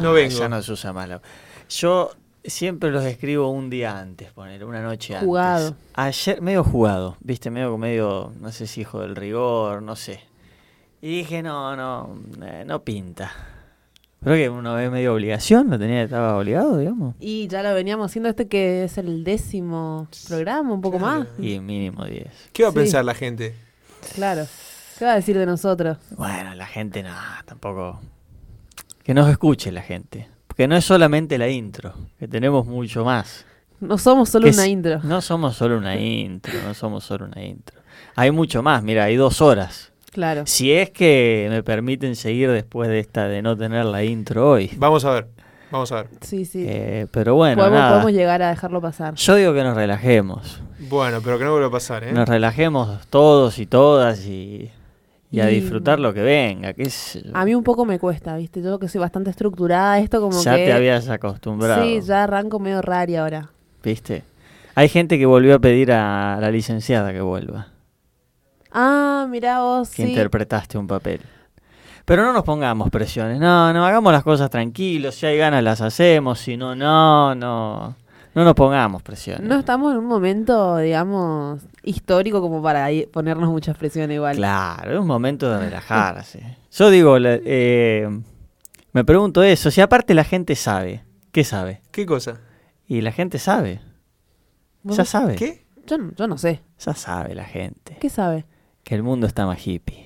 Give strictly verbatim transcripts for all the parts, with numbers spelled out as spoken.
no vengo. Ya no se usa más la... Yo siempre los escribo un día antes, poner una noche antes. Jugado. Ayer, medio jugado, viste, medio, medio, no sé si hijo del rigor, no sé. Y dije, no, no, eh, no pinta. Creo que una vez medio obligación, lo tenía, estaba obligado, digamos. Y ya lo veníamos haciendo este que es el décimo programa, un poco Claro. más. Y mínimo diez. ¿Qué va a Sí. pensar la gente? Claro. ¿Qué va a decir de nosotros? Bueno, la gente, no, tampoco... Que nos escuche la gente. Porque no es solamente la intro, que tenemos mucho más. No somos solo Que una es- intro. No somos solo una intro, no somos solo una intro. Hay mucho más, mira, hay dos horas. Claro. Si es que me permiten seguir después de esta de no tener la intro hoy. Vamos a ver, vamos a ver. Sí, sí. Eh, pero bueno, podemos, nada. podemos llegar a dejarlo pasar. Yo digo que nos relajemos. Bueno, pero que no vuelva a pasar, ¿eh? Nos relajemos todos y todas y, y a Y- disfrutar lo que venga. Que es, A mí un poco me cuesta, ¿viste? Yo que soy bastante estructurada, esto como ya que... te habías acostumbrado. Sí, ya arranco medio rari ahora. ¿Viste? Hay gente que volvió a pedir a la licenciada que vuelva. Ah, mirá vos, Que sí. interpretaste un papel. Pero no nos pongamos presiones. No, no, hagamos las cosas tranquilos. Si hay ganas las hacemos. Si no, no, no. No nos pongamos presiones. No estamos en un momento, digamos, histórico como para ahí ponernos muchas presiones igual. Claro, es un momento de relajarse. Yo digo, la- eh, me pregunto eso. Si aparte la gente sabe. ¿Qué sabe? ¿Qué cosa? Y la gente sabe. ¿Vos? Ya sabe. ¿Qué? Yo, no- yo no sé. Ya sabe la gente. ¿Qué sabe? Que el mundo está más hippie.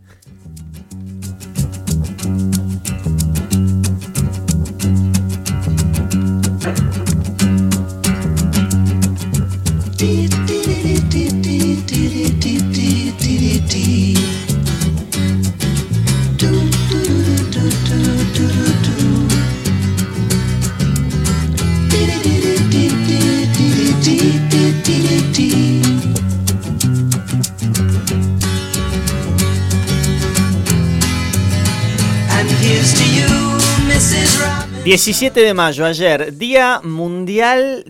diecisiete de mayo, ayer, Día Mundial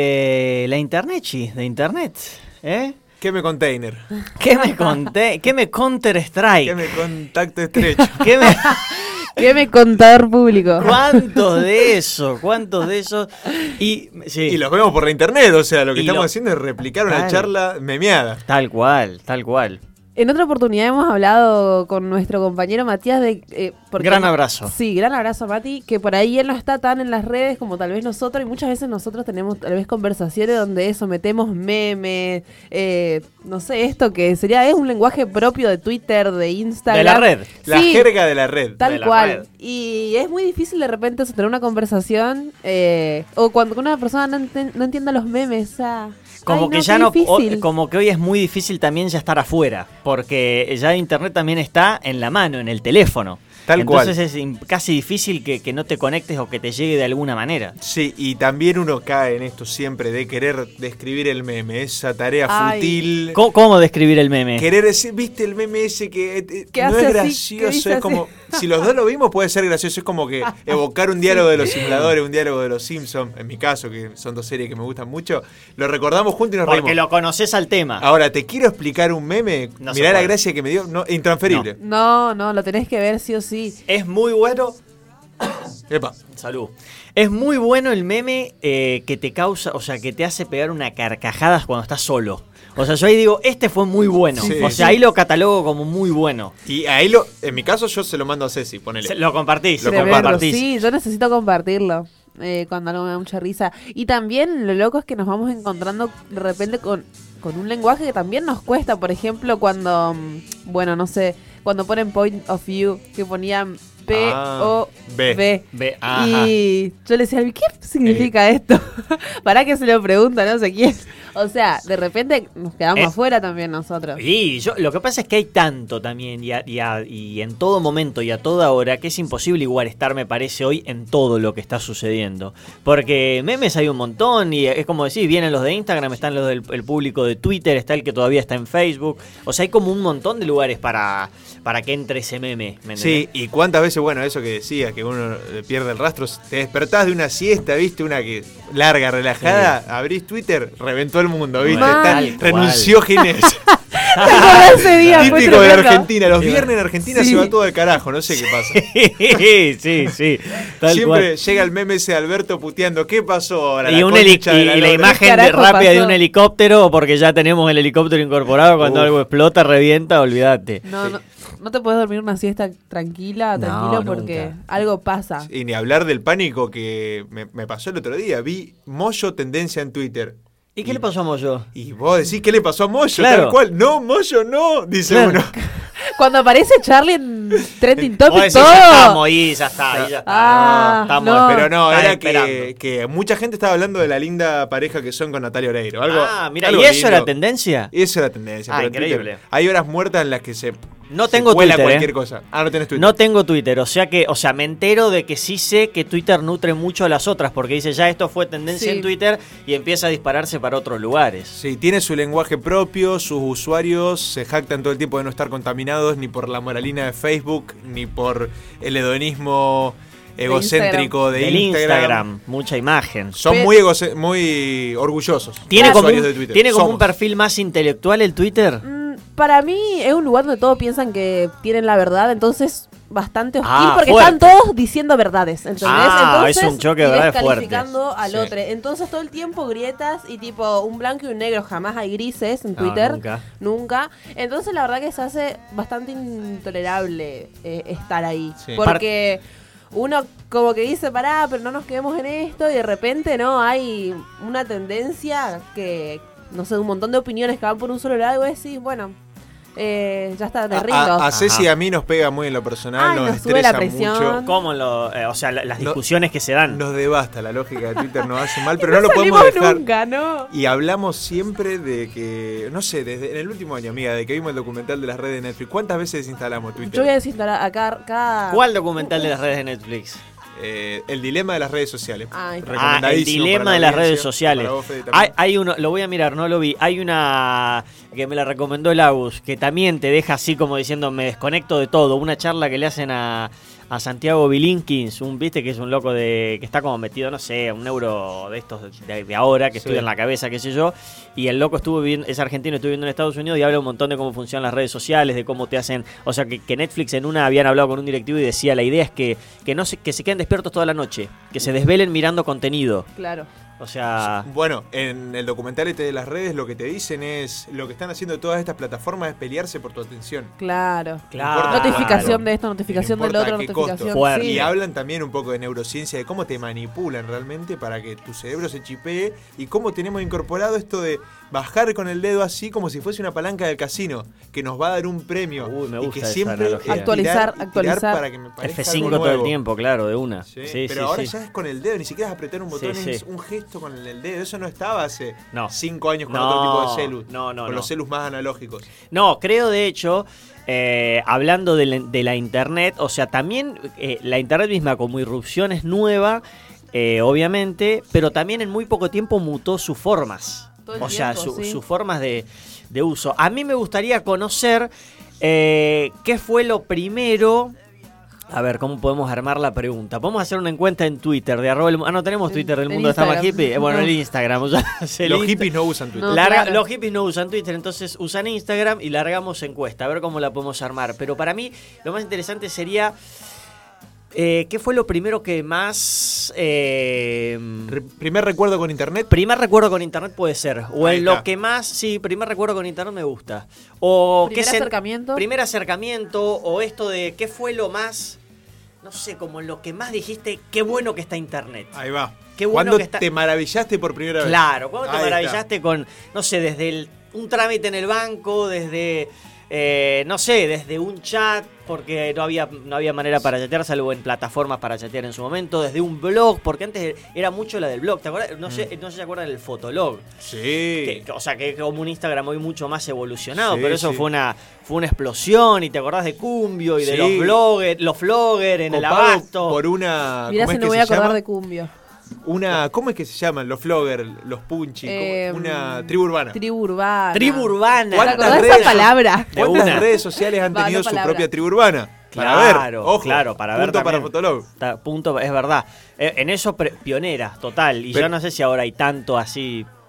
de la Internet, chi, de Internet. ¿Eh? ¿Qué me container? ¿Qué me conté? ¿Qué me Counter Strike? ¿Qué me contacto estrecho? ¿Qué me... ¿Qué me contador público? ¿Cuántos de esos? ¿Cuántos de esos? Y, sí, Y los vemos por la internet, o sea, lo que Y estamos lo- haciendo es replicar una Claro. charla memeada. tal cual, tal cual. En otra oportunidad hemos hablado con nuestro compañero Matías de... eh, porque- Gran abrazo. Sí, gran abrazo, Mati, que por ahí él no está tan en las redes como tal vez nosotros, y muchas veces nosotros tenemos tal vez conversaciones donde eso, metemos memes, eh, no sé, esto que sería, es un lenguaje propio de Twitter, de Instagram. De la red. La Sí, jerga de la red. tal de la cual. red. Y es muy difícil de repente sostener una conversación, eh, o cuando una persona no, enten- no entienda los memes, o sea... Como ay, que no, ya qué no, difícil. o- como que hoy es muy difícil también ya estar afuera, porque ya internet también está en la mano, en el teléfono. Tal Entonces cual. es im- casi difícil que, que no te conectes o que te llegue de alguna manera. Sí, y también uno cae en esto siempre de querer describir el meme, esa tarea Ay. fútil. ¿Cómo, cómo describir el meme? Querer decir, ¿viste el meme ese que eh, Que no hace es así, que gracioso? dice Es así. como, si los dos lo vimos puede ser gracioso, es como que evocar un diálogo de los simuladores, un diálogo de los Simpsons, en mi caso, que son dos series que me gustan mucho, lo recordamos juntos y nos Porque reímos. lo conoces al tema. Ahora, te quiero explicar un meme, No se mirá la puede. gracia que me dio, no, intransferible. No, no, lo tenés que ver sí o sí. Es muy bueno. Epa. Salud. Es muy bueno el meme eh, que te causa, o sea, que te hace pegar una carcajada cuando estás solo. O sea, yo ahí digo, este fue muy bueno. Sí, o sea, sí. ahí lo catalogo como muy bueno. Y ahí lo, en mi caso yo se lo mando a Ceci, ponele. Se- Lo compartís, lo Tremendo, compartís. sí, yo necesito compartirlo eh, cuando algo me da mucha risa. Y también lo loco es que nos vamos encontrando de repente con, con un lenguaje que también nos cuesta. Por ejemplo, cuando, mm, bueno, no sé, cuando ponen point of view, que ponían P O B. B. Ve, ajá. Y yo le decía, ¿qué significa esto? ¿Para qué se lo pregunta? No sé quién. O sea, de repente nos quedamos Eh. afuera también nosotros. Y yo, lo que pasa es que hay tanto también y, a- y, a- y en todo momento y a toda hora que es imposible igual estar, me parece, hoy en todo lo que está sucediendo. Porque memes hay un montón y es como decís, vienen los de Instagram, están los del el público de Twitter, está el que todavía está en Facebook. O sea, hay como un montón de lugares para, para que entre ese meme. ¿me entendés? Sí, y cuántas veces, bueno, eso que decía, que uno eh, pierde el rastro, te despertás de una siesta, viste, una que larga, relajada, abrís Twitter, reventó el mundo, viste, Mal. Tal- Tal cual. renunció Ginés. acordás ese día? Fue Típico de la tremendo. Argentina. Los viernes en Argentina Sí. se va todo al carajo. No sé qué pasa. Sí, sí, sí. Tal Siempre cual. llega el meme ese de Alberto puteando. ¿Qué pasó ahora? Y, La un heli- concha de y la la lora. imagen ¿Qué de- carajo rápida de pasó? un helicóptero, porque ya tenemos el helicóptero incorporado. Cuando Uf. algo explota, revienta, olvídate. No, no, no te puedes dormir una siesta tranquila, No, tranquilo, porque nunca. algo pasa. Y ni hablar del pánico que me, me pasó el otro día. Vi Moyo tendencia en Twitter. ¿Y qué le pasó a Moyo? Y vos decís, ¿qué le pasó a Moyo? Claro. Tal cual. No, Moyo no, dice Claro. uno. Cuando aparece Charlie en Trending Vos Topic, decís, todo. ya estamos ahí, ya está, ahí ya está. Ah, estamos, no. Pero no, están era esperando. que, que mucha gente estaba hablando de la linda pareja que son con Natalia Oreiro. Algo, Ah, mira, algo ¿y eso lindo. era tendencia? Eso era tendencia. Ah, pero en Twitter increíble. hay horas muertas en las que se, No se tengo cuela Twitter, cualquier ¿eh? cosa. Ah, no tenés Twitter. No tengo Twitter, o sea que, o sea, me entero de que sí sé que Twitter nutre mucho a las otras, porque dice ya esto fue tendencia Sí. en Twitter y empieza a dispararse para otros lugares. Sí, tiene su lenguaje propio, sus usuarios se jactan todo el tiempo de no estar contaminados ni por la moralina de Facebook, ni por el hedonismo egocéntrico de Del Instagram. Instagram, mucha imagen. Son Pe- muy, egoce- muy orgullosos. ¿Tiene los como, usuarios un, de Twitter. ¿tiene como un Somos. perfil más intelectual el Twitter? Mm, Para mí es un lugar donde todos piensan que tienen la verdad, entonces bastante hostil Ah, porque fuerte. están todos diciendo verdades, ¿entendés? Ah, entonces, es un choque y de verdades descalificando fuertes. al Sí. otro. Entonces todo el tiempo grietas y tipo un blanco y un negro, jamás hay grises en No, Twitter. nunca. Nunca. Entonces la verdad que se hace bastante intolerable eh, estar ahí. Sí. Porque uno como que dice, pará, pero no nos quedemos en esto y de repente no, hay una tendencia que, no sé, un montón de opiniones que van por un solo lado y vos decís, bueno, eh, ya está, me A- rindo. A, a Ceci y Ajá. a mí nos pega muy en lo personal, Ay, nos, nos sube la estresa presión. mucho. ¿Cómo lo, eh, o sea, la- las No- discusiones que se dan? Nos devasta la lógica de Twitter, nos hace mal, pero no no lo podemos salimos dejar. nunca, ¿no? Y hablamos siempre de que, no sé, desde en el último año, amiga, de que vimos el documental de las redes de Netflix, ¿cuántas veces instalamos Twitter? Yo voy a desinstalar acá cada... ¿Cuál documental de las redes de Netflix? Eh, el dilema de las redes sociales. Ay, Ah, el Recomendadísimo dilema para la de las audiencia, redes sociales. para vos, Fede, también. Hay, hay uno, lo voy a mirar, no lo vi. Hay una que me la recomendó el Agus, que también te deja así como diciendo, me desconecto de todo. Una charla que le hacen a, a Santiago Bilinkins, un viste que es un loco de que está como metido, no sé, un euro de estos de, de ahora, que Sí. estudia en la cabeza, qué sé yo. Y el loco estuvo viviendo, es argentino, estuvo viviendo en Estados Unidos y habla un montón de cómo funcionan las redes sociales, de cómo te hacen. O sea, que, que Netflix en una habían hablado con un directivo y decía, la idea es que, que, no se, que se queden despiertos toda la noche, que se desvelen mirando contenido. Claro. O sea, Bueno, en el documental este de las redes lo que te dicen es, lo que están haciendo todas estas plataformas es pelearse por tu atención. Claro. claro. Notificación de esto, notificación No del importa otro, a qué notificación. costo. Fuerte. Sí. Y hablan también un poco de neurociencia, de cómo te manipulan realmente para que tu cerebro se chipee y cómo tenemos incorporado esto de bajar con el dedo así como si fuese una palanca del casino, que nos va a dar un premio. Uy, me y gusta que esa siempre analogía. es Actualizar, tirar y tirar actualizar. para que me parezca F cinco algo todo el nuevo. tiempo, claro, de una. Sí, Sí, pero sí, ahora sí. ya es con el dedo, ni siquiera es apretar un botón, Sí, es sí. un gesto con el dedo. Eso no estaba hace No. cinco años con No, otro tipo de celus. no, no, Con no. los celus más analógicos. No, creo de hecho, eh, hablando de la, de la internet, o sea, también eh, la internet misma como irrupción es nueva, eh, obviamente, pero también en muy poco tiempo mutó sus formas. Todo el O sea, tiempo, su- sí. sus formas de, de uso. A mí me gustaría conocer eh, qué fue lo primero. A ver, ¿cómo podemos armar la pregunta? Podemos hacer una encuesta en Twitter de arroba el mu- Ah, no tenemos Twitter del En mundo está más Instagram. hippie. Eh, Bueno, No. el Instagram. o sea, el Los Insta- hippies no usan Twitter. No. Larga- claro. Los hippies no usan Twitter, entonces usan Instagram y largamos encuesta, a ver cómo la podemos armar. Pero para mí lo más interesante sería, eh, ¿qué fue lo primero que más... eh, Re- primer recuerdo con internet. primer recuerdo con internet puede ser, o Ahí en lo está. que más, sí, primer recuerdo con internet me gusta. O Primer qué sen- acercamiento. Primer acercamiento, o esto de qué fue lo más, no sé, como lo que más dijiste, qué bueno que está internet. Ahí va. Qué bueno ¿Cuándo que está- te maravillaste por primera vez? Claro, ¿cuándo te Ahí está. maravillaste con, no sé, desde el- un trámite en el banco, desde, eh, no sé, desde un chat, porque no había, no había manera para chatear, salvo en plataformas para chatear en su momento, desde un blog, porque antes era mucho la del blog, ¿te acuerdas? No sé, Mm. no sé si se acuerdan del Fotolog. Sí. Que- que- o sea, que es como un Instagram hoy mucho más evolucionado, Sí, pero eso sí. fue una fue una explosión, y te acordás de Cumbio y de Sí. los bloggers, los vloggers en el Copado abasto. por una. Mirá ¿cómo si es no que voy se a acordar llama? de Cumbio. Una, ¿cómo es que se llaman? Los floggers, los punchi, ¿cómo? Eh, una tribu urbana. Tribu urbana. Tribu urbana. ¿Te ¿Cuántas acordás de redes- esa palabra? De ¿Cuántas una. redes sociales han Va, tenido no su palabra. propia tribu urbana? Para Claro, ver, ojo, claro, para ver punto para también. Fotolog. Ta- Punto, es verdad. Eh, en eso pre- pioneras, total. Y Pero- yo no sé si ahora hay tanto así.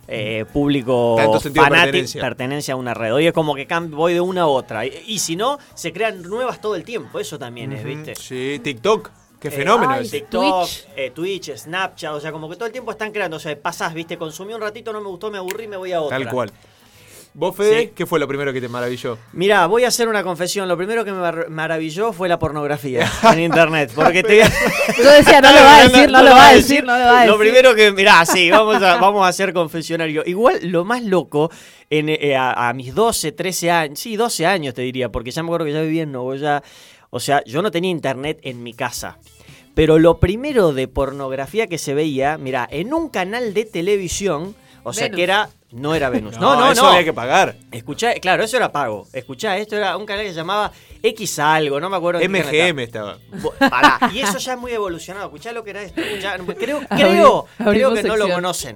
eh, público Tanto sentido de fanático, pertenencia. pertenencia a una red. Hoy es como que cam- voy de una a otra. Y, y si no, se crean nuevas todo el tiempo. Eso también es, ¿viste? Sí, TikTok. Qué Eh, fenómeno ay, ese. TikTok, Twitch. eh, Twitch, Snapchat, o sea, como que todo el tiempo están creando. O sea, pasás, viste, consumí un ratito, no me gustó, me aburrí, me voy a otra. Tal cual. ¿Vos, Fede, Sí. qué fue lo primero que te maravilló? Mirá, voy a hacer una confesión. Lo primero que me mar- maravilló fue la pornografía en internet. Porque te voy a... Yo decía, no lo va a decir, no lo va a decir, no lo va a decir. Lo primero que, mirá, sí, vamos a, vamos a hacer confesionario. Igual, lo más loco, en, eh, a, a mis doce, trece años, sí, doce años te diría, porque ya me acuerdo que ya vivía en Nogoyá. O sea, yo no tenía internet en mi casa. Pero lo primero de pornografía que se veía, mirá, en un canal de televisión, o sea Venus. que era, no era Venus. No, no, eso no. había que pagar. Escuchá, claro, eso era pago. Escuchá, esto era un canal que se llamaba X algo, no me acuerdo. en qué M canal G M estaba. estaba. Bo- Pará, y eso ya es muy evolucionado. Escuchá lo que era esto. Escuchá, creo, Abri- creo, creo abrimos que no lo sección. conocen.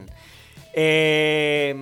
Eh,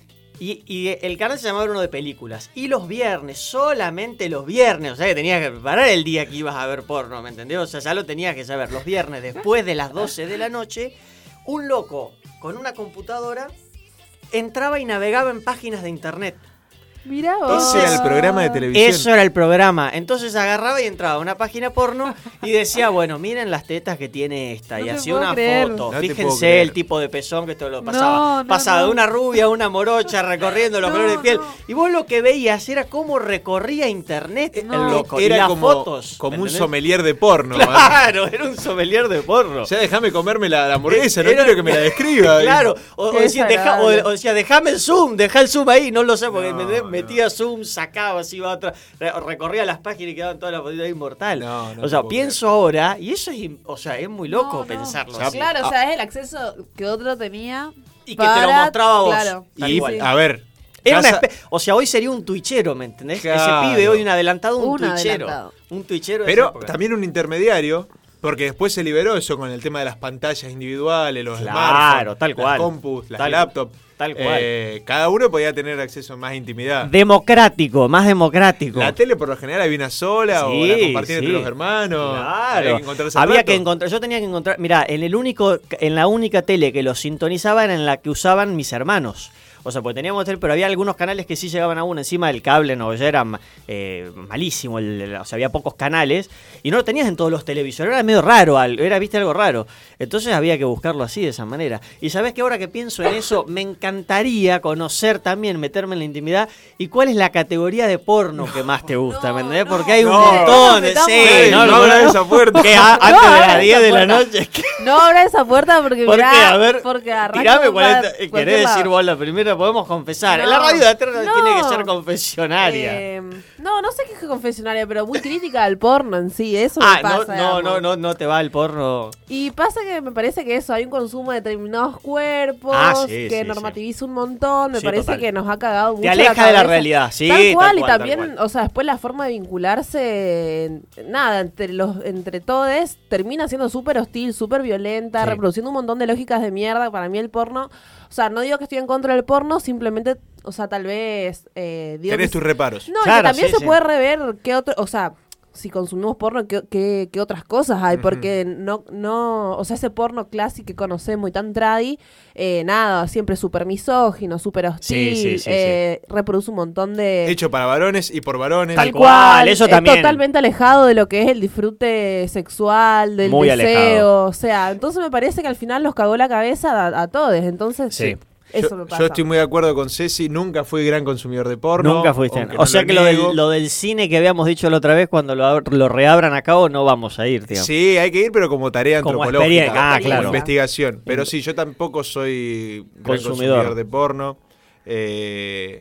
y, y el canal se llamaba uno de películas. Y los viernes, solamente los viernes, o sea que tenías que preparar el día que ibas a ver porno, ¿me entendés? O sea, ya lo tenías que saber. Los viernes, después de las doce de la noche, un loco con una computadora entraba y navegaba en páginas de internet. Mirá vos. Ese era el programa de televisión. Eso era el programa. Entonces agarraba y entraba a una página porno y decía, bueno, miren las tetas que tiene esta. No y te hacía puedo una creer. foto. No te puedo Fíjense creer. el tipo de pezón que esto lo pasaba. No, no, pasaba no. de una rubia a una morocha recorriendo los No, colores de piel. no. Y vos lo que veías era cómo recorría internet No. el loco. Era y las como, fotos. como ¿me un entendés? sommelier de porno. man. Claro, era un sommelier de porno. Ya déjame comerme la, la hamburguesa, no Era- quiero que me la describa. Claro, o, o Qué decía, deja, o, desagradable. o decía, dejame el zoom, deja el zoom ahí, no lo sé, porque No, me de- no. metía zoom, sacaba así, iba a otra, re- recorría las páginas y quedaban todas las fotitos inmortal. No, no o sea, te puedo pienso ahora, y eso es, im- o sea, es muy loco No, no. pensarlo O sea, así. Claro, o sea, es el acceso que otro tenía. Y que te lo para- mostraba a vos. Claro. Tal Y, cual. a ver. Era una casa- espe- o sea, hoy sería un twitchero, ¿me entendés? Claro. Ese pibe hoy un adelantado, un, Un twitchero. adelantado. Un twitchero de esa Pero época. también un intermediario, porque después se liberó eso con el tema de las pantallas individuales, los Claro, smartphones, tal cual. las compus, las Tal- laptops. tal cual. Eh, cada uno podía tener acceso a más intimidad. Democrático, más democrático. La tele por lo general había una sola o Sí, la compartían sí. entre los hermanos. Claro. Había que encontrarse Había al rato. que encontrar, yo tenía que encontrar, mira, en el único, en la única tele que lo sintonizaba era en la que usaban mis hermanos. O sea, porque teníamos tele, pero había algunos canales que sí llegaban a uno encima del cable, no, ya era eh, malísimo, el- el- o sea, había pocos canales y no lo tenías en todos los televisores, era medio raro, al- era, viste, algo raro. Entonces había que buscarlo así, de esa manera. Y sabes que ahora que pienso en eso, me encantaría conocer también, meterme en la intimidad y cuál es la categoría de porno que más te gusta, ¿me entendés? Porque hay un no, montón de... no, Sí, Ey, no, no no, abras no. esa puerta. Que a- antes No, de abras las diez esa de la puerta. noche. es que- No abra esa puerta porque ¿Por mirá, qué? A ver, porque arranca tirame por cuál la- es- cualquier ¿Querés lado. decir vos la primera? Podemos confesar. No, la radio de Eterna no. tiene que ser confesionaria. Eh, no, no sé qué es confesionaria, pero muy crítica al porno en sí, eso ah, me pasa. no, no, digamos. no, no, no te va el porno. Y pasa que me parece que eso, hay un consumo de determinados cuerpos Ah, sí, que sí, normativiza un montón, me Sí, parece total. que nos ha cagado mucho Te aleja la de la cabeza. realidad, sí, Tal tal cual, y cual, tal también, cual. o sea, después la forma de vincularse, nada, entre los entre todos, termina siendo súper hostil, súper violenta, Sí. reproduciendo un montón de lógicas de mierda. Para mí el porno, o sea, no digo que estoy en contra del porno, simplemente, o sea, tal vez... Eh, digo Tenés que tus reparos. no, y Claro, que también sí, se sí. puede rever qué otro, o sea, si consumimos porno, qué, qué, qué otras cosas hay, Ujú. porque no, no, o sea, ese porno clásico que conocemos y tan tradi, eh, nada, siempre súper misógino, súper hostil, Sí, sí, sí, eh, reproduce un montón de... Hecho para varones y por varones. Tal cual, eso es también. totalmente alejado de lo que es el disfrute sexual, del Muy deseo, alejado. o sea, entonces me parece que al final nos cagó la cabeza a, a todos, entonces Sí. eso yo, me pasa. yo estoy muy de acuerdo con Ceci, nunca fui gran consumidor de porno. Nunca fuiste. aunque O no sea que lo niego. del, lo del cine que habíamos dicho la otra vez, cuando lo, ab- lo reabran acá o no vamos a ir, tío. Sí, hay que ir, pero como tarea Como antropológica. experiencia, ah, como claro. investigación. Pero sí, yo tampoco soy gran Consumidor. consumidor de porno. Eh,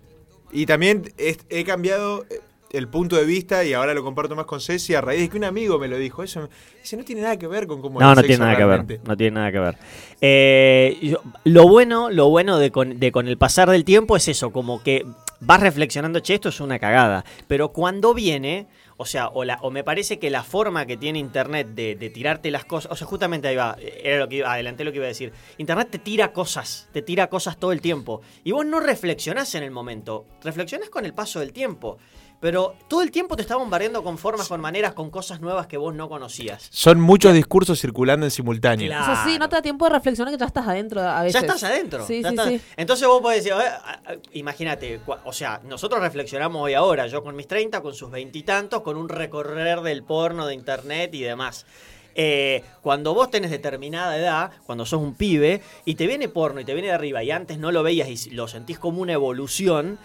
y también he, he cambiado el punto de vista y ahora lo comparto más con Ceci a raíz de que un amigo me lo dijo. Eso dice, no tiene nada que ver con cómo es No, el no sexo tiene nada que realmente. ver. No tiene nada que ver. Eh, yo- lo bueno, lo bueno de con, de con el pasar del tiempo es eso, como que vas reflexionando, che, esto es una cagada. Pero cuando viene, o sea, o, la, o me parece que la forma que tiene Internet de, de tirarte las cosas, o sea, justamente ahí va, era lo que iba, adelanté lo que iba a decir. Internet te tira cosas, te tira cosas todo el tiempo. Y vos no reflexionás en el momento, reflexionás con el paso del tiempo. pero todo el tiempo te está bombardeando con formas, con maneras, con cosas nuevas que vos no conocías. Son muchos discursos circulando en simultáneo. Claro. O sea, sí, no te da tiempo de reflexionar que ya estás adentro a veces. Ya estás adentro. Sí, ya sí, estás- sí. Entonces vos podés decir, eh, imagínate, cua- o sea, nosotros reflexionamos hoy ahora, yo con mis treinta, con sus veintitantos, con un recorrer del porno, de internet y demás. Eh, cuando vos tenés determinada edad, cuando sos un pibe, y te viene porno y te viene de arriba, y antes no lo veías y lo sentís como una evolución,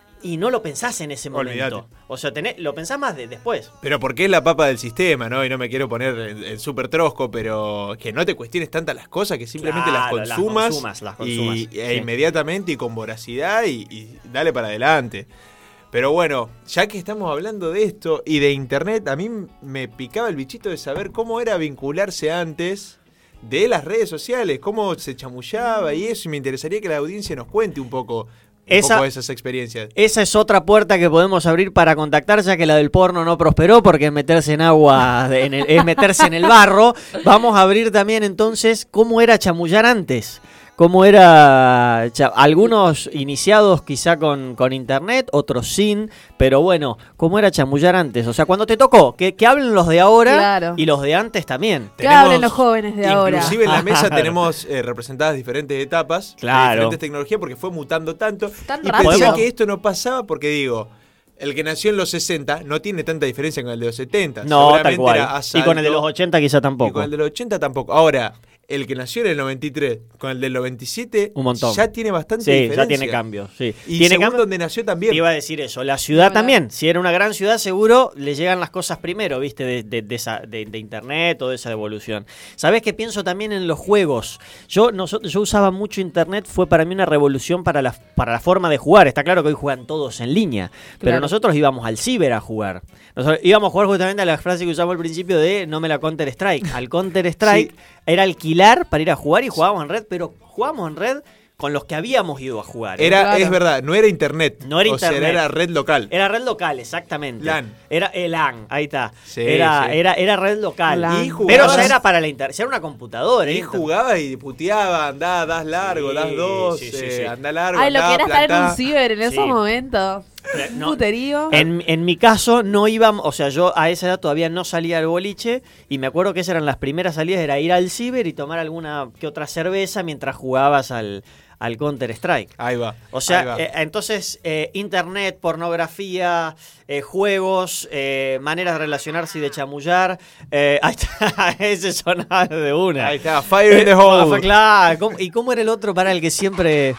y no lo pensás en ese momento. Olvídate. O sea, tenés, lo pensás más de después. Pero porque es la papa del sistema, ¿no? Y no me quiero poner en, en súper trosco, pero que no te cuestiones tantas las cosas, que simplemente Claro, las las consumas, consumas, las consumas, y, e sí. inmediatamente y con voracidad y, y dale para adelante. Pero bueno, ya que estamos hablando de esto y de internet, a mí me picaba el bichito de saber cómo era vincularse antes de las redes sociales, cómo se chamullaba y eso, y me interesaría que la audiencia nos cuente un poco, un Esa- poco de esas experiencias. Esa es otra puerta que podemos abrir para contactar, ya que la del porno no prosperó porque es meterse en agua, de- en el- es meterse en el barro. Vamos a abrir también entonces cómo era chamullar antes. Cómo era, cha- algunos iniciados quizá con, con internet, otros sin, pero bueno, cómo era chamullar antes. O sea, cuando te tocó, que, que hablen los de ahora Claro. y los de antes también. Que hablen los jóvenes de ahora. Inclusive en la mesa tenemos eh, representadas diferentes etapas, de Claro. diferentes tecnologías, porque fue mutando tanto. Tan y rápido. pensé que esto no pasaba porque digo, el que nació en los sesenta no tiene tanta diferencia con el de los setenta. No, tal Seguramente cual. era Y asalto, con el de los ochenta quizá y tampoco. con el de los ochenta tampoco. Ahora, el que nació en el noventa y tres con el del noventa y siete Un montón. ya tiene bastante Sí, diferencia. ya tiene cambios. Sí. Y tiene según cambio- donde nació también. Te iba a decir eso, la ciudad Ni hablar. también, si era una gran ciudad seguro le llegan las cosas primero, viste, de, de- de esa, de, de internet o de esa evolución. ¿Sabés qué pienso también en los juegos? Yo, nosotros, yo usaba mucho internet, fue para mí una revolución para la, para la forma de jugar. Está claro que hoy juegan todos en línea, pero Claro. nosotros íbamos al ciber a jugar. Nosotros íbamos a jugar justamente a la frase que usamos al principio de no me la Counter Strike. Al Counter Strike Sí. era alquilar para ir a jugar y jugábamos en red, pero jugábamos en red con los que habíamos ido a jugar. ¿eh? Era, Claro. es verdad, no era internet. No era o sea, internet. era red local. Era red local, exactamente. LAN. Era el LAN, ahí está. Sí, era, sí. Era, era red local. LAN. Y Pero jugabas- ya era para la internet. Era una computadora. Y ¿eh? jugaba y puteaba, andá, das largo, Sí, das dos, sí, sí, eh, sí. andá largo, Ay, lo andá, que era estar en plantá. un ciber en Sí. esos momentos. Pero Un no- puterío. En, en mi caso no íbamos, o sea, yo a esa edad todavía no salía al boliche y me acuerdo que esas eran las primeras salidas, era ir al ciber y tomar alguna que otra cerveza mientras jugabas al, al Counter Strike. Ahí va. O ahí sea, va. eh, entonces, eh, internet, pornografía, eh, juegos, eh, maneras de relacionarse y de chamullar. Eh, ahí está, ese sonaba de una. Ahí está, Fire in the Eh, Hole. claro. ¿Cómo- ¿Y cómo era el otro para el que siempre...?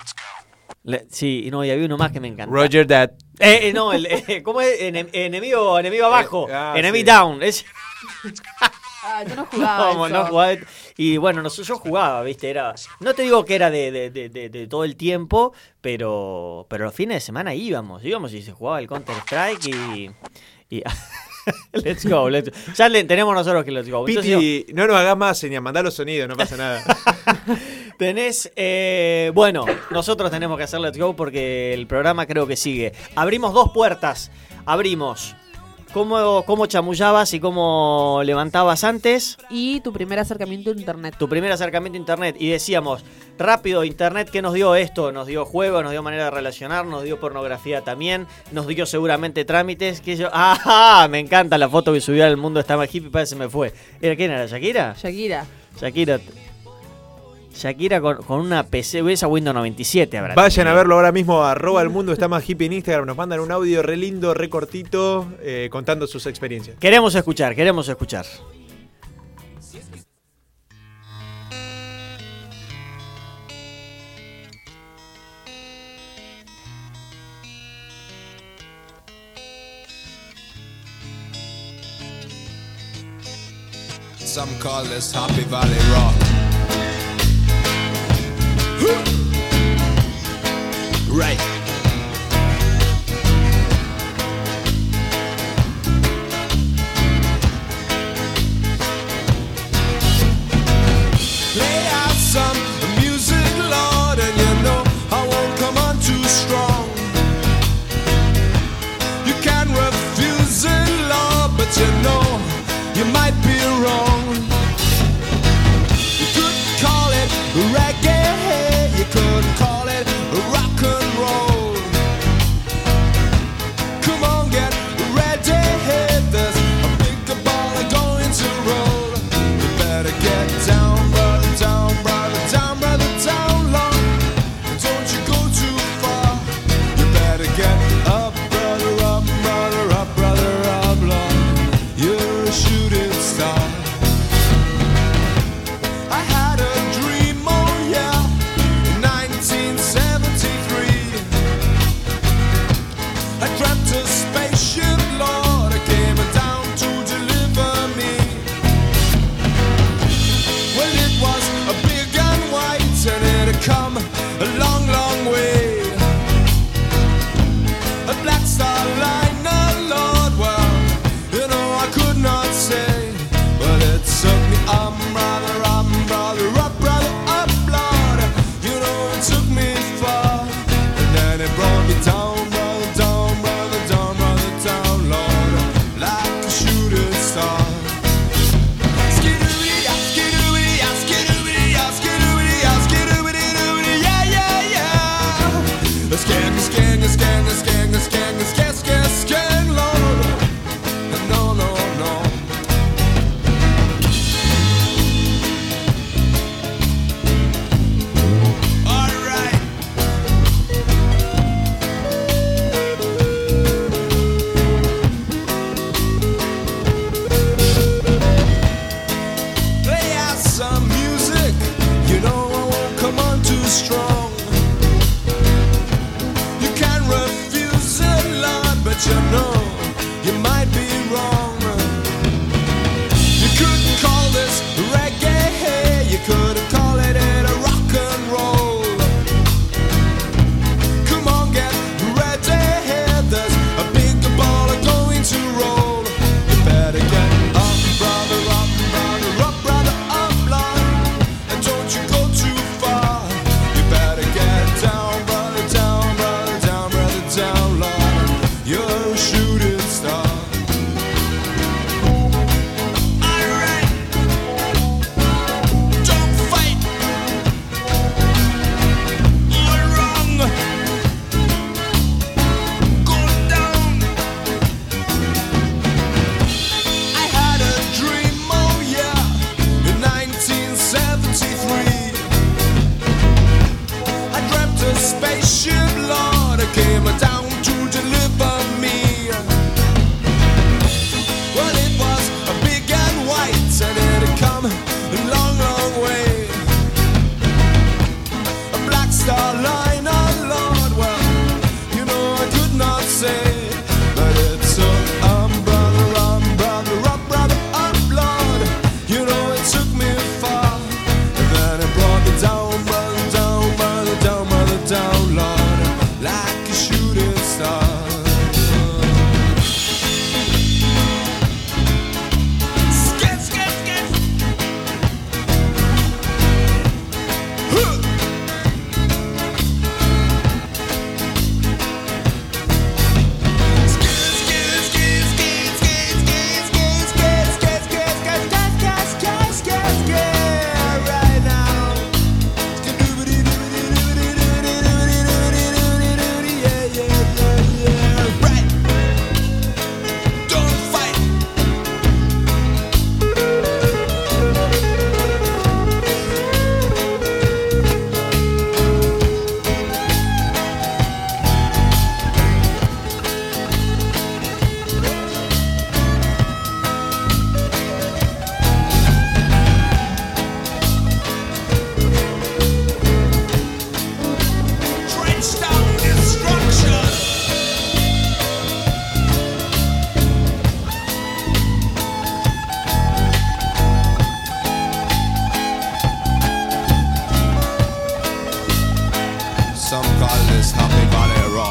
Le- sí, no, y había uno más que me encantaba. Roger that. Eh, eh, no, el, eh, ¿cómo es? Enem- enemigo, enemigo abajo. Eh, ah, enemy sí. down. Es, Ah, yo no jugaba no, eso. no jugaba. Y bueno, no sé, yo jugaba, ¿viste? Era, no te digo que era de, de- de- de- de todo el tiempo, pero, pero los fines de semana íbamos. Íbamos y se jugaba el Counter Strike y. y let's go, let's go. Ya le, tenemos nosotros que let's go. Entonces, Piti, no nos hagas más señas, mandá los sonidos, no pasa nada. tenés, eh, bueno, nosotros tenemos que hacer Let's Go porque el programa creo que sigue. Abrimos dos puertas. Abrimos cómo, cómo chamullabas y cómo levantabas antes Y tu primer acercamiento a internet. tu primer acercamiento a internet. Y decíamos, rápido, internet, ¿qué nos dio esto? Nos dio juegos, nos dio manera de relacionar, nos dio pornografía también, nos dio seguramente trámites. Que yo, ¡ah! Me encanta la foto que subió al mundo está más hippie, parece que me fue. ¿Era quién era? ¿Shakira? Shakira. Shakira. Shakira con, con una P C, esa Windows noventa y siete habrá. Vayan a tenido. verlo ahora mismo, arroba el mundo está más hippie en Instagram, nos mandan un audio re lindo, re cortito, eh, contando sus experiencias. Queremos escuchar, queremos escuchar. Some call this Happy Valley Rock. Right. Play out some music, Lord, and you know I won't come on too strong. You can refuse it, Lord, but you know you might be wrong. You could call it reggae, you could call it rock and roll. this happy valley rock.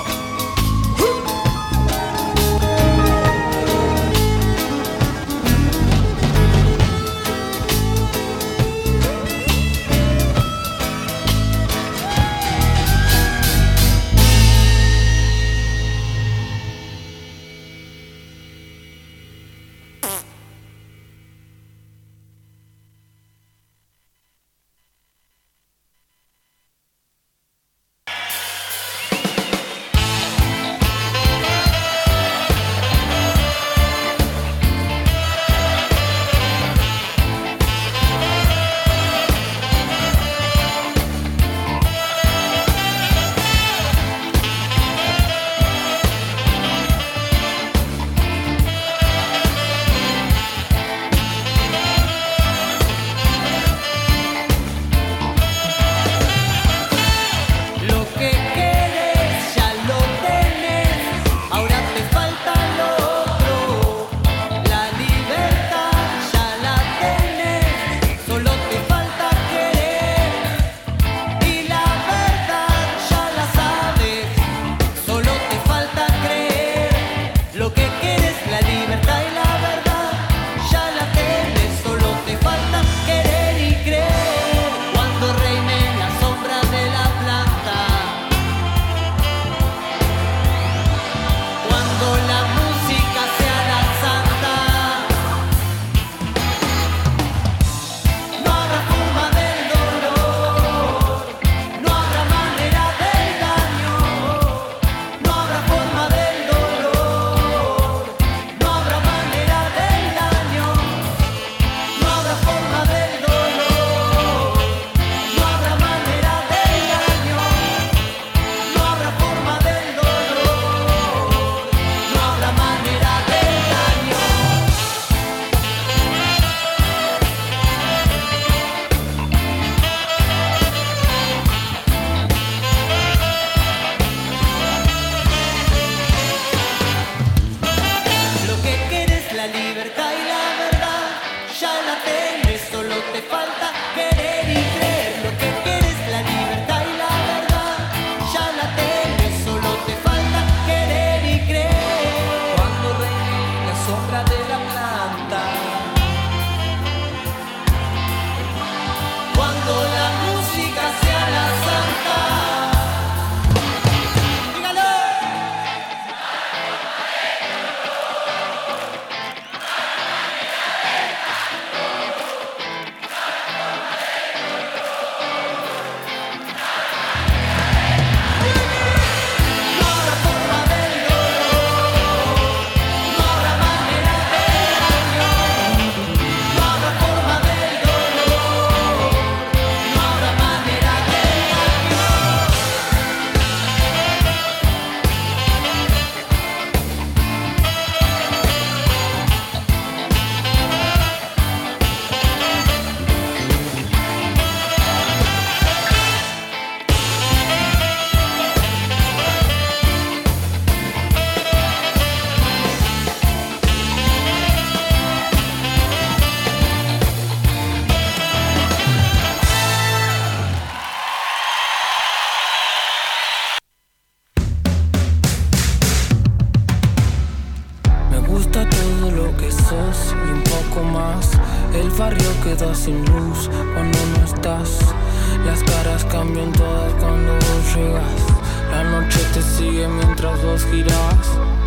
queda sin luz cuando no estás. Las caras cambian todas cuando vos llegas. La noche te sigue mientras vos girás.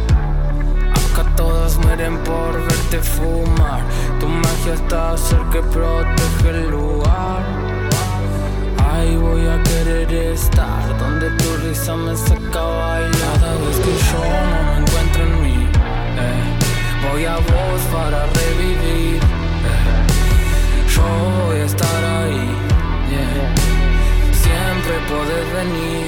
Acá todas mueren por verte fumar. Tu magia está cerca y protege el lugar. Ahí voy a querer estar, donde tu risa me saca a bailar. Cada vez que yo no me encuentro en mí, eh, voy a vos para revivir, eh, yo voy a estar ahí, yeah. Siempre podés venir.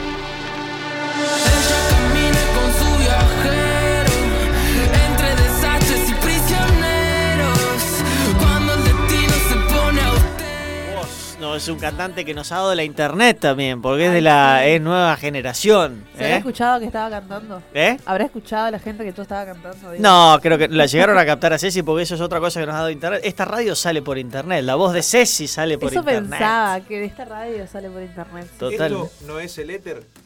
Ella camina con su viajero entre desastres y prisioneros. Cuando el destino se pone a usted. No, es un cantante que nos ha dado la internet también, porque es de la es nueva generación. ¿Se ¿eh? habrá escuchado que estaba cantando? ¿Eh? ¿Habrá escuchado a la gente que tú estabas cantando? Digo? No, creo que la llegaron a captar a Ceci porque eso es otra cosa que nos ha dado internet. Esta radio sale por internet, la voz de Ceci sale por Eso internet. pensaba, que de esta radio sale por internet. Total. ¿Esto no es el éter?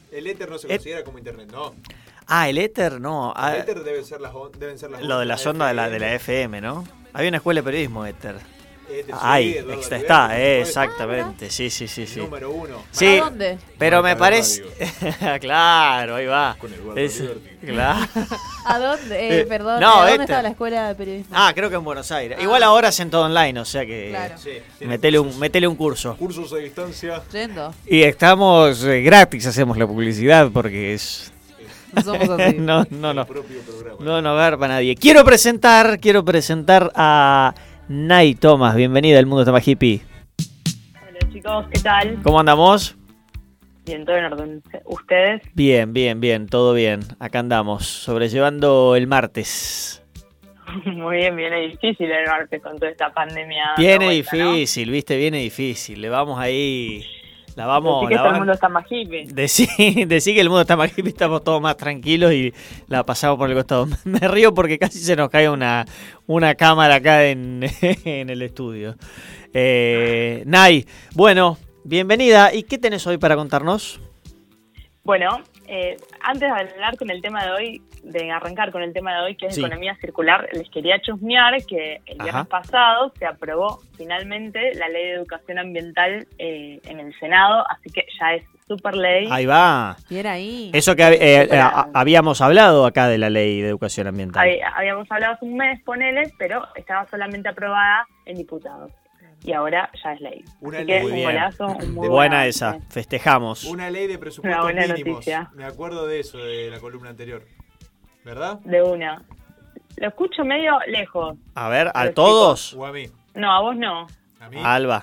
El éter no se Et- considera como internet, no. Ah, el éter, no. Ah, El éter deben ser las, on- deben ser las lo de la ondas sonda de la, de la F M. F M, ¿no? Había una escuela de periodismo éter. Éter, sí, Ahí, Eduardo está, Olivetti, está, por eh, supuesto. exactamente. Sí, sí, sí, sí. Número uno. Sí, ¿A dónde? pero me Marca de parece... claro, ahí va. Con Eduardo Es- Olivetti. claro. ¿A dónde? Eh, Eh, perdón, no, ¿a ¿dónde este. estaba la escuela de periodismo? Ah, creo que en Buenos Aires. Ah. Igual ahora hacen todo online, o sea que... Claro. Sí, tiene Metele un, cursos- metele un curso. Cursos a distancia. Yendo. Y estamos eh, gratis, hacemos la publicidad porque es... No somos así. no, no, no. El propio programa. No, no garpa nadie. Quiero presentar, quiero presentar a Nay Thomas. Bienvenida al Mundo Está Más Hippie. Hola chicos, ¿qué tal? ¿Cómo andamos? Bien, todo en orden. ¿Ustedes? Bien, bien, bien, todo bien. Acá andamos, sobrellevando el martes. Muy bien, viene difícil el martes con toda esta pandemia. Viene de vuelta, ¿no? difícil, viste, viene difícil. Le vamos ahí, la Así vamos... que la todo el va- mundo está más hippie. Decí, decí que el mundo está más hippie, estamos todos más tranquilos y la pasamos por el costado. Me río porque casi se nos cae una, una cámara acá en, en el estudio. Eh, Nay, bueno, bienvenida. ¿Y qué tenés hoy para contarnos? Bueno, eh, antes de hablar con el tema de hoy, de arrancar con el tema de hoy, que es Sí. economía circular, les quería chusmear que el viernes Ajá. pasado se aprobó finalmente la ley de educación ambiental eh, en el Senado, así que ya es super ley. Ahí va. Y era ahí. Eso que eh, eh, a- habíamos hablado acá de la ley de educación ambiental. Hab- Habíamos hablado hace un mes, ponele, pero estaba solamente aprobada en diputados. Y ahora ya es ley. Una Así ley. que Muy un bien. golazo, un muy De buena buena- esa, sí. festejamos. Una ley de presupuestos Una buena mínimos. noticia. Me acuerdo de eso, de la columna anterior. ¿Verdad? De una. Lo escucho medio lejos. A ver, ¿a Pero todos? O a mí. No, a vos no. A mí. Alba.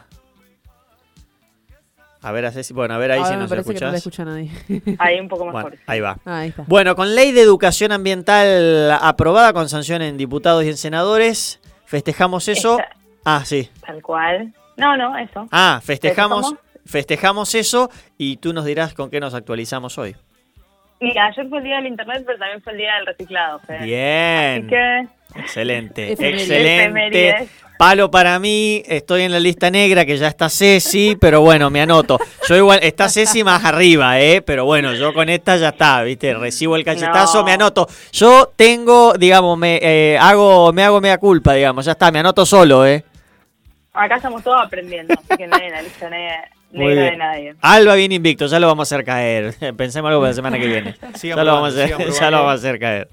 A ver, a Ceci- bueno, a ver ahí Ahora si me nos parece que no le escuchás. escucha nadie. Ahí un poco mejor. Bueno, ahí va. Ah, ahí está. Bueno, con ley de educación ambiental aprobada con sanción en diputados y en senadores, festejamos eso. Esta- Ah, sí. Tal cual. No, no, eso. Ah, festejamos, ¿Festejamos? festejamos eso y tú nos dirás con qué nos actualizamos hoy. Y ayer fue el día del internet, pero también fue el día del reciclado, Fede. Así Bien. que, Excelente, Efemérides. excelente. Efemérides. Palo para mí, estoy en la lista negra que ya está Ceci, pero bueno, me anoto. Yo igual, está Ceci más arriba, ¿eh? Pero bueno, yo con esta ya está, ¿viste? Recibo el cachetazo, No. me anoto. Yo tengo, digamos, me eh, hago me hago mea culpa, digamos, ya está, me anoto solo, ¿eh? acá estamos todos aprendiendo, así que no hay en la lista negra, Muy negra bien. de nadie. Alba bien invicto, ya lo vamos a hacer caer. Pensemos algo para la semana que viene. Sigan Ya lo vamos a probando, hacer, sigan ya lo probando. vamos a hacer caer.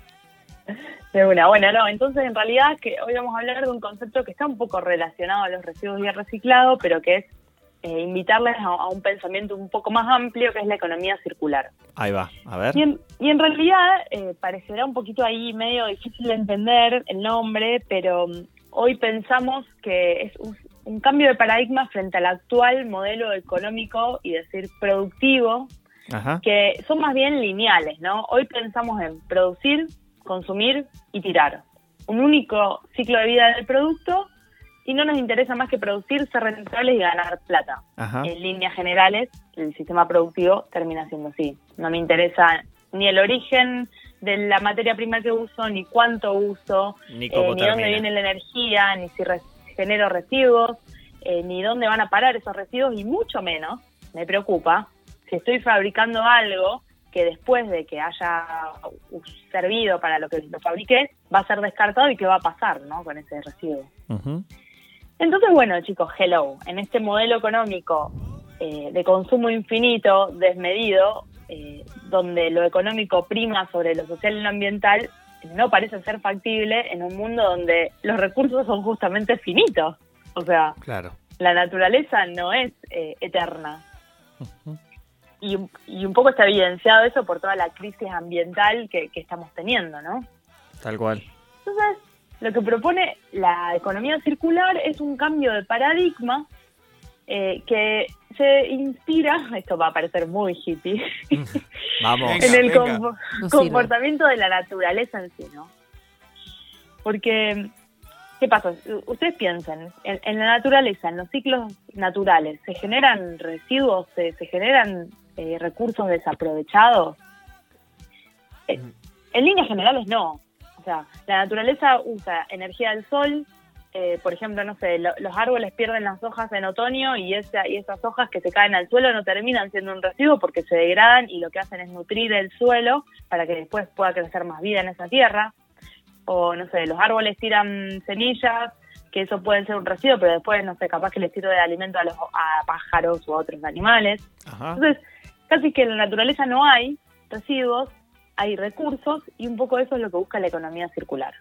De una, bueno, no, entonces en realidad que hoy vamos a hablar de un concepto que está un poco relacionado a los residuos y al reciclado, pero que es eh, invitarles a, a un pensamiento un poco más amplio, que es la economía circular. Ahí va, a ver. Y en, y en realidad eh, parecerá un poquito ahí medio difícil de entender el nombre, pero um, hoy pensamos que es un, un cambio de paradigma frente al actual modelo económico y decir productivo, Ajá. que son más bien lineales, ¿no? Hoy pensamos en producir, consumir y tirar. Un único ciclo de vida del producto y no nos interesa más que producir, ser rentables y ganar plata. Ajá. En líneas generales, el sistema productivo termina siendo así. No me interesa ni el origen de la materia prima que uso, ni cuánto uso, Ni eh, cómo ni termina. dónde viene la energía, ni si re- genero residuos, eh, ni dónde van a parar esos residuos, y mucho menos me preocupa si estoy fabricando algo que después de que haya servido para lo que lo fabriqué, va a ser descartado y qué va a pasar, ¿no?, con ese residuo. Ujú. Entonces, bueno, chicos, hello. En este modelo económico eh, de consumo infinito, desmedido, eh, donde lo económico prima sobre lo social y lo ambiental, no parece ser factible en un mundo donde los recursos son justamente finitos. O sea, Claro. la naturaleza no es eh, eterna. Y, un- y un poco está evidenciado eso por toda la crisis ambiental que, que estamos teniendo, ¿no? Tal cual. Entonces, lo que propone la economía circular es un cambio de paradigma eh, que se inspira, esto va a parecer muy hippie, Vamos. Venga. en el venga. compo- No comportamiento de la naturaleza en sí, ¿no? Porque, ¿qué pasa? Ustedes piensen, en, en la naturaleza, en los ciclos naturales, ¿se generan residuos, se, se generan eh, recursos desaprovechados? Eh, en líneas generales no. O sea, la naturaleza usa energía del sol, eh, por ejemplo, no sé, lo, los árboles pierden las hojas en otoño y, esa, y esas hojas que se caen al suelo no terminan siendo un residuo porque se degradan y lo que hacen es nutrir el suelo para que después pueda crecer más vida en esa tierra. O, no sé, los árboles tiran semillas, que eso puede ser un residuo, pero después, no sé, capaz que les sirve de alimento a los a pájaros o a otros animales. Ajá. Entonces, casi que en la naturaleza no hay residuos, hay recursos, y un poco eso es lo que busca la economía circular.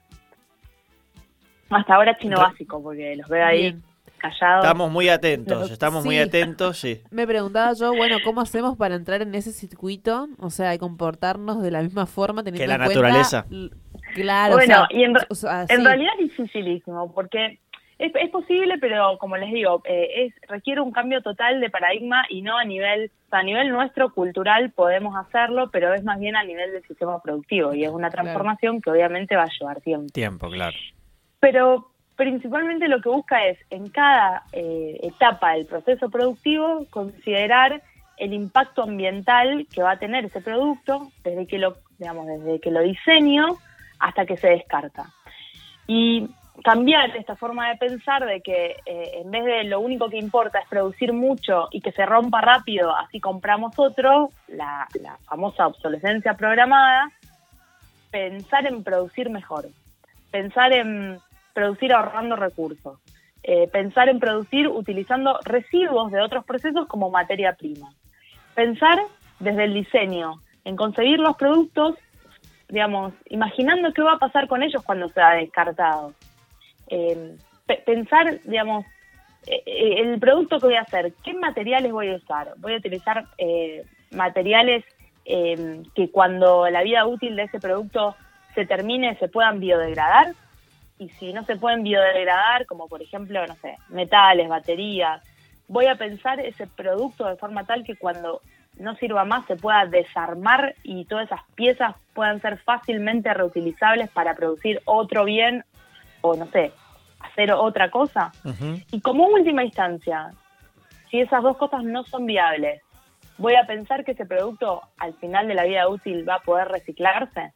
Hasta ahora chino Re- básico, porque los veo ahí Bien. callados. Estamos muy atentos, Los- estamos muy sí. atentos, sí. Me preguntaba yo, bueno, ¿cómo hacemos para entrar en ese circuito? O sea, y comportarnos de la misma forma teniendo Que la en cuenta naturaleza. l- Claro, Bueno, o sea, y en, re- o sea, en sí. realidad es dificilísimo, porque es, es posible, pero como les digo, eh, es requiere un cambio total de paradigma y no a nivel, o sea, a nivel nuestro cultural podemos hacerlo, pero es más bien a nivel del sistema productivo y es una transformación que obviamente va a llevar tiempo. Tiempo, claro. Pero principalmente lo que busca es, en cada eh, etapa del proceso productivo, considerar el impacto ambiental que va a tener ese producto desde que lo, digamos, desde que lo diseño hasta que se descarta. Y cambiar esta forma de pensar de que eh, en vez de lo único que importa es producir mucho y que se rompa rápido, así compramos otro, la, la famosa obsolescencia programada, pensar en producir mejor, pensar en producir ahorrando recursos, eh, pensar en producir utilizando residuos de otros procesos como materia prima, pensar desde el diseño, en concebir los productos, digamos, imaginando qué va a pasar con ellos cuando sea descartado. Eh, pe- pensar, digamos, eh, eh, el producto que voy a hacer, ¿qué materiales voy a usar? Voy a utilizar eh, materiales eh, que cuando la vida útil de ese producto se termine se puedan biodegradar, y si no se pueden biodegradar, como por ejemplo, no sé, metales, baterías, voy a pensar ese producto de forma tal que cuando no sirva más se pueda desarmar y todas esas piezas puedan ser fácilmente reutilizables para producir otro bien o, no sé, hacer otra cosa. Ujú. Y como última instancia, si esas dos cosas no son viables, voy a pensar que ese producto al final de la vida útil va a poder reciclarse.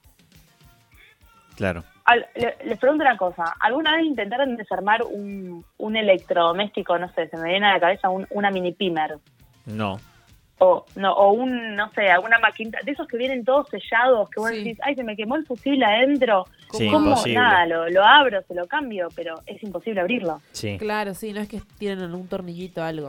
Claro. Al- le- les pregunto una cosa, ¿alguna vez intentaron desarmar un, un electrodoméstico? No sé, se me viene a la cabeza un, una mini pimer. No. O, no, o un, no sé, alguna maquinita, de esos que vienen todos sellados, que vos Sí. decís, ay, se me quemó el fusible adentro. Sí, ¿Cómo? imposible. Nada, lo, lo abro, se lo cambio, pero es imposible abrirlo. Sí. Claro, sí, no es que tienen un tornillito o algo.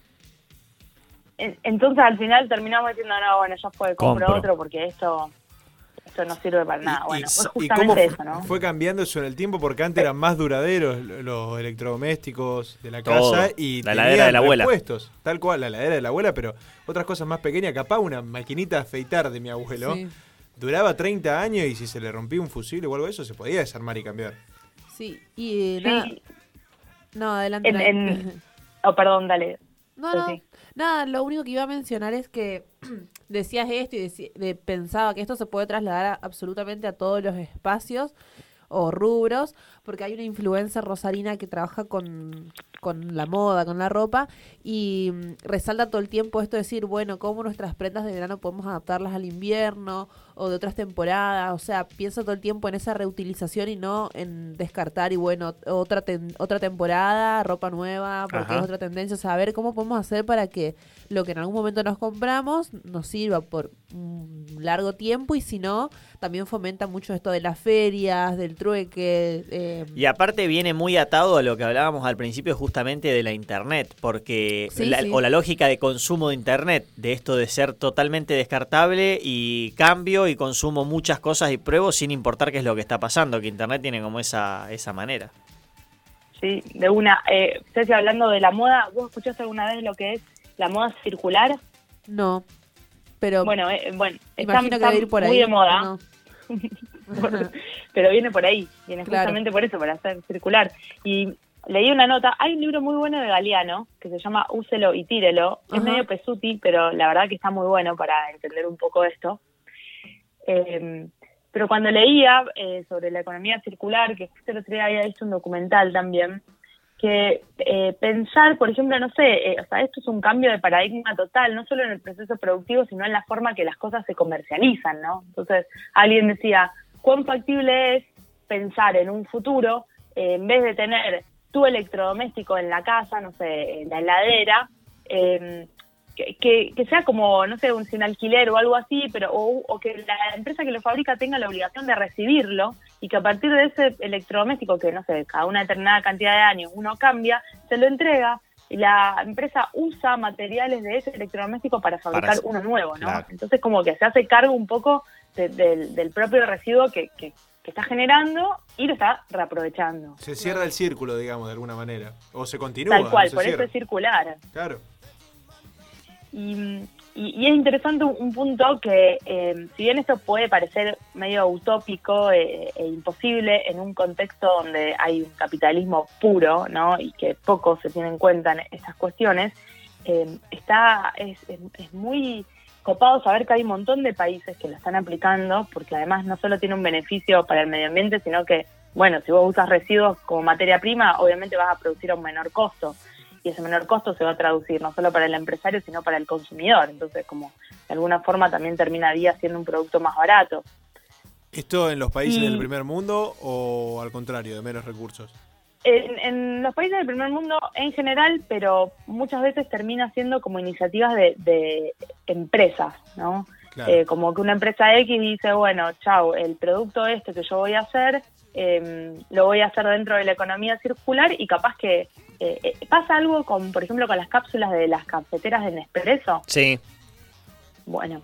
En- Entonces al final terminamos diciendo, no, bueno, ya fue, compro, Compro. otro porque esto esto no sirve para nada. Y- Bueno, y, fue y cómo justamente fu- eso, ¿no? fue cambiando eso en el tiempo, porque antes eran más duraderos los electrodomésticos de la Todo. casa y La heladera tenían de la abuela. repuestos, tal cual, la heladera de la abuela, pero otras cosas más pequeñas, capaz una maquinita de afeitar de mi abuelo, Sí, duraba treinta años y si se le rompía un fusible o algo de eso, se podía desarmar y cambiar. sí. Y eh, Sí, nada. No, adelante. en, adelante. en, oh, perdón, dale. No, Sí, no, sí. nada, lo único que iba a mencionar es que decías esto y deci- de- pensaba que esto se puede trasladar a- absolutamente a todos los espacios o rubros, porque hay una influencer rosarina que trabaja con, con la moda, con la ropa, y mm, resalta todo el tiempo esto de decir, bueno, cómo nuestras prendas de verano podemos adaptarlas al invierno o de otras temporadas, o sea, piensa todo el tiempo en esa reutilización y no en descartar y bueno, otra ten- otra temporada, ropa nueva, porque Ajá. es otra tendencia, o sea, a ver cómo podemos hacer para que lo que en algún momento nos compramos nos sirva por un largo tiempo y si no, también fomenta mucho esto de las ferias, del trueque. Eh, Y aparte viene muy atado a lo que hablábamos al principio justamente de la internet, porque Sí, la- sí. o la lógica de consumo de internet, de esto de ser totalmente descartable y cambio y consumo muchas cosas y pruebo sin importar qué es lo que está pasando, que internet tiene como esa, esa manera. Sí, de una. Eh, Ceci, hablando de la moda, ¿vos escuchaste alguna vez lo que es la moda circular? no, pero Bueno, eh, bueno, está, imagino que está debe ir por ahí. muy de moda, ¿no? pero viene por ahí, viene Claro. justamente por eso, para hacer circular. Y leí una nota, hay un libro muy bueno de Galeano que se llama Úselo y tírelo, es Ajá. medio pesuti, pero la verdad que está muy bueno para entender un poco esto. Eh, pero cuando leía eh, sobre la economía circular, que justo el otro día había visto un documental también, que eh, pensar, por ejemplo, no sé, eh, o sea, esto es un cambio de paradigma total, no solo en el proceso productivo, sino en la forma que las cosas se comercializan, ¿no? Entonces, alguien decía, ¿cuán factible es pensar en un futuro, eh, en vez de tener tu electrodoméstico en la casa, no sé, en la heladera, eh, que, que, que sea como, no sé, un sin alquiler o algo así, pero o, o que la empresa que lo fabrica tenga la obligación de recibirlo y que a partir de ese electrodoméstico, que no sé, cada una determinada cantidad de años uno cambia, se lo entrega y la empresa usa materiales de ese electrodoméstico para fabricar Para- uno nuevo, ¿no? claro. Entonces como que se hace cargo un poco de- del, del propio residuo que, que, que está generando y lo está reaprovechando. Se cierra el círculo, digamos, de alguna manera. O se continúa. Tal cual, no se por cierra. eso es circular. Claro. Y, y, y es interesante un, un punto que, eh, si bien esto puede parecer medio utópico eh, e imposible en un contexto donde hay un capitalismo puro, ¿no? Y que poco se tiene en cuenta en estas cuestiones, eh, está es, es, es muy copado saber que hay un montón de países que lo están aplicando, porque además no solo tiene un beneficio para el medio ambiente, sino que, bueno, si vos usas residuos como materia prima, obviamente vas a producir a un menor costo. Y ese menor costo se va a traducir no solo para el empresario, sino para el consumidor. Entonces, como de alguna forma también terminaría siendo un producto más barato. ¿Esto en los países Y- del primer mundo o al contrario, de menos recursos? En, en los países del primer mundo en general, pero muchas veces termina siendo como iniciativas de, de empresas, ¿no? Claro. Eh, como que una empresa X dice, bueno, chau, el producto este que yo voy a hacer, eh, lo voy a hacer dentro de la economía circular y capaz que eh, eh, pasa algo con, por ejemplo, con las cápsulas de las cafeteras de Nespresso. Sí. Bueno,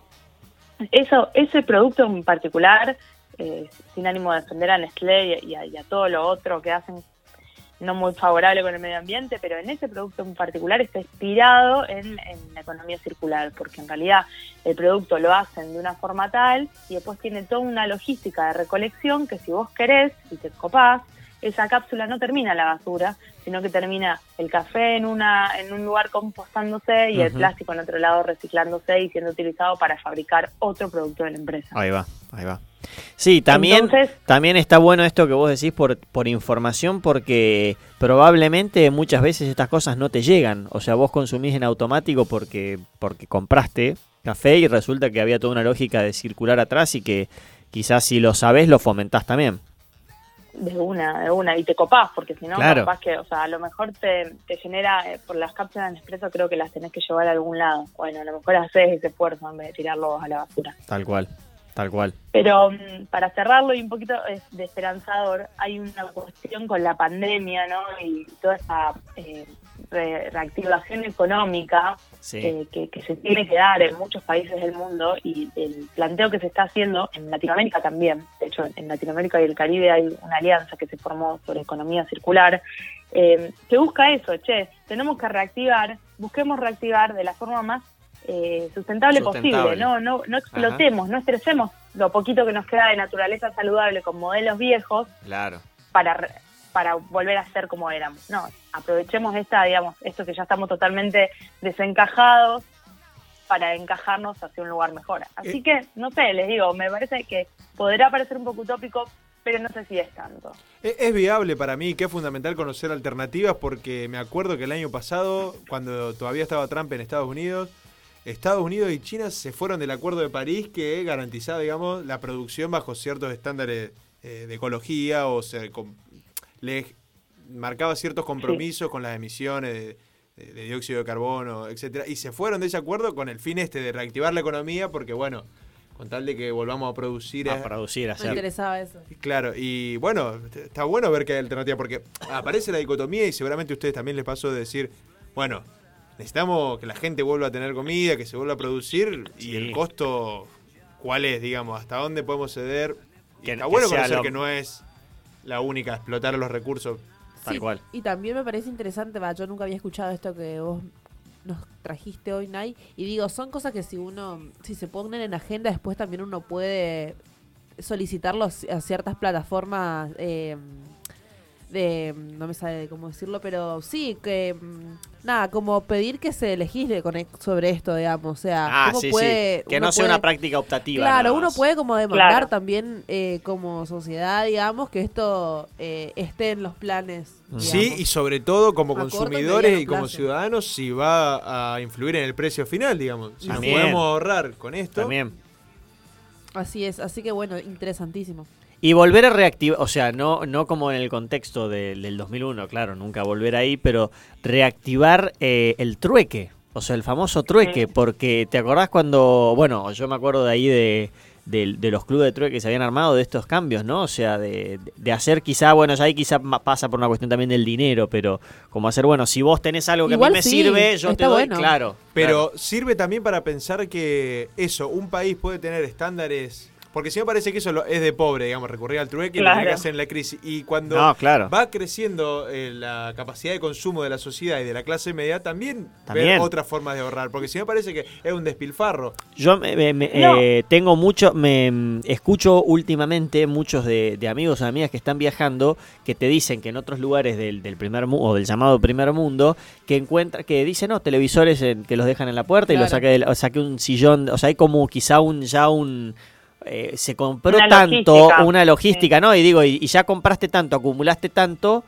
eso, ese producto en particular, eh, sin ánimo de defender a Nestlé y a, y a todo lo otro que hacen no muy favorable con el medio ambiente, pero en ese producto en particular está inspirado en, en la economía circular, porque en realidad el producto lo hacen de una forma tal y después tiene toda una logística de recolección que si vos querés y te copás, esa cápsula no termina en la basura, sino que termina el café en una en un lugar compostándose y el Ujú. plástico en otro lado reciclándose y siendo utilizado para fabricar otro producto de la empresa. Ahí va, ahí va. Sí, también, Entonces- también está bueno esto que vos decís por, por información, porque probablemente muchas veces estas cosas no te llegan. O sea, vos consumís en automático porque, porque compraste café y resulta que había toda una lógica de circular atrás y que quizás si lo sabés lo fomentás también. De una, de una, y te copás, porque si no, Claro. capaz que, o sea, a lo mejor te, te genera, eh, por las cápsulas de Nespresso creo que las tenés que llevar a algún lado. Bueno, a lo mejor haces ese esfuerzo en vez de tirarlo a la basura. Tal cual, tal cual. Pero mm, para cerrarlo y un poquito eh, de esperanzador, hay una cuestión con la pandemia, ¿no? Y toda esa eh, re- reactivación económica Sí. eh, que, que se tiene que dar en muchos países del mundo y el planteo que se está haciendo en Latinoamérica también. De hecho, en Latinoamérica y el Caribe hay una alianza que se formó sobre economía circular eh, que busca eso, che, tenemos que reactivar, busquemos reactivar de la forma más eh, sustentable, Sustentable. posible, no, no, no explotemos, no estresemos lo poquito que nos queda de naturaleza saludable con modelos viejos Claro. para re- para volver a ser como éramos. No, aprovechemos esta, digamos, esto que ya estamos totalmente desencajados para encajarnos hacia un lugar mejor. Así Eh. que, no sé, les digo, me parece que podrá parecer un poco utópico, pero no sé si es tanto. Es, es viable para mí, que es fundamental conocer alternativas, porque me acuerdo que el año pasado, cuando todavía estaba Trump en Estados Unidos, Estados Unidos y China se fueron del Acuerdo de París que garantizaba, digamos, la producción bajo ciertos estándares eh, de ecología o se com- les marcaba ciertos compromisos con las emisiones de, de- de dióxido de carbono, etcétera, y se fueron de ese acuerdo con el fin este de reactivar la economía, porque bueno, con tal de que volvamos a producir A eh, producir, a Me hacer. interesaba eso. Claro, y bueno, t- está bueno ver que hay alternativa, porque aparece la dicotomía y seguramente a ustedes también les pasó de decir, bueno, necesitamos que la gente vuelva a tener comida, que se vuelva a producir, y Sí. el costo, ¿cuál es, digamos? ¿Hasta dónde podemos ceder? Y Que- está que bueno sea conocer lo- que no es la única, explotar los recursos. Tal Sí, cual. Y también me parece interesante, va, yo nunca había escuchado esto que vos nos trajiste hoy, Nay, y digo, son cosas que si uno, si se ponen en agenda, después también uno puede solicitarlos a ciertas plataformas eh, de, no me sabe cómo decirlo, pero sí, que mm, nada, como pedir que se legisle con, e- sobre esto, digamos, o sea, Ah, cómo sí, puede, sí. Que uno no sea puede- una práctica optativa. Claro, nada uno más. puede como demandar Claro. también eh, como sociedad, digamos, que esto eh, esté en los planes. Sí, digamos. y sobre todo como A corto, consumidores mediano y como plazo. ciudadanos, si va a influir en el precio final, digamos. Si nos También. podemos ahorrar con esto. También. Así es, así que bueno, interesantísimo. Y volver a reactivar, o sea, no no como en el contexto de, del dos mil uno, claro, nunca volver ahí, pero reactivar eh, el trueque, o sea, el famoso trueque, sí. Porque te acordás cuando, bueno, yo me acuerdo de ahí de, de, de los clubes de trueque que se habían armado, de estos cambios, ¿no? O sea, de, de hacer quizá, bueno, ya ahí quizá pasa por una cuestión también del dinero, pero como hacer, bueno, si vos tenés algo que Igual a mí me sí, sirve, yo te doy, bueno. claro. Pero claro. Sirve también para pensar que eso, un país puede tener estándares. Porque si me parece que eso es de pobre, digamos, recurrir al trueque y Claro. lo que hacer en la crisis. Y cuando No, claro. va creciendo eh, la capacidad de consumo de la sociedad y de la clase media, también, También. ver otras formas de ahorrar. Porque si me parece que es un despilfarro. Yo me, me- me- No. eh, tengo mucho, me mm, escucho últimamente muchos de, de amigos o amigas que están viajando que te dicen que en otros lugares del, del primer mundo o del llamado primer mundo que encuentran, que dicen no, televisores en- que los dejan en la puerta y Claro. los saque, del- o saque un sillón, o sea, hay como quizá un ya un eh, se compró Una tanto, logística. una logística, ¿no? Y digo, y, y ya compraste tanto, acumulaste tanto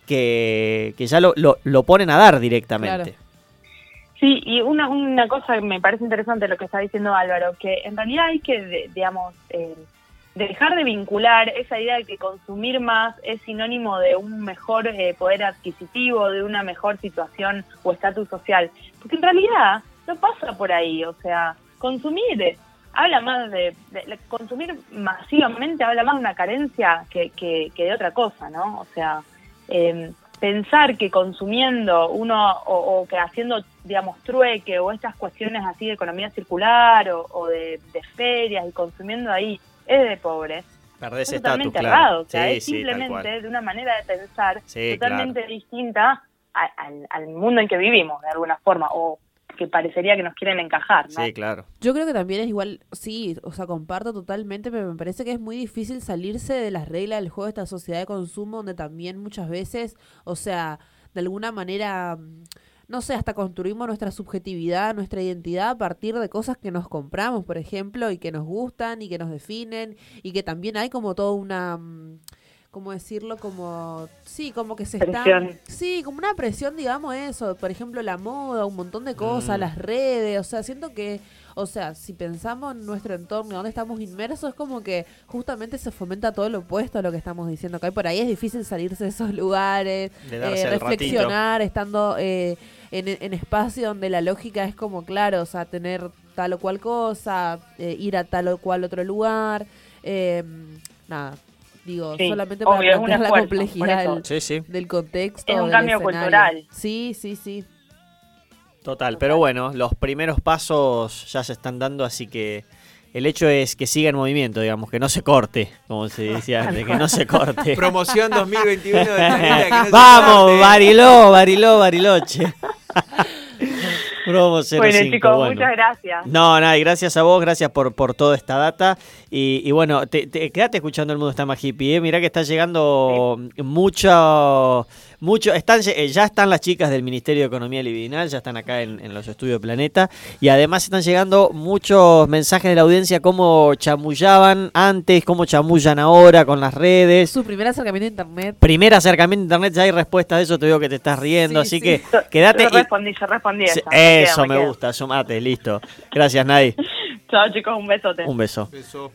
que, que ya lo, lo, lo ponen a dar directamente. Claro. Sí, y una, una cosa que me parece interesante lo que está diciendo Álvaro, que en realidad hay que, de- digamos, eh, dejar de vincular esa idea de que consumir más es sinónimo de un mejor eh, poder adquisitivo, de una mejor situación o estatus social. Porque en realidad no pasa por ahí, o sea, consumir habla más de, de- de- consumir masivamente habla más de una carencia que, que, que de otra cosa, ¿no? O sea, eh, pensar que consumiendo uno o, o que haciendo, digamos, trueque o estas cuestiones así de economía circular o, o de, de ferias y consumiendo ahí es de pobres, Perdés es estatus, totalmente claro. errado. O sea, Sí, es sí, tal simplemente cual. de una manera de pensar Sí, totalmente distinta a- al, al mundo en que vivimos, de alguna forma, o que parecería que nos quieren encajar, ¿no? Sí, claro. Yo creo que también es igual, sí, o sea, comparto totalmente, pero me parece que es muy difícil salirse de las reglas del juego de esta sociedad de consumo, donde también muchas veces, o sea, de alguna manera, mm, no sé, hasta construimos nuestra subjetividad, nuestra identidad a partir de cosas que nos compramos, por ejemplo, y que nos gustan y que nos definen, y que también hay como toda una... mm, ¿cómo decirlo? Como, sí, como que se Presión. está... Sí, como una presión, digamos, eso. Por ejemplo, la moda, un montón de cosas, Mm. las redes, o sea, siento que, o sea, si pensamos en nuestro entorno, donde estamos inmersos, es como que justamente se fomenta todo lo opuesto a lo que estamos diciendo, que por ahí es difícil salirse de esos lugares, De darse eh, el reflexionar, estando eh, en, en espacio donde la lógica es como, claro, o sea, tener tal o cual cosa, eh, ir a tal o cual otro lugar, eh, nada. Digo, Sí, solamente para obvio, es un plantear la esfuerzo, complejidad por del, Sí, sí. del contexto. Es un del cambio escenario. cultural. Sí, sí, sí. Total, pero bueno, los primeros pasos ya se están dando, así que el hecho es que siga en movimiento, digamos, que no se corte, como se decía antes, que no se corte. Promoción dos mil veintiuno de Planeta, que no se Vamos, corte. Bariló, Bariló, Bariloche. Promo cero Bueno, cinco, chicos, bueno. muchas gracias. No, nada, y gracias a vos, gracias por, por toda esta data. Y, y bueno, te, te, quédate escuchando El Mundo Está Más Hippie, ¿eh? Mirá que está llegando mucho, mucho, están, ya están las chicas del Ministerio de Economía Libidinal, ya están acá en, en los estudios de Planeta, y además están llegando muchos mensajes de la audiencia, cómo chamullaban antes, cómo chamullan ahora con las redes. Su primer acercamiento a internet. Primer acercamiento a internet, ya hay respuestas de eso, te digo que te estás riendo, Sí, así sí. que Yo- quédate. Yo y- respondí, yo respondí Sí, esa. Me eso quedo, me quedo. gusta, sumate, listo. Gracias, Nay. Chao, chicos, un besote. Un beso. Beso.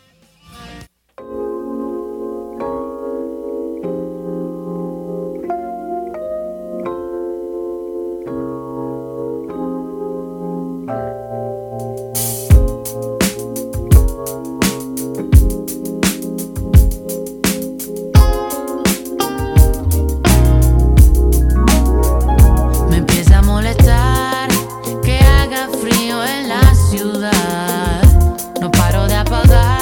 Me empieza a molestar que haga frío en la ciudad. No paro de apagar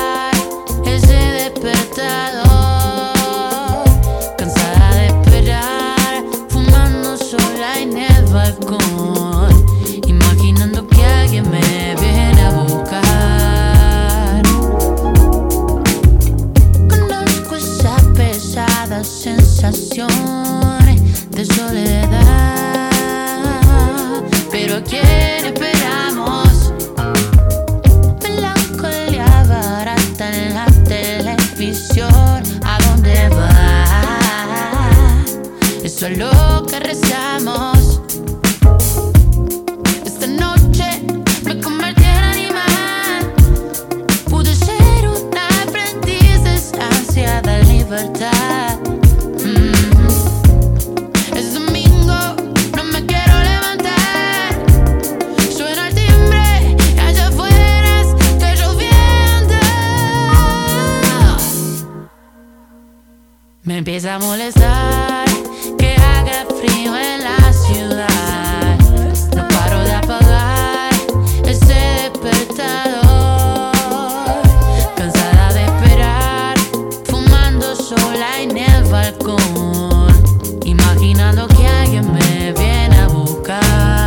empieza a molestar que haga frío en la ciudad. No paro de apagar ese despertador, cansada de esperar, fumando sola en el balcón, imaginando que alguien me viene a buscar.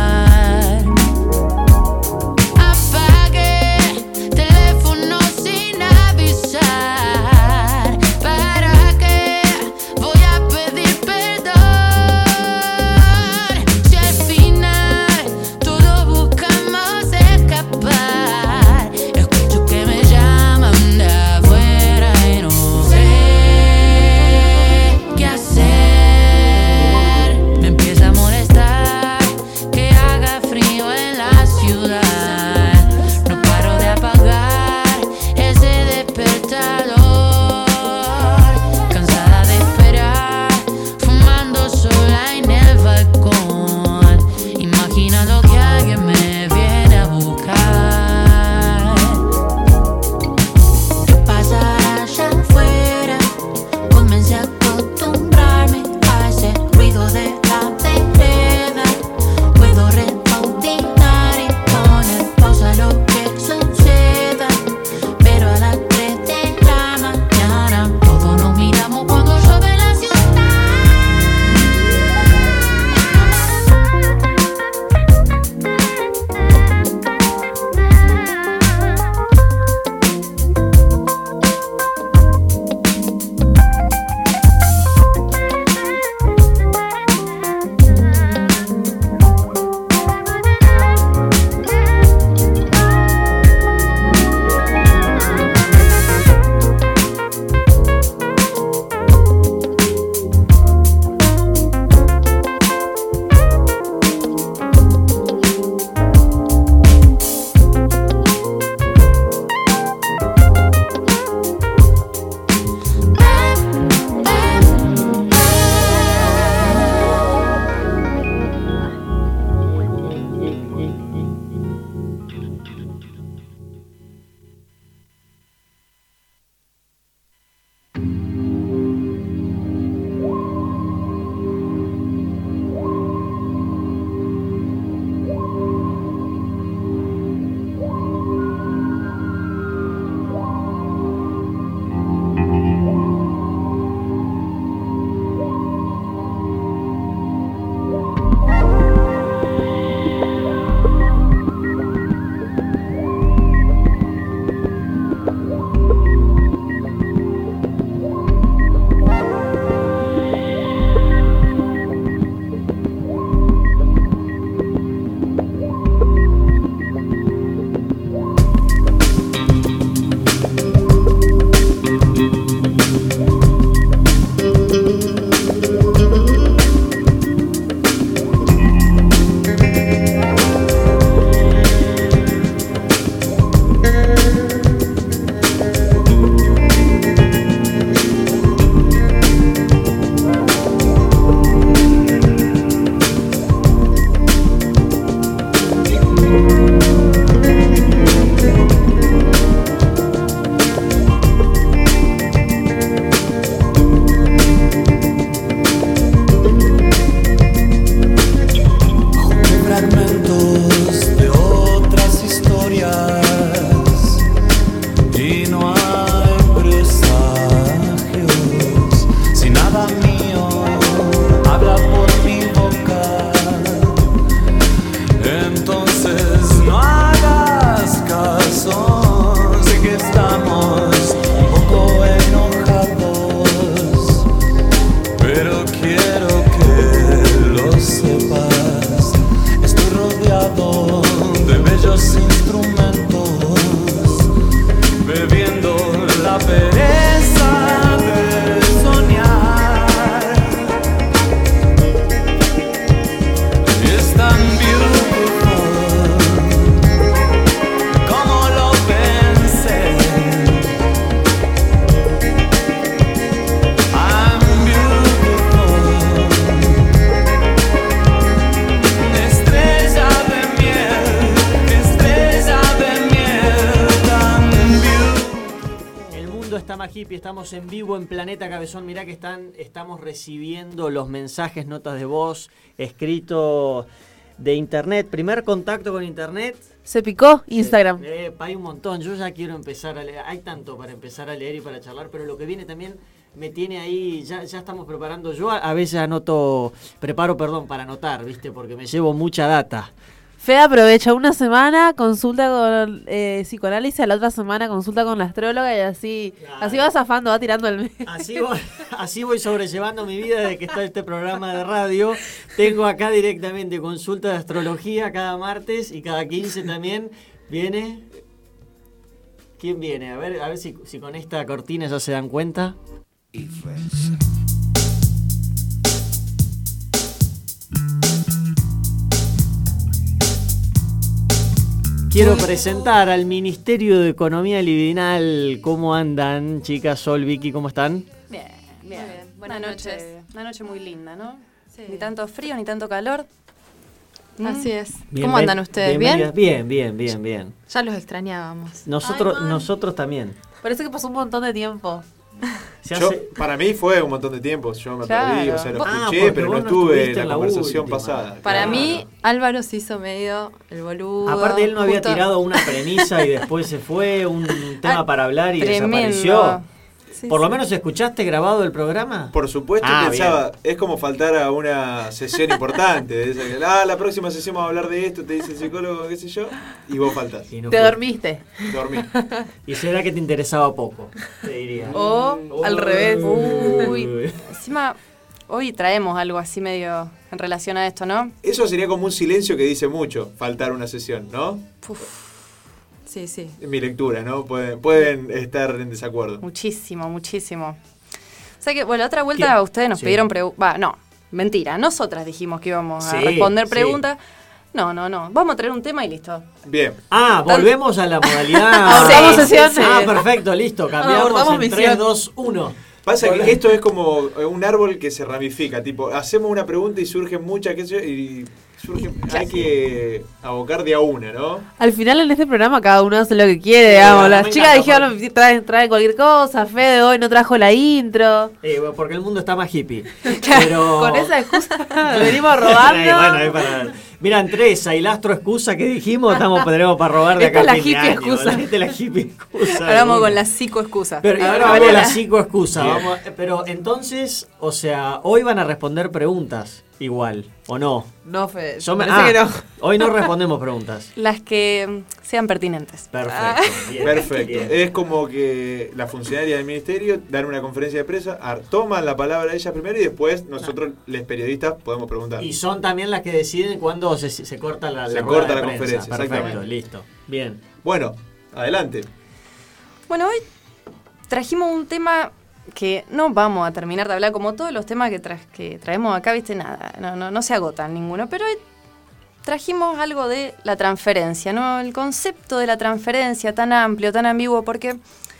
Apagué teléfono sin avisar. ¿Para qué voy a pedir perdón? Si al final todos buscamos escapar. Escucho que me llaman de afuera y no sé qué hacer. Me empieza a molestar que haga frío en la ciudad. No paro de apagar ese despertador, cansada de esperar, fumando sola en el balcón, imaginando que alguien me viene a buscar. ¿Qué pasará allá afuera? Comencé a acostumbrarme a ese ruido de la vereda. Puedo rebotinar y poner pausa a lo que suceda, pero a las tres de la mañana todos nos miramos cuando llueve la ciudad. Fragmentos de otras historias y no hay presagios. Si nada mío habla por mi boca, entonces no hagas caso. Sé que estamos un poco enojados, pero quiero que lo sepas. Rodeado de bellos instrumentos, bebiendo la pereza de soñar. Es tan beautiful. está más hippie, estamos en vivo en Planeta Cabezón. Mirá que están, estamos recibiendo los mensajes, notas de voz, escrito de internet. Primer contacto con internet. Se picó Instagram. Eh, hay un montón, yo ya quiero empezar a leer. Hay tanto para empezar a leer y para charlar, pero lo que viene también me tiene ahí, ya, ya estamos preparando. Yo a, a veces anoto, preparo, perdón, para anotar, ¿viste? Porque me llevo mucha data. Fede aprovecha una semana, consulta con eh, psicoanálisis, a la otra semana consulta con la astróloga y así, Claro. así va zafando, va tirando el mes. Así voy, así voy sobrellevando mi vida desde que está este programa de radio. Tengo acá directamente consulta de astrología cada martes y cada quince también viene. ¿Quién viene? A ver, a ver si, si con esta cortina ya se dan cuenta. Quiero presentar al Ministerio de Economía Libidinal. ¿Cómo andan, chicas? Sol, Vicky, ¿cómo están? Bien, bien. Muy bien. Buenas Una noches. noche- Una noche muy linda, ¿no? Sí. Ni tanto frío, ni tanto calor. Mm. Así es. Bien, ¿Cómo bien, andan ustedes? ¿Bien? bienvenidas. Bien, bien, bien, bien. Ya los extrañábamos. Nosotros, Ay, man. nosotros también. Parece que pasó un montón de tiempo. Se Yo, hace- para mí fue un montón de tiempo, yo me Claro. perdí, o sea, lo Ah, escuché, porque pero vos no no estuve estuviste en la en la conversación última. pasada. Para Claro. mí, Álvaro se hizo medio el boludo. Aparte él no había Justo- tirado una premisa y después se fue, un tema Ah, para hablar y tremendo. desapareció. Sí, ¿Por lo sí. menos escuchaste grabado el programa? Por supuesto, Ah, pensaba, es como faltar a una sesión importante. De esa que, ah, la próxima sesión vamos a hablar de esto, te dice el psicólogo, qué sé yo, y vos faltás. Y no Te fue. dormiste. Dormí. Y será que te interesaba poco, te diría. O al revés. Uy. Encima, hoy traemos algo así medio en relación a esto, ¿no? Eso sería como un silencio que dice mucho, faltar una sesión, ¿no? Uf, Sí, sí. En mi lectura, ¿no? Pueden, pueden estar en desacuerdo. muchísimo, muchísimo. O sea que, bueno, la otra vuelta ¿Quién? ustedes nos Sí. pidieron preguntas. Va, no, mentira. Nosotras dijimos que íbamos a Sí, responder sí. preguntas. No, no, no. Vamos a traer un tema y listo. Bien. Ah, volvemos a la modalidad. Abortamos Sí, sesión. sí, sí. Ah, perfecto, listo. Cambiamos Abortamos en misión. tres, dos, uno. Pasa que esto es como un árbol que se ramifica, tipo, hacemos una pregunta y surgen muchas, qué sé yo, y surgen, hay que abocar de a una, ¿no? Al final en este programa cada uno hace lo que quiere, Sí, digamos. me Las chicas encanta, dijeron, traen, traen cualquier cosa, Fede hoy no trajo la intro. Eh, bueno, porque el mundo está más hippie. Pero... Con esa excusa venimos robando. Eh, bueno, es para... Mira, entre esa y la astro excusa que dijimos, estamos tenemos para robar de Esta acá. es la a fin de hippie año, excusa. ¿vale? Esta es la hippie excusa. Ahora vamos de con una. la psicoexcusa. Pero y ahora Ahora vamos a la la- psicoexcusa. Bien. Vamos, eh, pero entonces, o sea, hoy van a responder preguntas igual, ¿o no? No, Fede. Yo me- parece ah, que no. Hoy no respondemos preguntas. Las que mm, sean pertinentes. Perfecto. bien, Perfecto. bien. Es como que la funcionaria del ministerio dan una conferencia de prensa, ar- toman la palabra ellas primero y después nosotros, los periodistas, podemos preguntar. Y son también las que deciden cuándo se, se corta la, Se la corta rueda de la prensa. conferencia, Perfecto, exactamente. listo. Bien. Bueno, adelante. Bueno, hoy trajimos un tema que no vamos a terminar de hablar, como todos los temas que, tra- que traemos acá, viste, nada, no, no, no se agotan ninguno, pero hoy trajimos algo de la transferencia, ¿no? El concepto de la transferencia tan amplio, tan ambiguo, porque,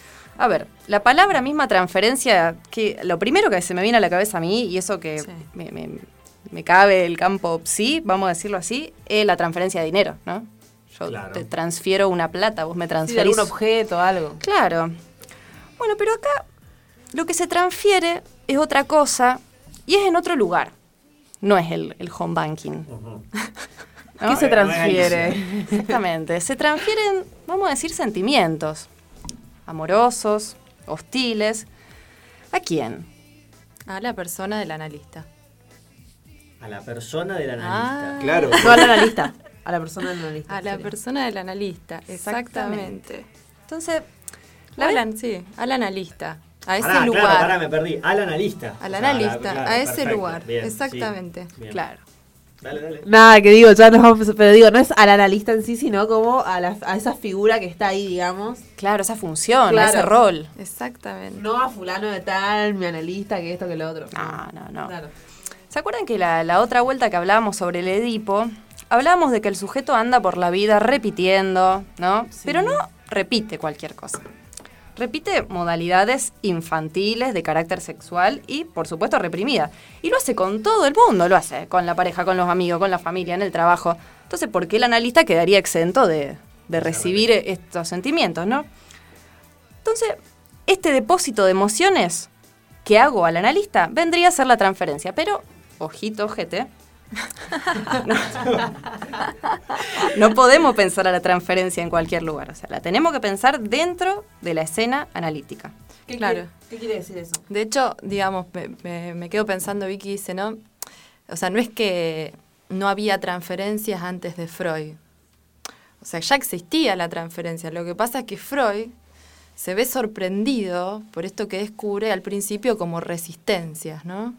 a ver, la palabra misma transferencia, que lo primero que se me viene a la cabeza a mí, y eso que Sí. me, me- me cabe el campo psi, vamos a decirlo así, es la transferencia de dinero, ¿no? Yo Claro. te transfiero una plata, vos me Sí, de transferís... algún objeto, algo. Claro. Bueno, pero acá lo que se transfiere es otra cosa y es en otro lugar. No es el, el home banking. Ujú. ¿no? ¿Qué se no es transfiere? Exactamente. Se transfieren, vamos a decir, sentimientos. Amorosos, hostiles. ¿A quién? A la persona del analista. A la persona del analista. Ah. Claro. No al analista. A la persona del analista. A la sería. persona del analista, exactamente. Entonces, La ¿la Alan, sí, al analista. A ese Pará, lugar. Claro, pará, me perdí. Al analista. Al O sea, analista, claro, a ese perfecto, lugar. bien, sí, Exactamente. bien. claro. Dale, dale. Nada, que digo, ya nos vamos, pero digo, no es al analista en sí, sino como a, la, a esa figura que está ahí, digamos. Claro, esa función, Claro. ese rol. Exactamente. No a fulano de tal, mi analista, que esto, que lo otro. No, no, no. Claro. ¿Se acuerdan que la, la otra vuelta que hablábamos sobre el Edipo, hablábamos de que el sujeto anda por la vida repitiendo, ¿no? Sí. Pero no repite cualquier cosa. Repite modalidades infantiles de carácter sexual y, por supuesto, reprimida. Y lo hace con todo el mundo, lo hace con la pareja, con los amigos, con la familia, en el trabajo. Entonces, ¿por qué el analista quedaría exento de, de recibir estos sentimientos, no? Entonces, este depósito de emociones que hago al analista vendría a ser la transferencia. Pero, ojito, ojete, no, no podemos pensar a la transferencia en cualquier lugar. O sea, la tenemos que pensar dentro de la escena analítica. ¿Qué Claro. quiere, ¿Qué quiere decir eso? De hecho, digamos, me, me- me quedo pensando, Vicky dice, ¿no? O sea, no es que no había transferencias antes de Freud. O sea, ya existía la transferencia. Lo que pasa es que Freud se ve sorprendido por esto que descubre al principio como resistencias, ¿no?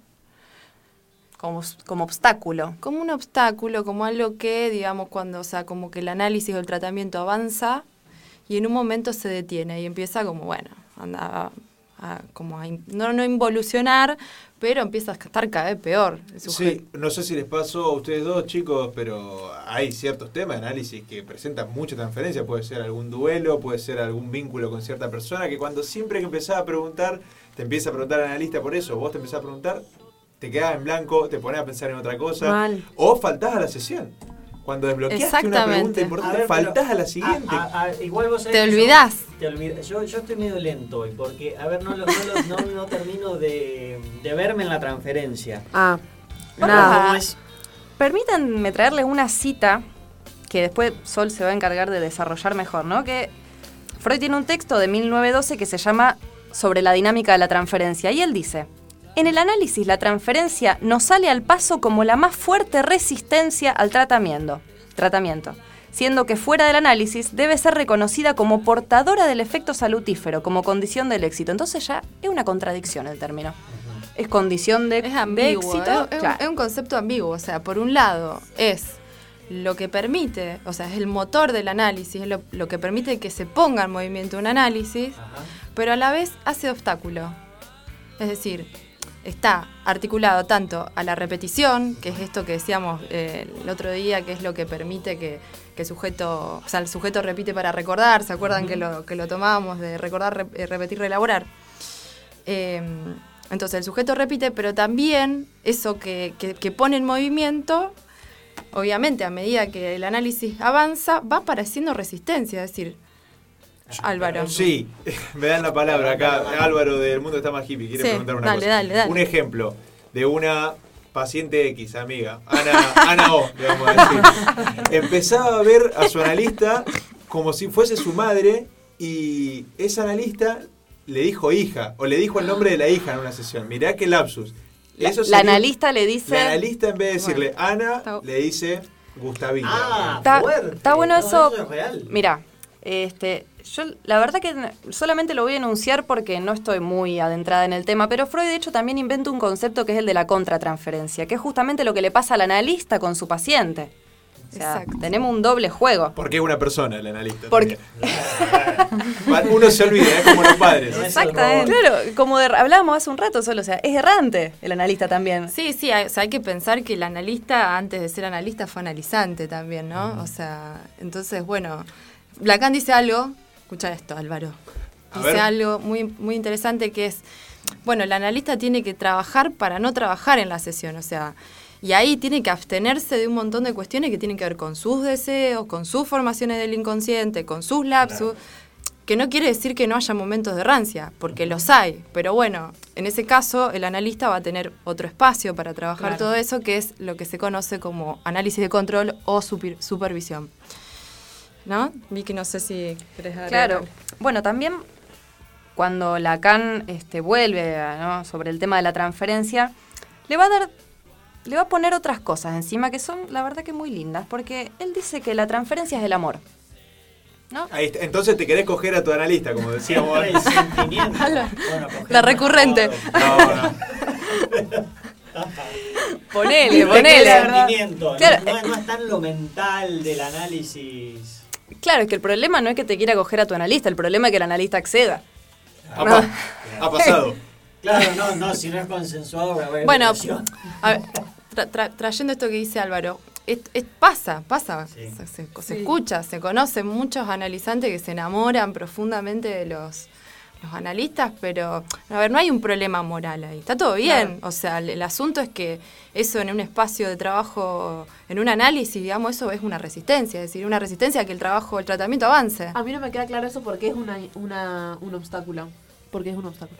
Como, como obstáculo. Como un obstáculo, como algo que, digamos, cuando, o sea, como que el análisis o el tratamiento avanza y en un momento se detiene y empieza como, bueno, anda a, a- como a in- no, no involucionar, pero empieza a estar cada vez peor el sujeto. Sí, no sé si les pasó a ustedes dos, chicos, pero hay ciertos temas de análisis que presentan mucha transferencia. Puede ser algún duelo, puede ser algún vínculo con cierta persona, que cuando siempre que empezás a preguntar, te empieza a preguntar el analista por eso, vos te empezás a preguntar, te quedás en blanco, te pones a pensar en otra cosa, Mal. o faltás a la sesión. Cuando desbloqueaste una Exactamente. pregunta importante, A ver, pero- faltás a la siguiente. A- a- a- igual vos sabés Te que yo- olvidás. te olvid- yo, yo estoy medio lento hoy, porque, a ver, no, lo- no, lo- no, no termino de, de verme en la transferencia. Ah, Nada. nada. ¿Cómo es? Permítanme traerles una cita que después Sol se va a encargar de desarrollar mejor, ¿no? Que Freud tiene un texto de mil novecientos doce que se llama Sobre la dinámica de la transferencia, y él dice: en el análisis la transferencia nos sale al paso como la más fuerte resistencia al tratamiento, tratamiento, siendo que fuera del análisis debe ser reconocida como portadora del efecto salutífero, como condición del éxito. Entonces ya es una contradicción el término. Es condición de, Es de ambiguo, éxito. es, es un- Claro. es un concepto ambiguo. O sea, por un lado es lo que permite, o sea, es el motor del análisis, es lo, lo que permite que se ponga en movimiento un análisis, pero a la vez hace obstáculo. Es decir, está articulado tanto a la repetición, que es esto que decíamos eh, el otro día, que es lo que permite que, que el sujeto, o sea, el sujeto repite para recordar, ¿se acuerdan que, lo, que lo tomábamos de recordar, re- eh, repetir, reelaborar? Eh, entonces el sujeto repite, pero también eso que, que, que pone en movimiento, obviamente a medida que el análisis avanza, va apareciendo resistencia, es decir, Álvaro. Sí, me dan la palabra acá. Álvaro del Mundo Está Más Hippie quiere Sí, preguntar una dale, cosa. dale, dale. Un ejemplo de una paciente X, amiga, Ana, Ana O, le vamos a decir. Empezaba a ver a su analista como si fuese su madre y esa analista le dijo hija o le dijo el nombre de la hija en una sesión. Mirá qué lapsus. La, Eso la sería- analista le dice... La analista en vez de decirle Ana, está- le dice Gustavita. Ah, Está- fuerte. está bueno No, eso. es real. Mira, este, yo la verdad que n- solamente lo voy a enunciar porque no estoy muy adentrada en el tema, pero Freud de hecho también inventa un concepto que es el de la contratransferencia, que es justamente lo que le pasa al analista con su paciente. O sea, Exacto. tenemos un doble juego. Porque es una persona el analista. Porque- también. Uno se olvida, es como los padres. No es el Exactamente. robot. Claro, como de- hablábamos hace un rato solo, o sea, es errante el analista también. Sí, sí, hay, o sea, hay que pensar que el analista, antes de ser analista, fue analizante también, ¿no? O sea, entonces, bueno, Lacan dice algo, escucha esto, Álvaro, A dice ver. algo muy, muy interesante que es, bueno, el analista tiene que trabajar para no trabajar en la sesión, o sea, y ahí tiene que abstenerse de un montón de cuestiones que tienen que ver con sus deseos, con sus formaciones del inconsciente, con sus lapsus, que no quiere decir que no haya momentos de rancia, porque los hay, pero bueno, en ese caso el analista va a tener otro espacio para trabajar Claro. todo eso, que es lo que se conoce como análisis de control o super- supervisión. ¿No? Vicky, no sé si querés agregar Claro. algo. Bueno, también cuando Lacan este, vuelve a, ¿no? sobre el tema de la transferencia, le va a dar, le va a poner otras cosas encima que son, la verdad, que muy lindas, porque él dice que la transferencia es el amor. ¿No? Ahí está. Entonces te querés coger a tu analista, como decíamos El antes. sentimiento. Bueno, cogemos La recurrente. todo. No, no. Ponele, El ponele. sentimiento. No- Claro. No, no es tan lo mental del análisis. Claro, es que el problema no es que te quiera coger a tu analista, el problema es que el analista acceda. Ha, pa- ha pasado. Claro, no, no, si no es consensuado, va a haber Bueno, violación. a ver, tra- tra- trayendo esto que dice Álvaro, es- es- pasa, pasa, Sí. se, se- se Sí. escucha, se conocen muchos analizantes que se enamoran profundamente de los, los analistas, pero a ver, no hay un problema moral ahí, está todo bien, o sea, el, el asunto es que eso en un espacio de trabajo, en un análisis, digamos, eso es una resistencia, es decir, una resistencia a que el trabajo, el tratamiento avance. A mí no me queda claro eso porque es una, una, un obstáculo. porque es un obstáculo.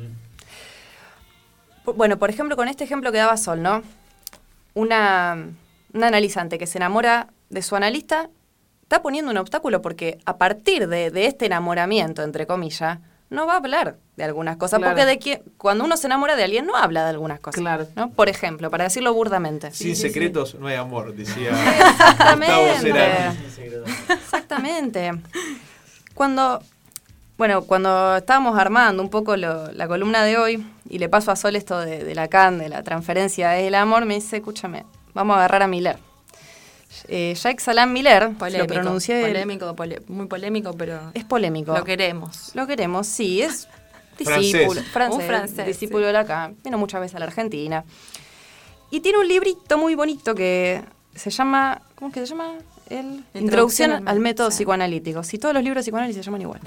Bueno, por ejemplo, con este ejemplo que daba Sol, ¿no? Una, una analizante que se enamora de su analista está poniendo un obstáculo porque a partir de, de este enamoramiento, entre comillas, no va a hablar de algunas cosas. Claro. Porque de que, cuando uno se enamora de alguien, no habla de algunas cosas. Claro. ¿no? Por ejemplo, para decirlo burdamente. Sin Sí, sí, secretos no hay amor, decía Exactamente. Gustavo Cerati. Exactamente. Cuando, bueno, cuando estábamos armando un poco lo- la columna de hoy, y le paso a Sol esto de, de Lacan, de la transferencia del amor, me dice, escúchame, vamos a agarrar a Miller. Eh, Jacques Alain Miller, Polémico, lo pronuncié... polémico, pole- muy polémico, pero Es polémico. lo queremos. Lo queremos, sí, es Francés. discípulo, francés, Un francés, discípulo sí. de Lacan, vino muchas veces a la Argentina. Y tiene un librito muy bonito que se llama, ¿cómo es que se llama? El Introducción, Introducción al, al método sí. psicoanalítico. Si todos los libros de psicoanálisis se llaman igual.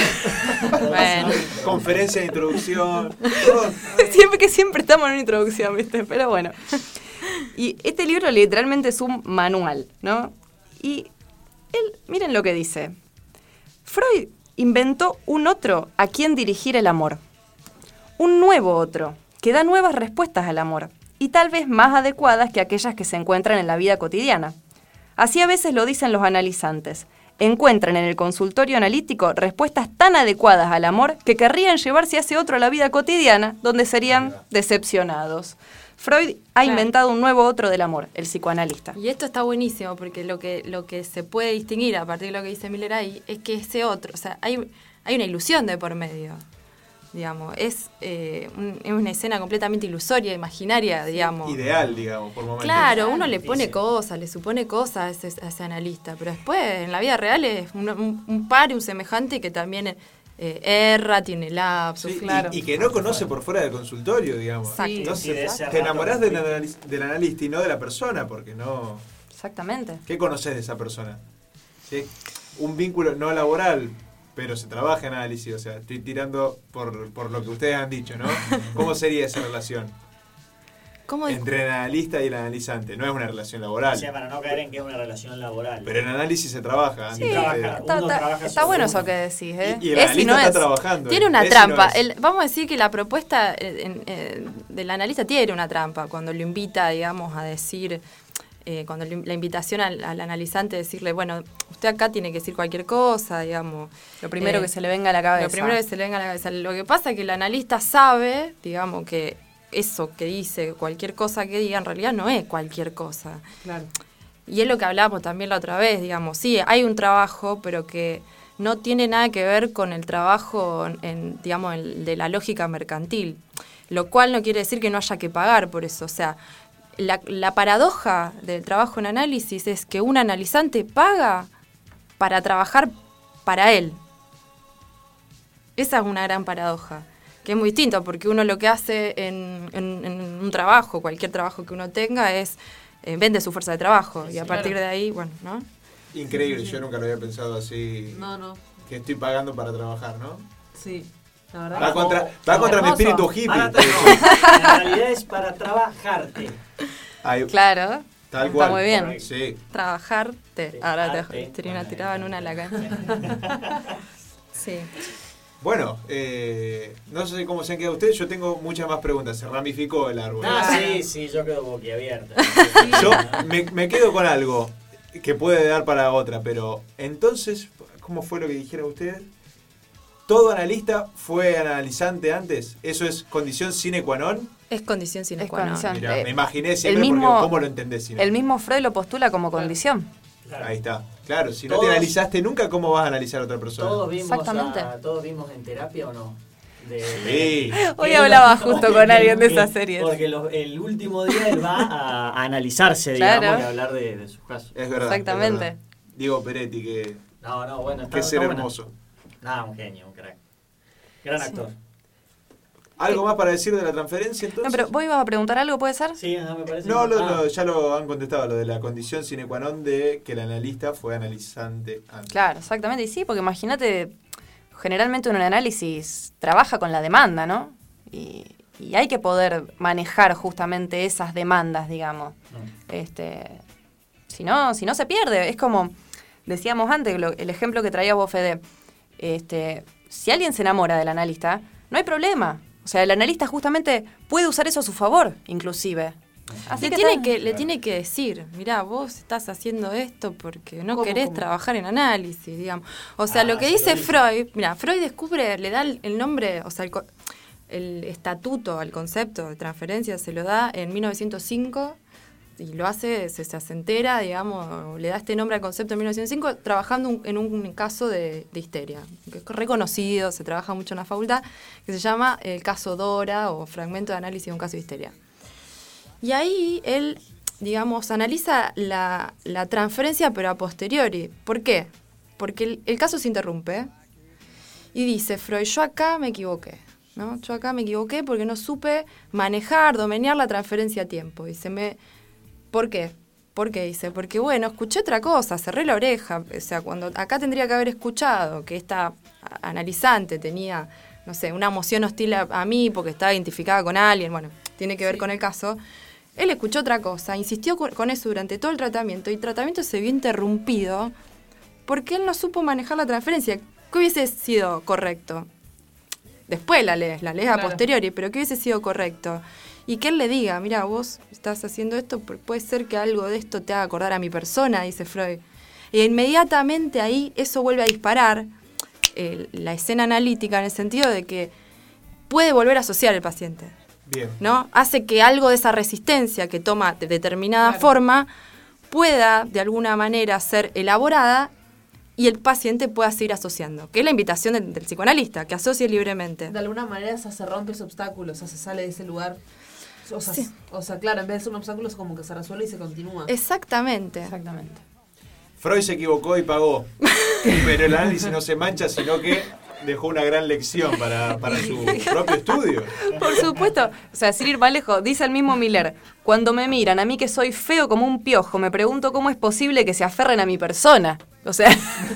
Bueno, Conferencia de introducción. todo. siempre que siempre estamos en una introducción, ¿viste? Pero bueno. Y este libro literalmente es un manual, ¿no? Y él, miren lo que dice. Freud inventó un otro a quien dirigir el amor. Un nuevo otro, que da nuevas respuestas al amor, y tal vez más adecuadas que aquellas que se encuentran en la vida cotidiana. Así a veces lo dicen los analizantes. Encuentran en el consultorio analítico respuestas tan adecuadas al amor que querrían llevarse a ese otro a la vida cotidiana, donde serían decepcionados. Freud ha Claro. inventado un nuevo otro del amor, el psicoanalista. y esto está buenísimo porque lo que lo que se puede distinguir a partir de lo que dice Miller ahí es que ese otro, o sea, hay, hay una ilusión de por medio, digamos, es, eh, un- es una escena completamente ilusoria, imaginaria, digamos. Ideal, digamos, por momentos. Claro, uno le pone cosas, le supone cosas a ese, a ese analista, pero después en la vida real es un, un, un par, un semejante que también eh, erra, tiene lapsus, Sí, y- claro. y, que no conoce por fuera del consultorio, digamos. Exacto. No Sí, se- de ese te rato enamorás que del, fuiste. analiz- del analista y no de la persona, porque no... Exactamente. ¿Qué conoces de esa persona? ¿Sí? Un vínculo no laboral, pero se trabaja en análisis, o sea, estoy tirando por, por lo que ustedes han dicho, ¿no? ¿Cómo sería esa relación? ¿Cómo es? Entre el analista y el analizante. No es una relación O laboral, sea, para no caer en que es una relación laboral. pero en análisis se trabaja. Sí, antes trabaja. de- Está, Uno está- trabaja está sobre bueno uno. eso que decís, ¿eh? Y, y el Es y analista no está es. trabajando. Tiene una es y no trampa. es. El- vamos a decir que la propuesta eh, en- eh, del analista tiene una trampa cuando lo invita, digamos, a decir, eh, cuando lo- la invitación al, al analizante decirle, bueno, usted acá tiene que decir cualquier cosa, digamos. Lo primero Eh, que se le venga a la cabeza. Lo primero que se le venga a la cabeza. Lo que pasa es que el analista sabe, digamos, que eso que dice, cualquier cosa que diga, en realidad no es cualquier cosa. Claro. Y es lo que hablábamos también la otra vez, digamos, sí, hay un trabajo, pero que no tiene nada que ver con el trabajo, en, digamos, el de la lógica mercantil, lo cual no quiere decir que no haya que pagar por eso. O sea, la, la paradoja del trabajo en análisis es que un analizante paga para trabajar para él. Esa es una gran paradoja, que es muy distinto, porque uno lo que hace en, en- en un trabajo, cualquier trabajo que uno tenga, es eh, vende su fuerza de trabajo, y a partir de ahí, bueno, ¿no? Increíble, yo nunca lo había pensado así. No, no. Que estoy pagando para trabajar, ¿no? Sí. La verdad. Va que- contra, va contra mi Hermoso. espíritu hippie. Para tra- no, en realidad es para trabajarte. Ahí, Claro. tal Está cual. muy bien. Correcto. Sí. Trabajarte. Ahora te Arte. tiré una tiraba en una la cara. Sí. Bueno, eh, no sé cómo se han quedado ustedes, yo tengo muchas más preguntas, se ramificó el árbol. Ah, sí, sí, yo quedo boquiabierta. Yo me, me quedo con algo que puede dar para otra, pero entonces, ¿cómo fue lo que dijeron ustedes? ¿Todo analista fue analizante antes? ¿Eso es condición sine qua non? Es condición sine Es qua non. condición. Mirá, Eh, me imaginé siempre el mismo- porque ¿cómo lo entendés? Si no? El mismo Freud lo postula como condición. Ahí está. Claro, si no Todos- te analizaste nunca, ¿cómo vas a analizar a otra persona? ¿Todos vimos, Exactamente. a- ¿Todos vimos en terapia o no? De- Sí. Hoy que hablaba él- justo con alguien de que- esas series. Porque lo- el último día él va a, a analizarse, digamos, Claro. y a hablar de, de sus casos. Es verdad. Exactamente. es verdad. Diego Peretti, que, No, no, bueno, está, que está ser buena. hermoso. Nada, un genio, un crack. Gran actor. ¿Algo más para decir de la transferencia entonces? No, pero vos ibas a preguntar algo, ¿puede ser? Sí, ah, me parece. No, lo- ah, lo- ya lo han contestado, lo de la condición sine qua non de que el analista fue analizante antes. Claro, exactamente. Y sí, porque imagínate, generalmente un análisis trabaja con la demanda, ¿no? Y, y hay que poder manejar justamente esas demandas, digamos. no. Este, si no, si no se pierde. Es como decíamos antes, lo- el ejemplo que traía vos, Fede. Este, si alguien se enamora del analista, no hay problema. O sea, el analista justamente puede usar eso a su favor, inclusive. Así le, que tiene está- que, le tiene que decir, mirá, vos estás haciendo esto porque no ¿Cómo, querés cómo? trabajar en análisis, digamos. O sea, Ah, lo que se dice lo dice. Freud, mira, Freud descubre, le da el, el nombre, o sea, el, co- el estatuto al concepto de transferencia se lo da en mil novecientos cinco y lo hace, se, se entera, digamos, le da este nombre al concepto en mil novecientos cinco trabajando un- en un caso de, de histeria, que es reconocido, se trabaja mucho en la facultad, que se llama el caso Dora o fragmento de análisis de un caso de histeria. Y ahí él, digamos, analiza la, la transferencia, pero a posteriori. ¿Por qué? Porque el, el caso se interrumpe y dice Freud, yo acá me equivoqué, ¿no? Yo acá me equivoqué porque no supe manejar, domeñar la transferencia a tiempo. Dice, me... ¿Por qué? ¿Por qué? Dice, porque bueno, escuché otra cosa, cerré la oreja. O sea, cuando acá tendría que haber escuchado que esta a- analizante tenía, no sé, una emoción hostil a, a mí porque estaba identificada con alguien, bueno, tiene que ver con el caso. Él escuchó otra cosa, insistió con, con eso durante todo el tratamiento y el tratamiento se vio interrumpido porque él no supo manejar la transferencia. ¿Qué hubiese sido correcto? Después la lees, la lees a Claro. posteriori, pero ¿qué hubiese sido correcto? Y que él le diga, mira, vos estás haciendo esto, pero puede ser que algo de esto te haga acordar a mi persona, dice Freud. Y inmediatamente ahí eso vuelve a disparar eh, la escena analítica en el sentido de que puede volver a asociar el paciente. Bien. ¿No? Hace que algo de esa resistencia que toma de determinada Claro. forma pueda de alguna manera ser elaborada y el paciente pueda seguir asociando, que es la invitación del, del psicoanalista, que asocie libremente. De alguna manera se, se rompe ese obstáculo, o sea, se sale de ese lugar. O sea, Sí. o sea, claro, en vez de ser un obstáculo es como que se resuelve y se continúa. Exactamente. Exactamente. Freud se equivocó y pagó. Pero el análisis no se mancha, sino que dejó una gran lección para, para su propio estudio. Por supuesto. O sea, sin ir más lejos, dice el mismo Miller, cuando me miran a mí que soy feo como un piojo, me pregunto cómo es posible que se aferren a mi persona. O sea,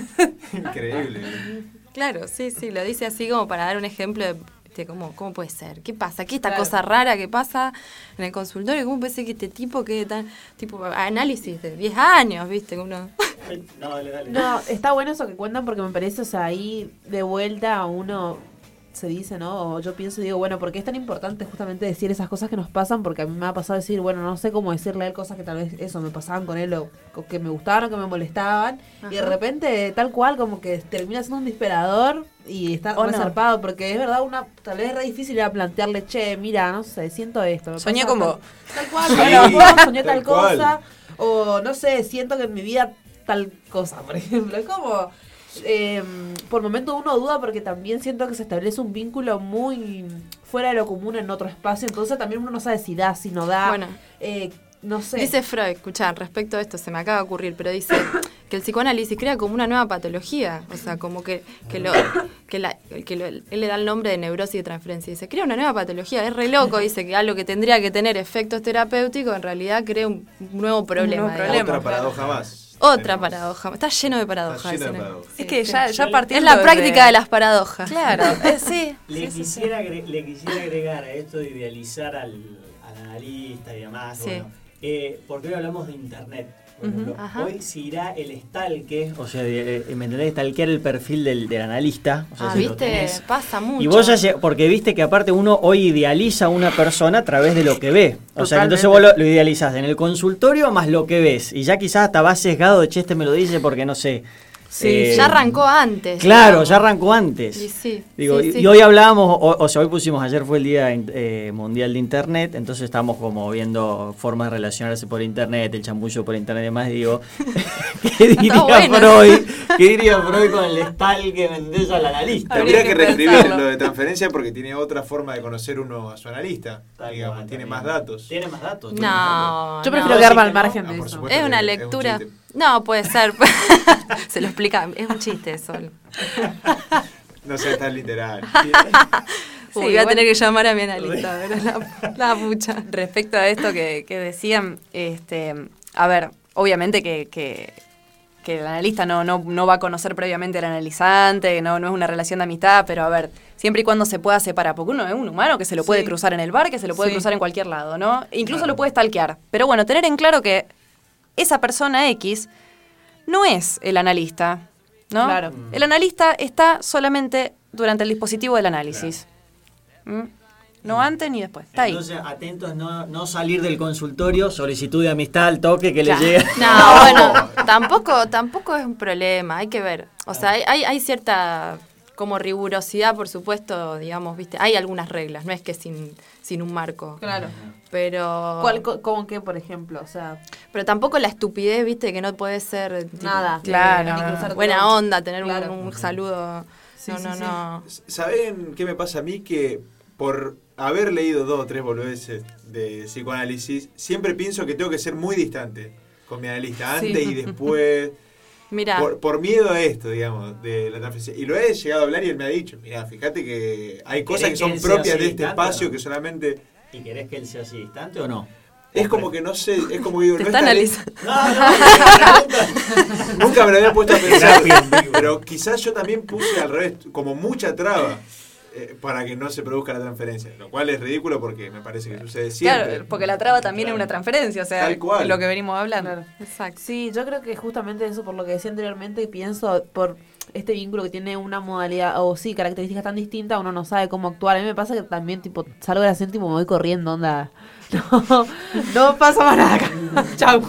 Increíble. Claro, sí, sí, lo dice así como para dar un ejemplo de este, ¿cómo, cómo puede ser? ¿Qué pasa? ¿Qué esta Claro. cosa rara que pasa en el consultorio? ¿Cómo puede ser que este tipo quede tan, tipo, análisis de diez años, viste? Que uno... No, dale, dale. No, está bueno eso que cuentan porque me parece, o sea, ahí de vuelta uno se dice, ¿no? O yo pienso y digo, bueno, ¿por qué es tan importante justamente decir esas cosas que nos pasan? Porque a mí me ha pasado decir, bueno, no sé cómo decirle a él cosas que tal vez eso me pasaban con él o, o que me gustaban o que me molestaban. Y de Ajá. repente, tal cual, como que termina siendo un disparador y está O más no. zarpado. Porque es verdad, una tal vez es re difícil ir a plantearle, che, mira, no sé, siento esto. me Soñé pasa con tal- vos. Tal cual, Sí, bueno, no, soñé tal tal cual. cosa. O no sé, siento que en mi vida tal cosa, por ejemplo. Es como, eh, por momento uno duda porque también siento que se establece un vínculo muy fuera de lo común en otro espacio. Entonces también uno no sabe si da, si no da. Bueno. Eh, no sé. Dice Freud, escuchá, respecto a esto, se me acaba de ocurrir, pero dice que el psicoanálisis crea como una nueva patología, o sea, como que, que, lo, que, la, que lo- él le da el nombre de neurosis de transferencia, dice, crea una nueva patología, es re loco, dice que algo que tendría que tener efectos terapéuticos, en realidad crea un nuevo problema. nuevo digamos. problema. Otra paradoja más. Otra Tenemos. paradoja, está lleno de paradojas. Está lleno de ese, ¿no? paradojas. es que ya, ya Yo- partiendo Es la práctica de, de las paradojas. Claro, eh, sí. Le, quisiera, agre- le quisiera agregar a esto de idealizar al, al analista y demás. Sí. Bueno, eh, porque hoy hablamos de internet. Por Ujú, ejemplo. ajá. Hoy se irá el stalker, o sea, de- eh, ¿me entendés? Stalkear el perfil del, del analista. O sea, Ah, si lo ¿viste? tenés. Pasa mucho. Y vos ya, lle- porque viste que aparte uno hoy idealiza a una persona a través de lo que ve. O sea, que entonces vos lo, lo idealizás en el consultorio más lo que ves. Y ya quizás hasta vas sesgado de, che, este me lo dice porque no sé. Sí, eh, ya arrancó antes. Claro, digamos. ya arrancó antes. Y sí, Digo, sí, y, sí. y hoy hablábamos, o, o sea, hoy pusimos, ayer fue el Día eh, Mundial de Internet, entonces estamos como viendo formas de relacionarse por Internet, el champullo por Internet y demás, y digo, ¿qué diría bueno. Freud? ¿Qué diría Freud con el stalker que vendés al analista? Habría Tendría que que reescribir pensarlo. lo de transferencia porque tiene otra forma de conocer uno a su analista. Tal Digamos, cual, tiene tal más cual. datos. Tiene más datos. No, Yo no. prefiero no, quedarme sí al que no. margen Ah, de por eso. supuesto. Es una Es un lectura. chiste. No, puede ser. Se lo explica. Es un chiste solo. No sea tan literal. Uy, Sí, voy a bueno. tener que llamar a mi analista. pero la, la pucha. Respecto a esto que, que decían, este, a ver, obviamente que, que, que el analista no, no, no va a conocer previamente al analizante, no, no es una relación de amistad, pero a ver, siempre y cuando se pueda separar, porque uno es un humano que se lo puede Sí. cruzar en el bar, que se lo puede Sí. cruzar en cualquier lado, ¿no? E incluso Claro. lo puede stalkear. Pero bueno, tener en claro que esa persona X no es el analista, ¿no? Claro. El analista está solamente durante el dispositivo del análisis. ¿Mm? No antes ni después. Está ahí. Entonces, atentos, no, no salir del consultorio, solicitud de amistad al toque que Claro. le llega. No, bueno, tampoco, tampoco es un problema, hay que ver. O sea, hay, hay, hay cierta como rigurosidad, por supuesto, digamos, viste, hay algunas reglas, no es que sin, sin un marco. Claro. Pero. ¿Cuál, co- ¿Cómo qué, por ejemplo? O sea, Pero tampoco la estupidez, viste, que no puede ser tipo, Nada. Claro. Ni cruzar Buena todo. onda, tener un- Claro. un, saludo. Sí, no, sí, no, sí. no. ¿Saben qué me pasa a mí? Que por haber leído dos o tres boludeces de psicoanálisis, siempre pienso que tengo que ser muy distante con mi analista, Sí. antes y después. Mira, Por, por miedo a esto, digamos, de la transferencia. Y lo he llegado a hablar y él me ha dicho, mira, fíjate que hay cosas que ¿Querés que son él sea propias así de este distante, espacio o no? que solamente... ¿Y querés que él sea así distante o no? Es como que no sé, es como que digo, te no está es tan- analizando. No, no, Nunca me lo había puesto a pensar, Terapia en vivo. pero quizás yo también puse al revés, como mucha traba, eh, para que no se produzca la transferencia. Lo cual es ridículo porque me parece que sucede siempre. Claro, porque la traba también es una transferencia, o sea, Tal cual. lo que venimos hablando. Claro. Exacto. Sí, yo creo que justamente eso, por lo que decía anteriormente, pienso por este vínculo que tiene una modalidad, o sí, características tan distintas, uno no sabe cómo actuar. A mí me pasa que también, tipo, salgo de la acción, tipo, me voy corriendo, onda. No, no pasa más nada acá. Chau.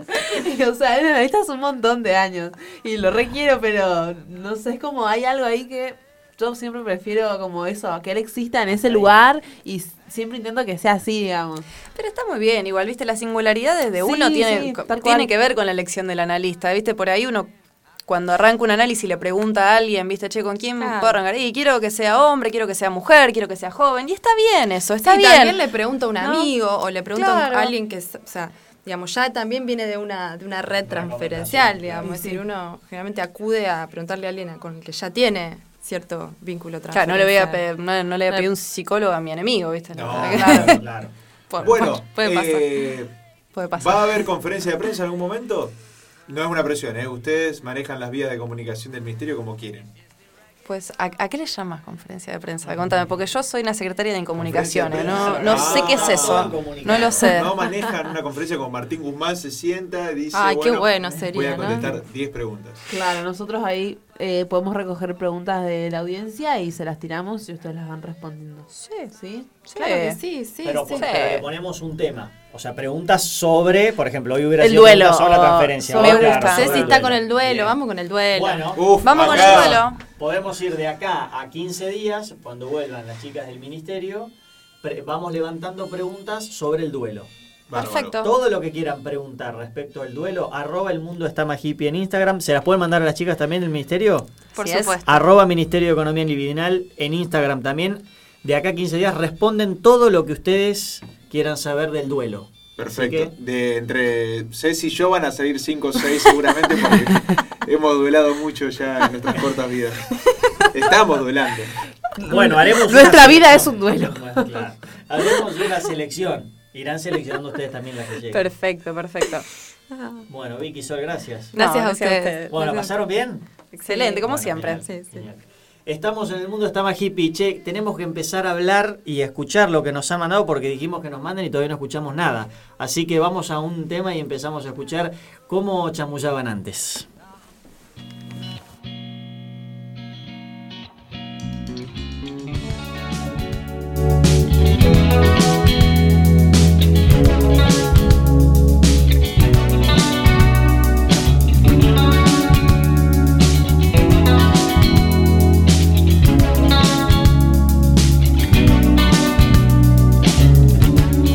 Y, o sea, el analista hace un montón de años y lo requiero, pero no sé, es como hay algo ahí que yo siempre prefiero como eso, que él exista en ese lugar y s- siempre intento que sea así, digamos. Pero está muy bien, igual, viste, las singularidades de Sí, uno tiene, sí, co- tal tiene cual. que ver con la elección del analista, viste, por ahí uno cuando arranca un análisis le pregunta a alguien, viste, che, ¿con quién Claro. puedo arrancar? Y quiero que sea hombre, quiero que sea mujer, quiero que sea joven, y está bien eso, está Sí, bien. también le pregunta a un ¿No? amigo o le pregunta Claro. a alguien que, es- o sea, digamos, ya también viene de una, de una red transferencial, digamos. Es decir, uno generalmente acude a preguntarle a alguien a- con el que ya tiene cierto vínculo Claro, no le voy a transferencial. pedir, no, no le voy a pedir un psicólogo a mi enemigo, viste. No, Claro, claro. Por- Bueno, puede pasar. eh, Puede pasar. ¿va a haber conferencia de prensa en algún momento? No es una presión, ¿eh? Ustedes manejan las vías de comunicación del ministerio como quieren. Pues, ¿a, a qué le llamas conferencia de prensa? Contame, porque yo soy una secretaria de incomunicaciones, Conferencia no, de no prensa. sé qué es Ah, eso, comunicar. no lo sé. No manejan una conferencia con Martín Guzmán, se sienta y dice, Ay, qué bueno, bueno voy sería, a ¿no? contestar diez preguntas. Claro, nosotros ahí eh, podemos recoger preguntas de la audiencia y se las tiramos y ustedes las van respondiendo. Sí, ¿Sí? Claro que sí, sí, Pero, sí. po- pero le ponemos un tema. O sea, preguntas sobre, por ejemplo, hoy hubiera El sido duelo, preguntas sobre la o transferencia. sobre- Ahora, Me gusta. claro, sobre Ceci el está con el duelo, Bien. vamos con el duelo. Bueno, Uf, Vamos con el acá. duelo. podemos ir de acá a quince días, cuando vuelvan las chicas del ministerio, pre- vamos levantando preguntas sobre el duelo. Bárbaro. Perfecto. Todo lo que quieran preguntar respecto al duelo, arroba el mundo está más hippie en Instagram. ¿Se las pueden mandar a las chicas también del ministerio? Por Sí, es. supuesto. Arroba Ministerio de Economía Libidinal en Instagram también. De acá a quince días responden todo lo que ustedes quieran saber del duelo. Perfecto. Así que- De entre Ceci y yo van a salir cinco o seis seguramente porque hemos duelado mucho ya en nuestras cortas vidas. Estamos duelando. Bueno, haremos Nuestra una vida selección. es un duelo. Bueno, claro. Haremos una selección. Irán seleccionando ustedes también las que lleguen. Perfecto, perfecto. Bueno, Vicky, Sol, gracias. Gracias No, a ustedes. Bueno, Gracias. ¿pasaron bien? Excelente, como Bueno, siempre. genial, Sí, sí. genial. Estamos en el mundo está más hippie. Che, tenemos que empezar a hablar y a escuchar lo que nos han mandado porque dijimos que nos manden y todavía no escuchamos nada. Así que vamos a un tema y empezamos a escuchar cómo chamullaban antes.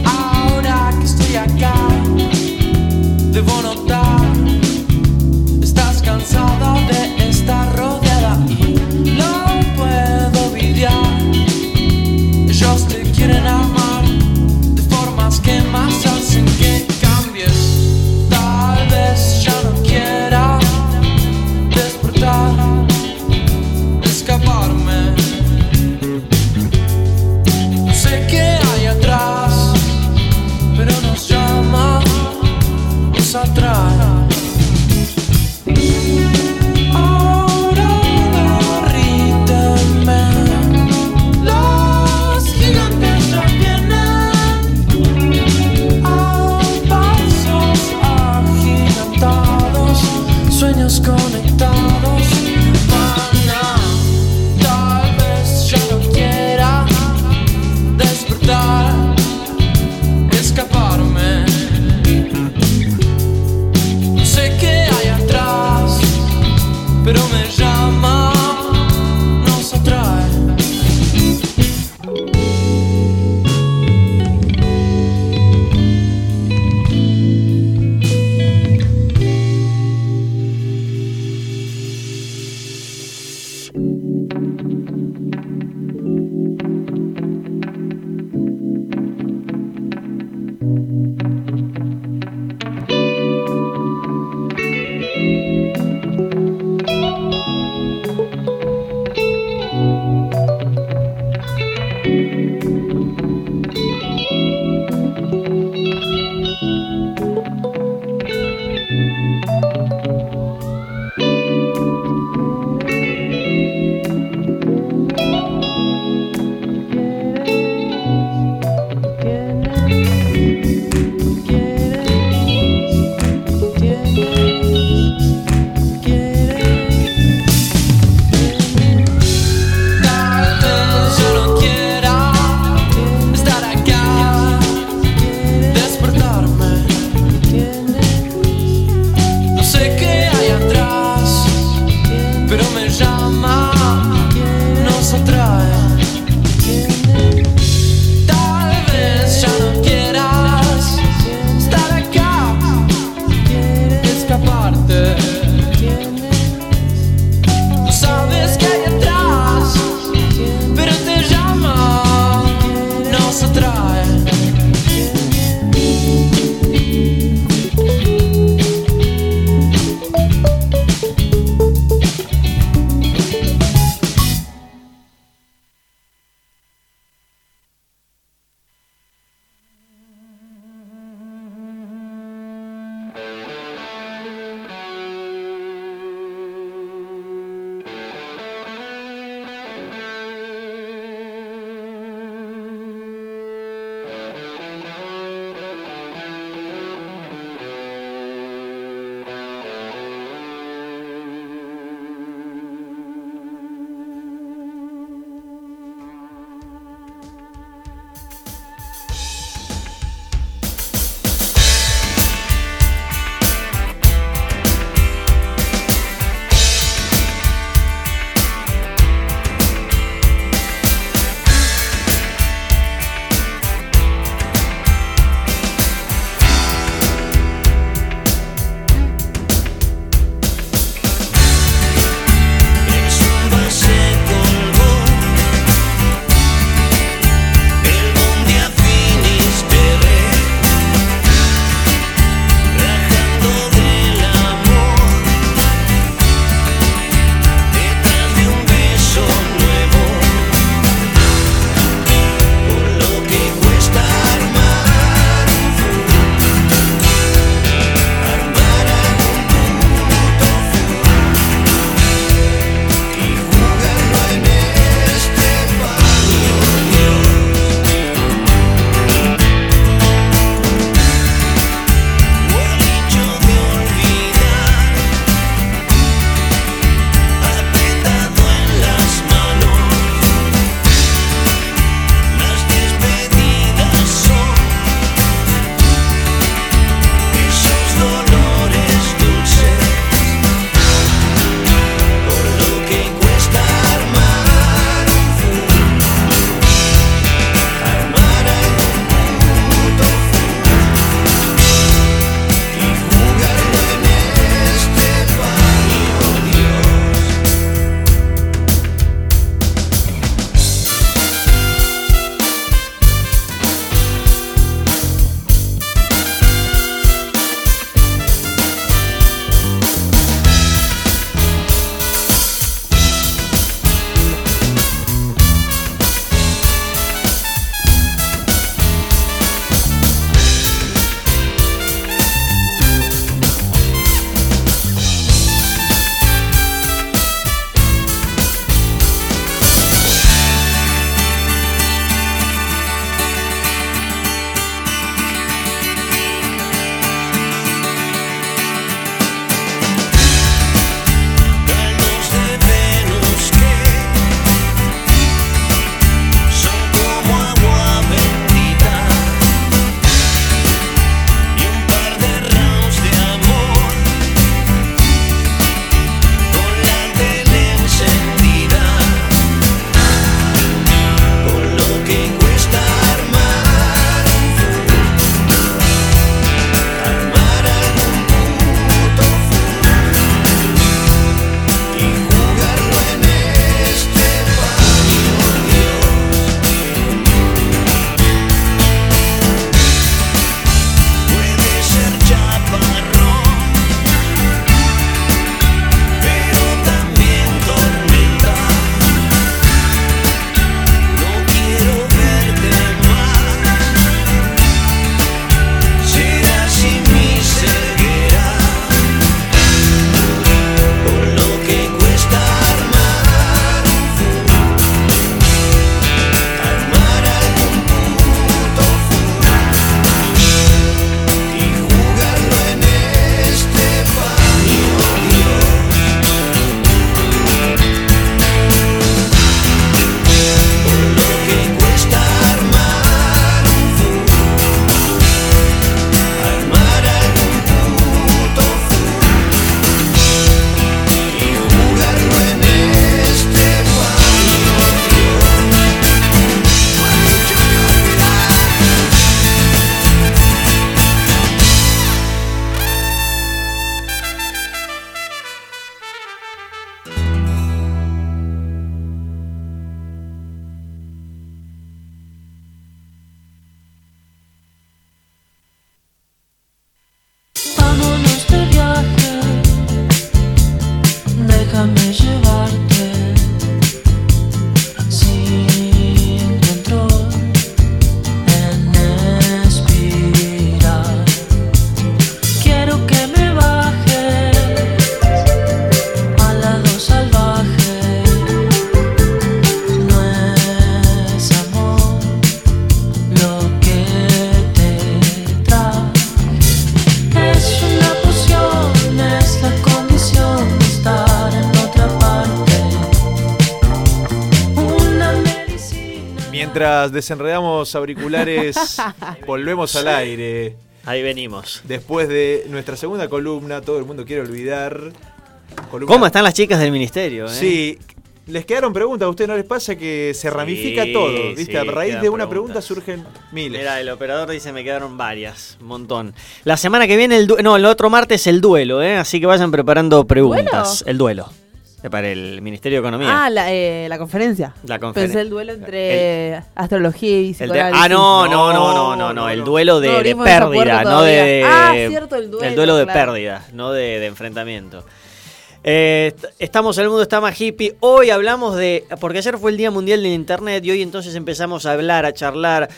Ahora que estoy acá, debo notar, pero me llama, nos atrae. Mientras desenredamos auriculares, volvemos al aire. Ahí venimos. Después de nuestra segunda columna, todo el mundo quiere olvidar. Columna... ¿Cómo están las chicas del ministerio? Eh? Sí. Les quedaron preguntas, ¿a ustedes no les pasa que se ramifica Sí, todo? ¿Viste? sí, a raíz quedan de una preguntas. pregunta surgen miles. Mira, el operador dice me quedaron varias, un montón. La semana que viene, el du- no, el otro martes el duelo, ¿eh? Así que vayan preparando preguntas. ¿Duelo? El duelo. Eh, Para el Ministerio de Economía. Ah, la, eh, la conferencia. La conferencia. Pensé el duelo entre astrología y El de- psicoanálisis. ah, no, no, no, no, no, no, el duelo de, No de abrimos esa puerta pérdida, no todavía. de... Ah, cierto, el duelo, de claro. pérdida, no de, de enfrentamiento. Eh, est- estamos en el mundo está más hippie. Hoy hablamos de... Porque ayer fue el Día Mundial del Internet y hoy entonces empezamos a hablar, a charlar,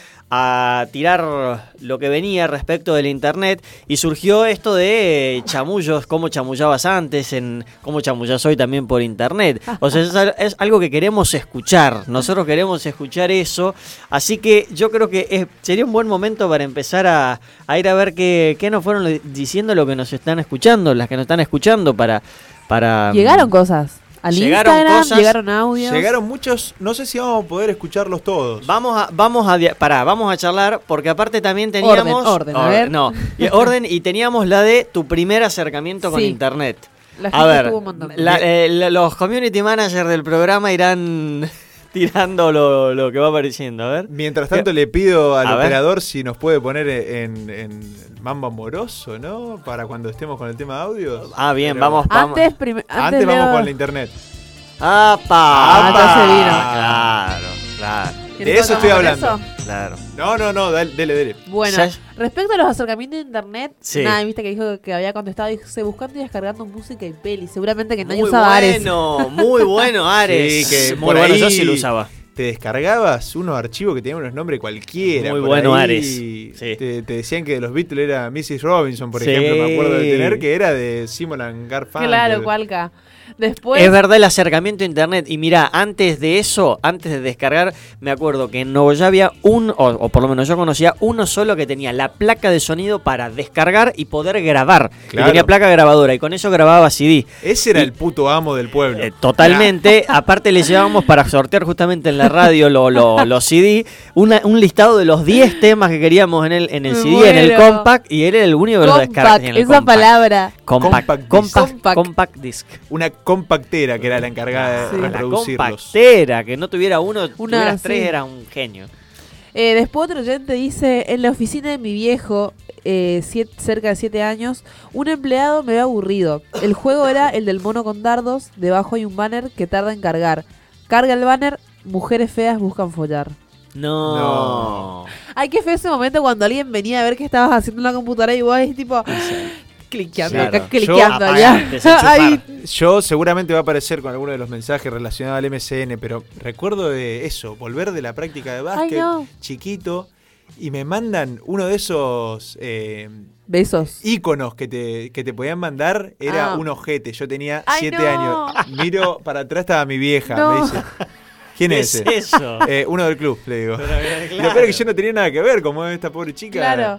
a tirar lo que venía respecto del Internet y surgió esto de chamullos, cómo chamullabas antes, en cómo chamullas hoy también por Internet. O sea, es, al- es algo que queremos escuchar. Nosotros queremos escuchar eso. Así que yo creo que es- sería un buen momento para empezar a, a ir a ver qué, qué nos fueron le- diciendo lo que nos están escuchando, las que nos están escuchando para... para Llegaron cosas. Al Llegaron Instagram, cosas, llegaron audios. Llegaron muchos, no sé si vamos a poder escucharlos todos. Vamos a, vamos a, dia- pará, vamos a charlar porque aparte también teníamos Orden, orden, a ver. no, y- orden y teníamos la de tu primer acercamiento con Sí. internet. La A gente ver, estuvo mandando. la- eh, la- los community managers del programa irán tirando lo, lo que va apareciendo, a ver. Mientras tanto le pido al A ver. operador si nos puede poner en, en Mambo Amoroso, ¿no? Para cuando estemos con el tema de audio. Ah, bien, Pero vamos, vamos. Antes, prim- antes, Antes vamos leo- con la internet. ¡Apa! Ah, ya se vino. Claro, claro, ¿Querés De eso que estoy hablamos hablando. eso? claro. No, no, no, dale, dele, dele. Bueno, Ya- respecto a los acercamientos de internet, Sí. nada, viste que dijo que había contestado, dice buscando y descargando música y peli. Seguramente que nadie Muy usaba Ares. bueno, muy bueno, Ares. Sí, que muy por bueno, ahí yo sí lo usaba. Te descargabas unos archivos que tenían unos nombres cualquiera. Muy por bueno, ahí Ares. Sí. Te, te decían que de los Beatles era missus Robinson, por Sí. ejemplo, me acuerdo de tener, que era de Simon and Garfunkel. Claro, cualca. Después, Es verdad el acercamiento a internet. Y mira, antes de eso, antes de descargar, me acuerdo que en Nogoyá había un, o, o por lo menos yo conocía uno solo que tenía la placa de sonido para descargar y poder grabar. Claro. Y tenía placa grabadora y con eso grababa C D. Ese era Y- el puto amo del pueblo. Eh, totalmente. Aparte le llevábamos para sortear justamente en la radio lo- lo- los C D, una- un listado de los diez temas que queríamos en el, en el Me C D, en el muero. compact, y él era el único que los descargaba. compact, en el esa compact. palabra. Compact, Compact compact, disc. Compact. compact disc. Una compactera que era la encargada Sí. de La reproducirlos. compactera, que no tuviera uno, Una, tuvieras tres, sí. era un genio. Eh, después otro oyente dice, en la oficina de mi viejo, eh, siete- cerca de siete años, un empleado me ve aburrido. El juego era el del mono con dardos, debajo hay un banner que tarda en cargar. Carga el banner, mujeres feas buscan follar. No. No. Ay, qué feo ese momento cuando alguien venía a ver qué estabas haciendo en la computadora y vos ahí tipo... Cliqueando, Claro. acá, cliqueando Yo- allá. apagar, desenchufar. Ay, Yo seguramente va a aparecer con alguno de los mensajes relacionados al M C N, pero recuerdo de eso, volver de la práctica de básquet, no. chiquito, y me mandan uno de esos eh, besos. íconos que te, que te podían mandar, era Ah. un ojete. Yo tenía Ay, siete no. años. Miro para atrás, estaba mi vieja, No. me dice. ¿Quién ¿Qué es es ese? eso? Eh, uno del club, le digo. Pero, eh, Y lo peor es que yo no tenía nada que ver, como esta pobre chica. Claro.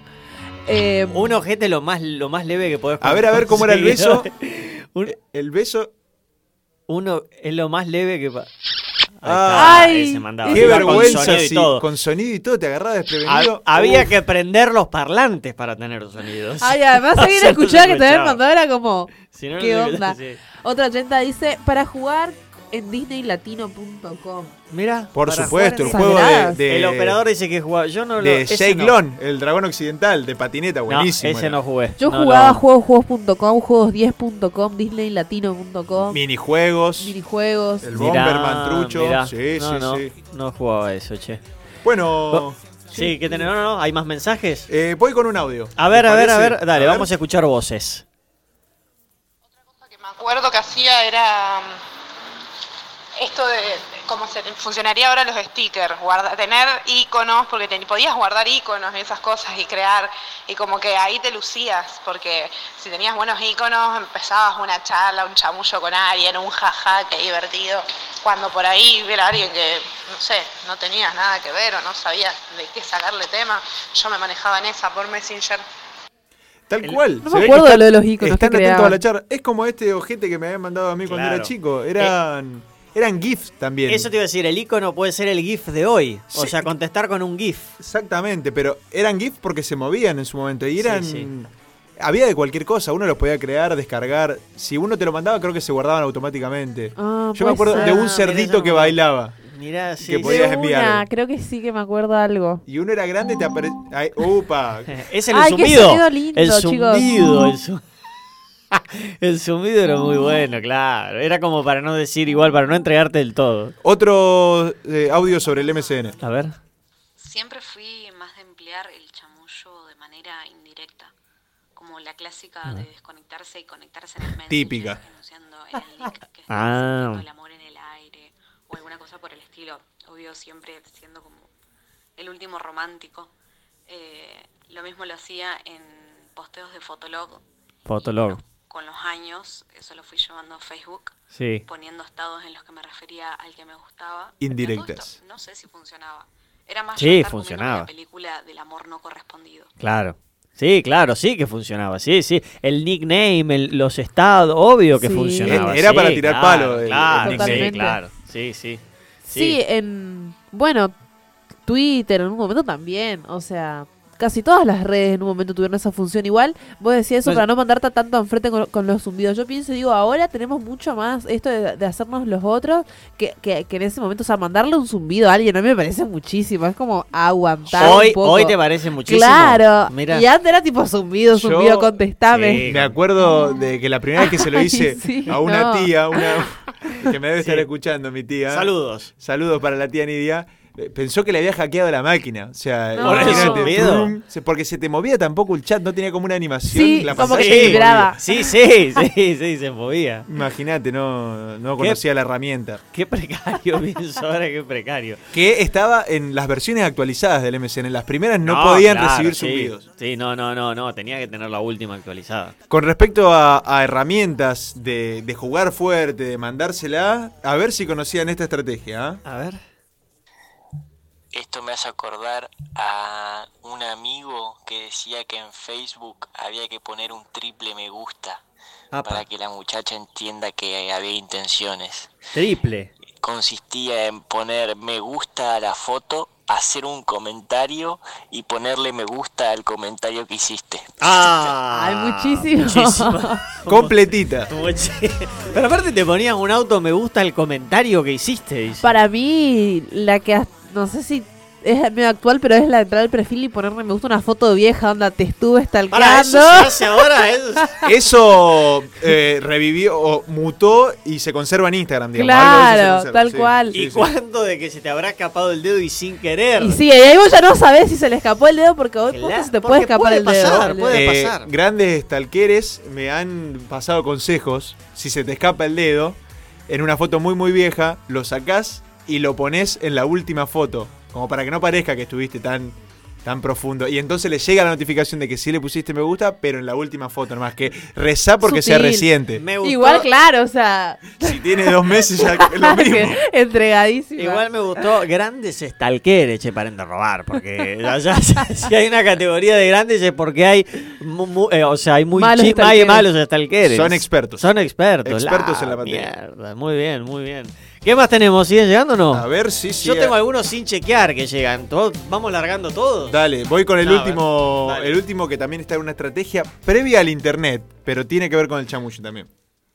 Eh, Un ojete lo más, lo más leve que podés A ver, a ver cómo era el beso. Un- El beso. Uno es lo más leve que... pa- Ah, Ahí está, Ay, ese mandaba. Qué Iba con vergüenza, sonido y sí, todo. con sonido y todo, te agarraba Ha- desprevenido. había Uf. que prender los parlantes para tener sonidos. ay, además seguir Se a escuchar que te habían escuchaba. mandado era como... Si no, no ¿Qué se- onda? sí. Otra oyenta dice, para jugar en disney latino punto com. Mira, Por para supuesto, el jugar en juego de, Sagradas. de- el operador dice que jugaba. Yo no lo. de ese Jake no. Long, el dragón occidental, de patineta, No, buenísimo. ese era. no jugué. Yo No, jugaba no. juegos juegos punto com, juegos diez punto com, disney latino punto com, Minijuegos, minijuegos. el Mirá, Bomberman trucho. mirá. Sí, no, sí, no, sí. no jugaba eso, che. Bueno, Sí, que tener. No, no, no. ¿Hay más mensajes? eh, voy con un audio. A ver, ¿te a ver, a parece? ver. Dale, vamos a escuchar voces. Que me acuerdo que hacía era mm, esto de de cómo se funcionaría ahora los stickers, guarda, tener iconos, porque te, podías guardar iconos y esas cosas y crear, y como que ahí te lucías, porque si tenías buenos iconos empezabas una charla, un chamullo con alguien, un jaja, qué divertido, cuando por ahí hubiera alguien que, no sé, no tenías nada que ver o no sabías de qué sacarle tema, yo me manejaba en esa por Messenger. Tal cual. No Se me ve que acuerdo de están- lo de los iconos que Están atentos creaban. a la charla. Es como este ojete que me habían mandado a mí cuando Claro. era chico. Eran eran GIFs también. Eso te iba a decir, el icono puede ser el GIF de hoy. O Sí. sea, contestar con un GIF. Exactamente, pero eran GIFs porque se movían en su momento y eran... Sí, sí. Había de cualquier cosa, uno los podía crear, descargar. Si uno te lo mandaba, creo que se guardaban automáticamente. Ah, Yo me puede acuerdo ser. de un Ah, cerdito mirá, que yo- bailaba. Mirá, sí. Que sí. podías De enviar. una, creo que sí que me acuerdo algo. Y uno era grande y te aparecía... ¡Upa! Es el Ay, qué zumbido. sonido lindo, el chicos. zumbido, el zumbido. El zumbido era muy bueno, claro. Era como para no decir igual, para no entregarte del todo. Otro eh, audio sobre el M C N. A ver. Siempre fui más de emplear el chamullo de manera indirecta, como la clásica de desconectarse y conectarse en el Messenger, Típica. enunciando en el link que está Ah. sintiendo el amor en el aire o alguna cosa por el estilo. Obvio, siempre siendo como el último romántico. Eh, lo mismo lo hacía en posteos de Fotolog. Fotolog. Con los años, eso lo fui llevando a Facebook, Sí. poniendo estados en los que me refería al que me gustaba. Indirectas. Pero todo esto no sé si funcionaba. Era más Sí, yo estar funcionaba. comiéndome la película del amor no correspondido. Claro. Sí, claro, sí que funcionaba. Sí, sí. El nickname, el- los estados, obvio que Sí. funcionaba. Era sí, para tirar claro, palo el- Claro, el sí, nickname. claro. Sí, sí. Sí, en. Bueno, Twitter en un momento también. O sea, casi todas las redes en un momento tuvieron esa función. Igual, vos decías eso No, para no mandarte tanto enfrente con, con los zumbidos. Yo pienso, digo, ahora tenemos mucho más esto de, de hacernos los otros que, que, que en ese momento. O sea, mandarle un zumbido a alguien a mí me parece muchísimo. Es como aguantar. Hoy, un poco. hoy te parece muchísimo. Claro. Mira. Y antes era tipo zumbido, Yo- zumbido, contestame. Sí. Me acuerdo de que la primera vez que se lo Ay, hice sí, a una no. tía, una que me debe estar Sí. escuchando, mi tía. Saludos. Saludos para la tía Nidia. Eh, Pensó que le había hackeado la máquina. O sea, No. ¿Por el imagínate, zumbido? trum, se- porque se te movía tampoco el chat, no tenía como una animación. Sí, la como pantalla que se vibraba. movía. Sí, sí, sí, sí, se movía. Imagínate, no, no conocía la herramienta. Qué precario, pienso ahora, qué precario. Que estaba en las versiones actualizadas del M C N. En las primeras no, podían claro, recibir sí. zumbidos. Sí, no, no, no, no, tenía que tener la última actualizada. Con respecto a, a herramientas de, de jugar fuerte, de mandársela, a ver si conocían esta estrategia. ¿ah? A ver. Esto me hace acordar a un amigo que decía que en Facebook había que poner un triple me gusta Apa. para que la muchacha entienda que había intenciones. Triple. Consistía en poner me gusta a la foto, hacer un comentario y ponerle me gusta al comentario que hiciste. Ah, Ay, muchísimo. muchísimo. Completita. Muchi- Pero aparte te ponían un auto, me gusta el comentario que hiciste. Dice. Para mí, la que as- no sé si es medio actual, pero es la de entrar al perfil y ponerme me gusta una foto vieja, onda te estuve stalkeando. Para eso se hace ahora. Eso se- Eso eh, revivió o mutó y se conserva en Instagram, digamos. Algo de eso se Claro, conserva, tal sí. cual. Sí, ¿Y sí. cuándo de que se te habrá escapado el dedo y sin querer? Y sí, y ahí vos ya no sabés si se le escapó el dedo porque hoy Claro, posta se te porque puede escapar puede el dedo. pasar, el puede dedo. Eh, pasar. Grandes stalkeres me han pasado consejos. Si se te escapa el dedo, en una foto muy muy vieja, lo sacás y lo pones en la última foto. Como para que no parezca que estuviste tan, tan profundo. Y entonces le llega la notificación de que sí le pusiste me gusta, pero en la última foto nomás. Que rezá porque sea Sutil. reciente. Me gustó, Igual, claro, o sea, Si tiene dos meses ya es lo mismo. entregadísima. Igual me gustó grandes stalkeres, che, paren de robar, porque ya, ya- ya- si hay una categoría de grandes es porque hay, mu- mu- eh, o sea, hay muy Malos chi- hay stalkeres. malos stalkeres. Son expertos. Son expertos. Expertos la en la materia. Mierda, muy bien, muy bien. ¿Qué más tenemos? ¿Siguen llegando o no? A ver si sí, Yo tengo algunos sin chequear que llegan. ¿Todos- ¿Vamos largando todos? Dale, voy con el A ver, último. dale. El último que también está en una estrategia previa al internet, pero tiene que ver con el chamullo también.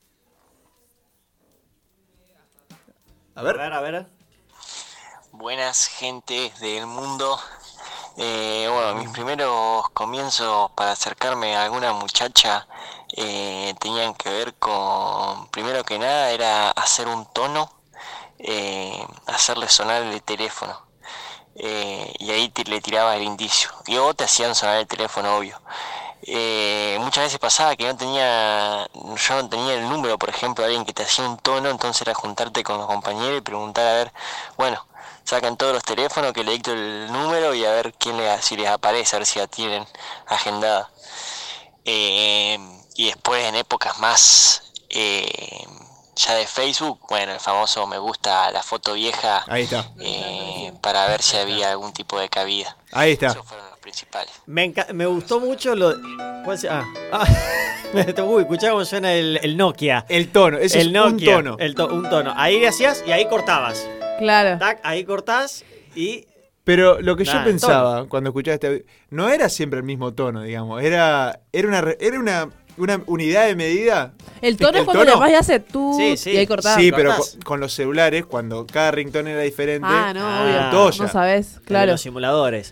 A A ver. ver, a ver. Buenas gentes del mundo. Eh, bueno, mis primeros comienzos para acercarme a alguna muchacha eh, tenían que ver con, primero que nada, era hacer un tono, eh, hacerle sonar el teléfono. Eh, y ahí te- le tirabas el indicio. Y luego te hacían sonar el teléfono, obvio. Eh, muchas veces pasaba que no tenía, yo no tenía el número, por ejemplo, de alguien que te hacía un tono, entonces era juntarte con los compañeros y preguntar a ver, bueno, sacan todos los teléfonos que le dicto el número y a ver quién le, si les aparece, a ver si la tienen agendada. Eh, y después en épocas más eh, ya de Facebook, bueno, el famoso me gusta a la foto vieja, Ahí está. eh, para ver si había algún tipo de cabida. Ahí está. Esos fueron los principales. Me, enca- me gustó mucho lo. ¿Cuál se- ah. Ah. Uy, escuchá cómo suena el, el Nokia. El tono, ese el es Nokia, un tono. El to- un tono. Ahí hacías y ahí cortabas. Claro. Tac, ahí cortás y... Pero lo que Nah, yo pensaba cuando escuchaba este audio, no era siempre el mismo tono, digamos. Era, era una, re- era una, una unidad de medida. El tono ¿El es cuando tono? le vas y hace tú Sí, sí. y ahí cortás. Sí, pero cortás. con, con los celulares, cuando cada ringtone era diferente. Ah, no, Ah, obvio. todo ya. No sabes, de claro. los simuladores.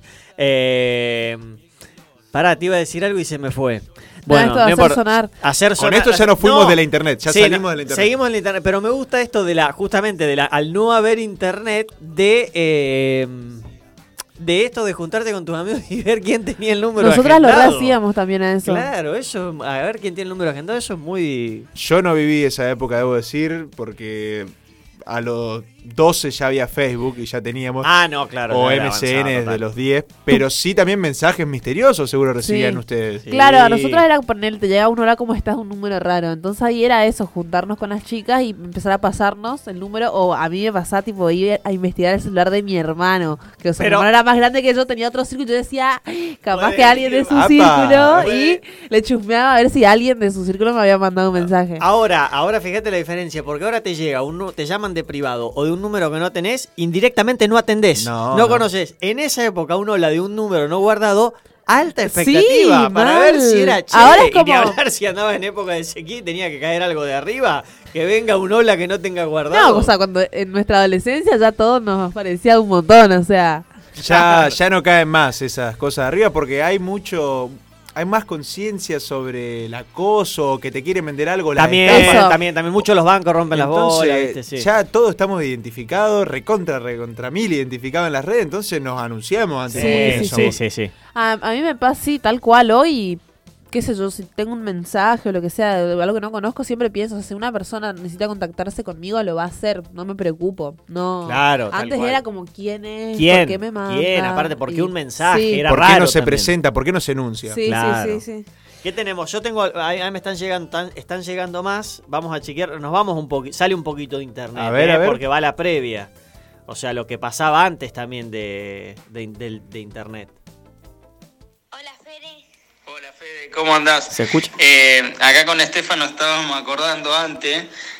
Eh, pará, te iba a decir algo y se me fue. Bueno, esto de no hacer importa. sonar. Hacer Con sonar- esto ya nos fuimos No. de la internet, ya Sí, salimos no, de la internet. Seguimos en la internet, pero me gusta esto de la, justamente de la, al no haber internet, de eh, de esto de juntarte con tus amigos y ver quién tenía el número Nosotras lo agendado. rehacíamos también a eso. Claro, eso, a ver quién tiene el número agendado, eso es muy... Yo no viví esa época, debo decir, porque a los doce ya había Facebook y ya teníamos. Ah, no, claro. O ya era M S N avanzado, desde total. los diez. Pero sí también mensajes misteriosos seguro recibían Sí. ustedes. Sí. Claro, a nosotros era poner, te llegaba un hora como estás un número raro. Entonces ahí era eso, juntarnos con las chicas y empezar a pasarnos el número. O a mí me pasaba tipo ir a investigar el celular de mi hermano. Que o sea, Pero- mi hermano era más grande que yo, tenía otro círculo y yo decía, "Ay, capaz Puede que alguien de su ¡Apa! círculo". Puede. Y le chusmeaba a ver si alguien de su círculo me había mandado un mensaje. Ahora, ahora fíjate la diferencia, porque ahora te llega, un, nu- te llaman de privado o de un número que no tenés, indirectamente no atendés, No, no, no. conoces. En esa época uno la de un número no guardado, alta expectativa Sí, para mal. ver si era che, Ahora es y ni como- hablar si andaba en época de sequía y tenía que caer algo de arriba, que venga un hola que no tenga guardado. No, o sea, cuando en nuestra adolescencia ya todo nos parecía un montón, o sea. Ya, ya no caen más esas cosas arriba porque hay mucho. Hay más conciencia sobre el acoso, que te quieren vender algo. La También, Eso. también, también muchos los bancos rompen las Entonces, bolas, ¿viste? Sí. ya todos estamos identificados, recontra, recontra mil identificados en las redes, entonces nos anunciamos antes Sí, de Sí, quiénes sí, somos. sí, sí. A, a mí me pasa así, tal cual hoy, qué sé yo, si tengo un mensaje o lo que sea, de algo que no conozco, siempre pienso, si una persona necesita contactarse conmigo, lo va a hacer, no me preocupo. No. Claro, tal Antes cual. era como, ¿quién es? ¿Quién? ¿Por qué me manda? ¿Quién? Aparte, ¿por qué Y- un mensaje? Sí, Era ¿Por qué raro no se también. presenta? ¿Por qué no se enuncia? sí, Claro. sí, sí, sí. ¿Qué tenemos? Yo tengo, ahí, ahí me están llegando, tan- están llegando más. Vamos a chequear, nos vamos un poquito, sale un poquito de internet, A ver, ¿eh? a ver. Porque va la previa. O sea, lo que pasaba antes también de, de, de- de internet. Hola Fede. Hola Fede, ¿cómo andás? ¿Se escucha? Eh, acá con Estefano estábamos acordando antes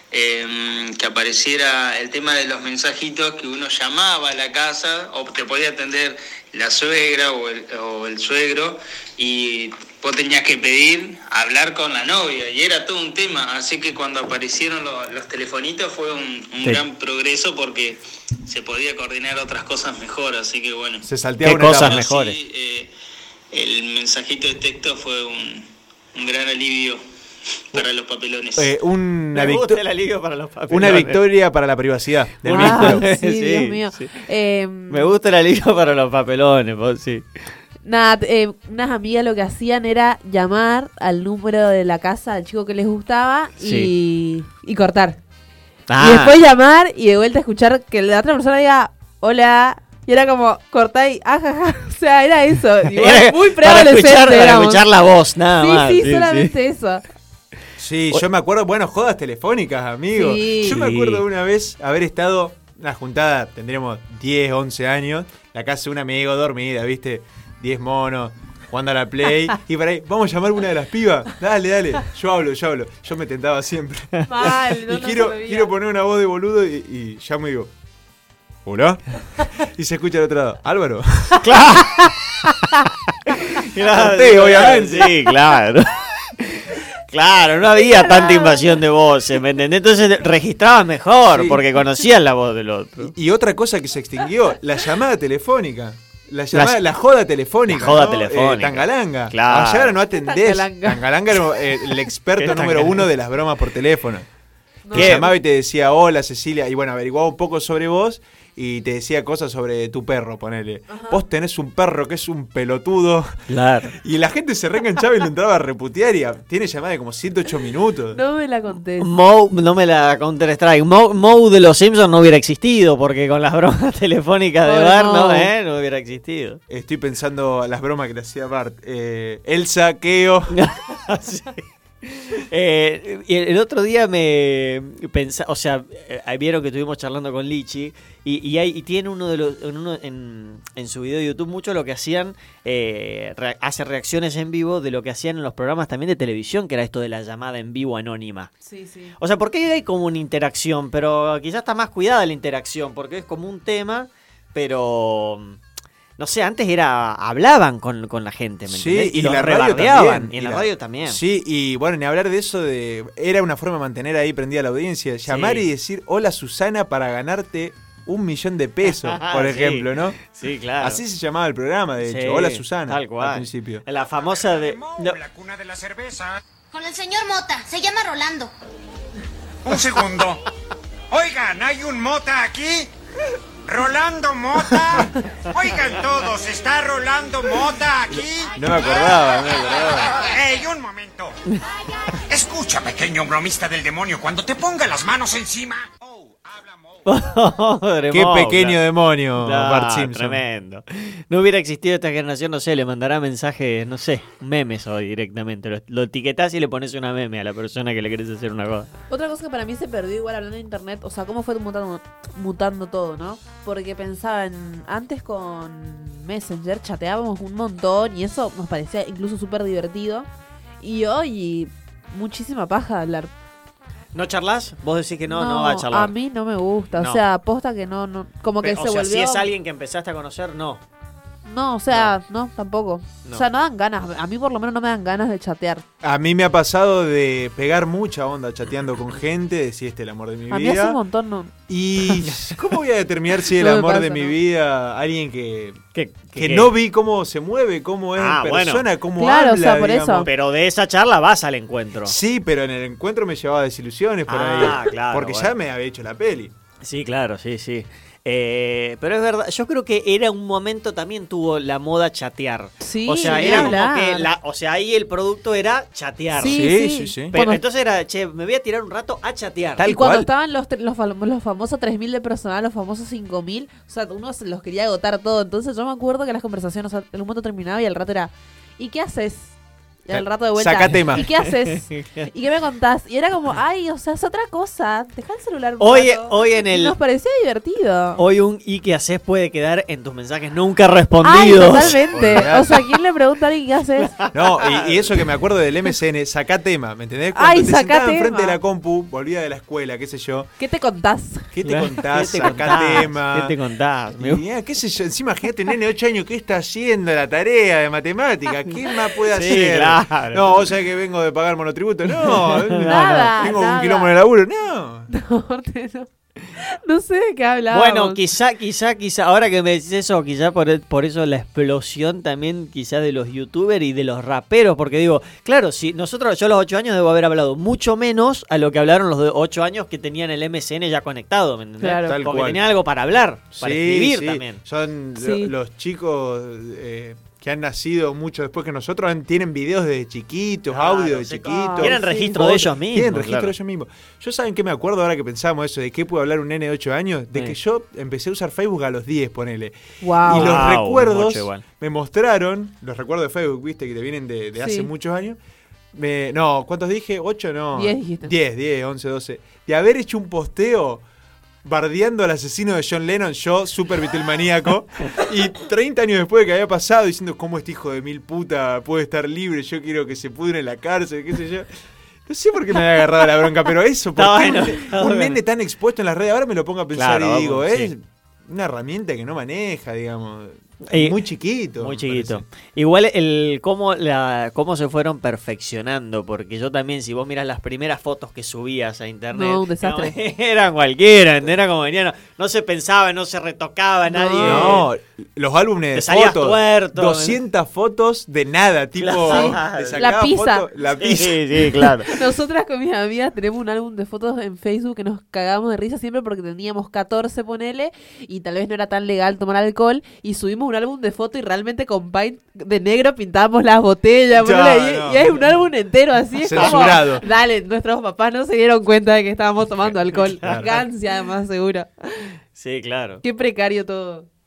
eh, que apareciera el tema de los mensajitos que uno llamaba a la casa o te podía atender la suegra o el, o el suegro y vos tenías que pedir hablar con la novia y era todo un tema, así que cuando aparecieron lo- los telefonitos fue un, un Sí. gran progreso porque se podía coordinar otras cosas mejor, así que bueno. Se salteaba ¿Qué una cosas etapa. mejores? Sí, eh, el mensajito de texto fue un, un gran alivio para los papelones. Eh, una, Me gusta victo- el alivio para los papelones. una victoria para la privacidad del Ah, vínculo. sí, Sí, Dios mío. sí. Eh, Me gusta el alivio para los papelones, vos, sí. Nada, eh, unas amigas lo que hacían era llamar al número de la casa al chico que les gustaba y, y cortar. Ah, Y después llamar y de vuelta escuchar que la otra persona diga hola. Y era como cortar y ajaja. O sea, era eso. Igual, Era muy para preadolescente escuchar, para éramos. escuchar la voz, nada sí, más. sí, solamente eso. Sí, yo me acuerdo, bueno, jodas telefónicas, amigo. Sí. Yo me acuerdo de una vez haber estado en una juntada, tendríamos diez, once años, la casa de un amigo dormida, ¿viste? diez monos, jugando a la Play. Y por ahí, vamos a llamar a una de las pibas. Dale, dale. Yo hablo, yo hablo. Yo me tentaba siempre. Mal, no, y no quiero, se me veía. quiero poner una voz de boludo y, y llamo y digo, ¿hola? Y se escucha al otro lado, Álvaro. Claro. Claro, Corté, obviamente. Sí, claro. Claro, no había tanta invasión de voces, ¿me entendés? Entonces registrabas mejor, Sí. porque conocías la voz del otro. Y, y otra cosa que se extinguió, la llamada telefónica. La llamada, La- la, joda telefónica. la joda ¿no? telefónica. Eh, tangalanga. Claro. Allá ahora no atendés. Tangalanga. Tangalanga era eh, el experto ¿Qué es número tangalanga? uno de las bromas por teléfono. No. Te llamaba y te decía, hola Cecilia, y bueno, averiguaba un poco sobre vos y te decía cosas sobre tu perro, ponele. Vos tenés un perro que es un pelotudo. Claro. Y la gente se reenganchaba y lo entraba a reputear y a- tiene llamada de como ciento ocho minutos. No me la conté. Moe, no me la Counter Strike. Moe, Moe de los Simpsons no hubiera existido, porque con las bromas telefónicas de Pobre Bart, no, Moe. ¿eh? No hubiera existido. Estoy pensando las bromas que le hacía Bart. Eh, el saqueo. Sí. Eh, y el otro día me pensaba, o sea, eh, vieron que estuvimos charlando con Lichi y, y, hay, y tiene uno de los, en, uno, en, en su video de YouTube mucho lo que hacían, eh, re, hace reacciones en vivo de lo que hacían en los programas también de televisión, que era esto de la llamada en vivo anónima. Sí, sí. O sea, porque hay como una interacción, pero quizás está más cuidada la interacción, porque es como un tema, pero... No sé, antes era hablaban con, con la gente, ¿me Sí, entendés? y los la radio rebardeaban, también. y en la radio también. Sí, y bueno, ni hablar de eso de... Era una forma de mantener ahí prendida la audiencia. Llamar Sí. y decir, hola Susana, para ganarte un millón de pesos, por Sí. ejemplo, ¿no? Sí, claro. Así se llamaba el programa, de hecho. Sí, Hola Susana, tal cual. al principio. La famosa de... no, La cuna de la cerveza. Con el señor Mota, se llama Rolando. Un segundo. Oigan, ¿hay un Mota aquí? ¿Rolando Mota? Oigan todos, ¿está Rolando Mota aquí? No me acordaba, no me acordaba. ¡Ey, un momento! Escucha, pequeño bromista del demonio, cuando te ponga las manos encima... Qué pequeño demonio, Ah, Bart Simpson. Tremendo. No hubiera existido esta generación, no sé, le mandará mensajes, no sé, memes hoy directamente. Lo, lo etiquetás y le pones una meme a la persona que le querés hacer una cosa. Otra cosa que para mí se perdió igual hablando de internet, o sea, cómo fue mutando, mutando todo, ¿no? Porque pensaba en, antes con Messenger chateábamos un montón y eso nos parecía incluso súper divertido. Y hoy muchísima paja hablar. ¿No charlas? Vos decís que no, no, va a charlar. A mí no me gusta, No. o sea, posta que no, no como que Pero, se o sea, volvió... si es alguien que empezaste a conocer, no. No, o sea, no, tampoco. No. O sea, no dan ganas, a mí por lo menos no me dan ganas de chatear. A mí me ha pasado de pegar mucha onda chateando con gente, decir este es el amor de mi A mí vida. hace un montón no. Y ¿cómo voy a determinar si es el No me amor pasa, de mi ¿no? vida alguien que, que, que qué? no vi cómo se mueve, cómo es Ah, en bueno. persona, cómo Claro, o habla, sea, por digamos? eso. Pero de esa charla vas al encuentro. Sí, pero en el encuentro me llevaba desilusiones por Ah, ahí. claro, porque bueno. ya me había hecho la peli. Sí, claro, sí, sí. Eh, pero es verdad, yo creo que era un momento también tuvo la moda chatear. Sí, o sea, ni era como hablar. que la, o sea, ahí el producto era chatear. Sí, Sí, sí. sí, sí. Pero Cuando- entonces era, che, me voy a tirar un rato a chatear. y cuando estaban los, tre- los, fam- los famosos tres mil de personal, los famosos cinco mil, o sea, uno se los quería agotar todo. Entonces yo me acuerdo que las conversaciones, o sea, en un momento terminaba y al rato era, ¿y qué haces? Y al rato de vuelta, Saca tema. ¿y qué haces? ¿Y qué me contás? Y era como, ay, o sea, es otra cosa. Deja el celular un Hoy, rato. hoy en Y el. nos parecía divertido. Hoy un y que haces puede quedar en tus mensajes nunca Ay, respondidos. totalmente. O sea, ¿quién le pregunta a alguien qué haces? No, y, y eso que me acuerdo del M C N, sacá tema, ¿me entendés? Cuando Ay, te sacá sentaba tema. enfrente de la compu, volvía de la escuela, qué sé yo. ¿Qué te contás? ¿Qué te contás? ¿Qué te Sacá contás? tema. ¿Qué te contás? Y, ah, qué sé yo, encima imagínate, nene de ocho años, ¿qué está haciendo la tarea de matemática? ¿Qué más puede Sí, hacer? claro. No, vos sabés que vengo de pagar monotributo. No, Nada, tengo nada. un quilombo en el laburo. No. No, no, no sé de qué hablábamos. Bueno, quizá, quizá, quizá, ahora que me decís eso, quizá por, por eso la explosión también quizá de los youtubers y de los raperos, porque digo, claro, si nosotros, yo a los ocho años debo haber hablado mucho menos a lo que hablaron los de ocho años que tenían el M C N ya conectado, ¿me entendés? Claro. Tal Porque cual. tenían algo para hablar, para Sí, escribir sí. también. Son lo- Sí. los chicos eh, que han nacido mucho después que nosotros, han- tienen videos desde chiquitos, Claro, audio de sí, chiquitos. tienen registro de fotos, ellos mismos, Tienen registro claro. de ellos mismos. Yo saben que me acuerdo ahora que pensamos eso, de qué puede hablar un nene de ocho años, de Sí. que yo empecé a usar Facebook a los diez, ponele. Wow. Y los Wow, recuerdos mucho igual. me mostraron, los recuerdos de Facebook, viste, que te vienen de, de hace Sí. muchos años. Me, no, ¿cuántos dije? ¿ocho? No. Diez dijiste. diez, diez, once, doce. De haber hecho un posteo bardeando al asesino de John Lennon, yo, súper Beatlemaníaco, y treinta años después de que había pasado, diciendo cómo este hijo de mil puta puede estar libre, yo quiero que se pudre en la cárcel, qué sé yo. No sé por qué me había agarrado la bronca, pero eso, Está porque bueno, un, está un bueno. nene tan expuesto en las redes, ahora me lo pongo a pensar Claro, y digo, vamos, es sí. una herramienta que no maneja, digamos. Y- muy chiquito. Muy me chiquito. parece. Igual el cómo la cómo se fueron perfeccionando, porque yo también, si vos miras las primeras fotos que subías a internet, No, un desastre. no, eran cualquiera, era como venían, no, no se pensaba, no se retocaba nadie. No, los álbumes Te de salías fotos, tuerto. doscientas fotos de nada, tipo, Claro. le sacaba La pizza. foto- la Sí, pizza. sí, claro. Nosotras con mis amigas tenemos un álbum de fotos en Facebook que nos cagamos de risa siempre porque teníamos catorce, ponele, y tal vez no era tan legal tomar alcohol, y subimos un álbum de fotos y realmente con paint de negro pintábamos las botellas, Ya, ponele, y, no. y es un álbum entero así, es Censurado. como, dale, nuestros papás no se dieron cuenta de que estábamos tomando alcohol, Claro. gancia además seguro. Sí, claro. Qué precario todo.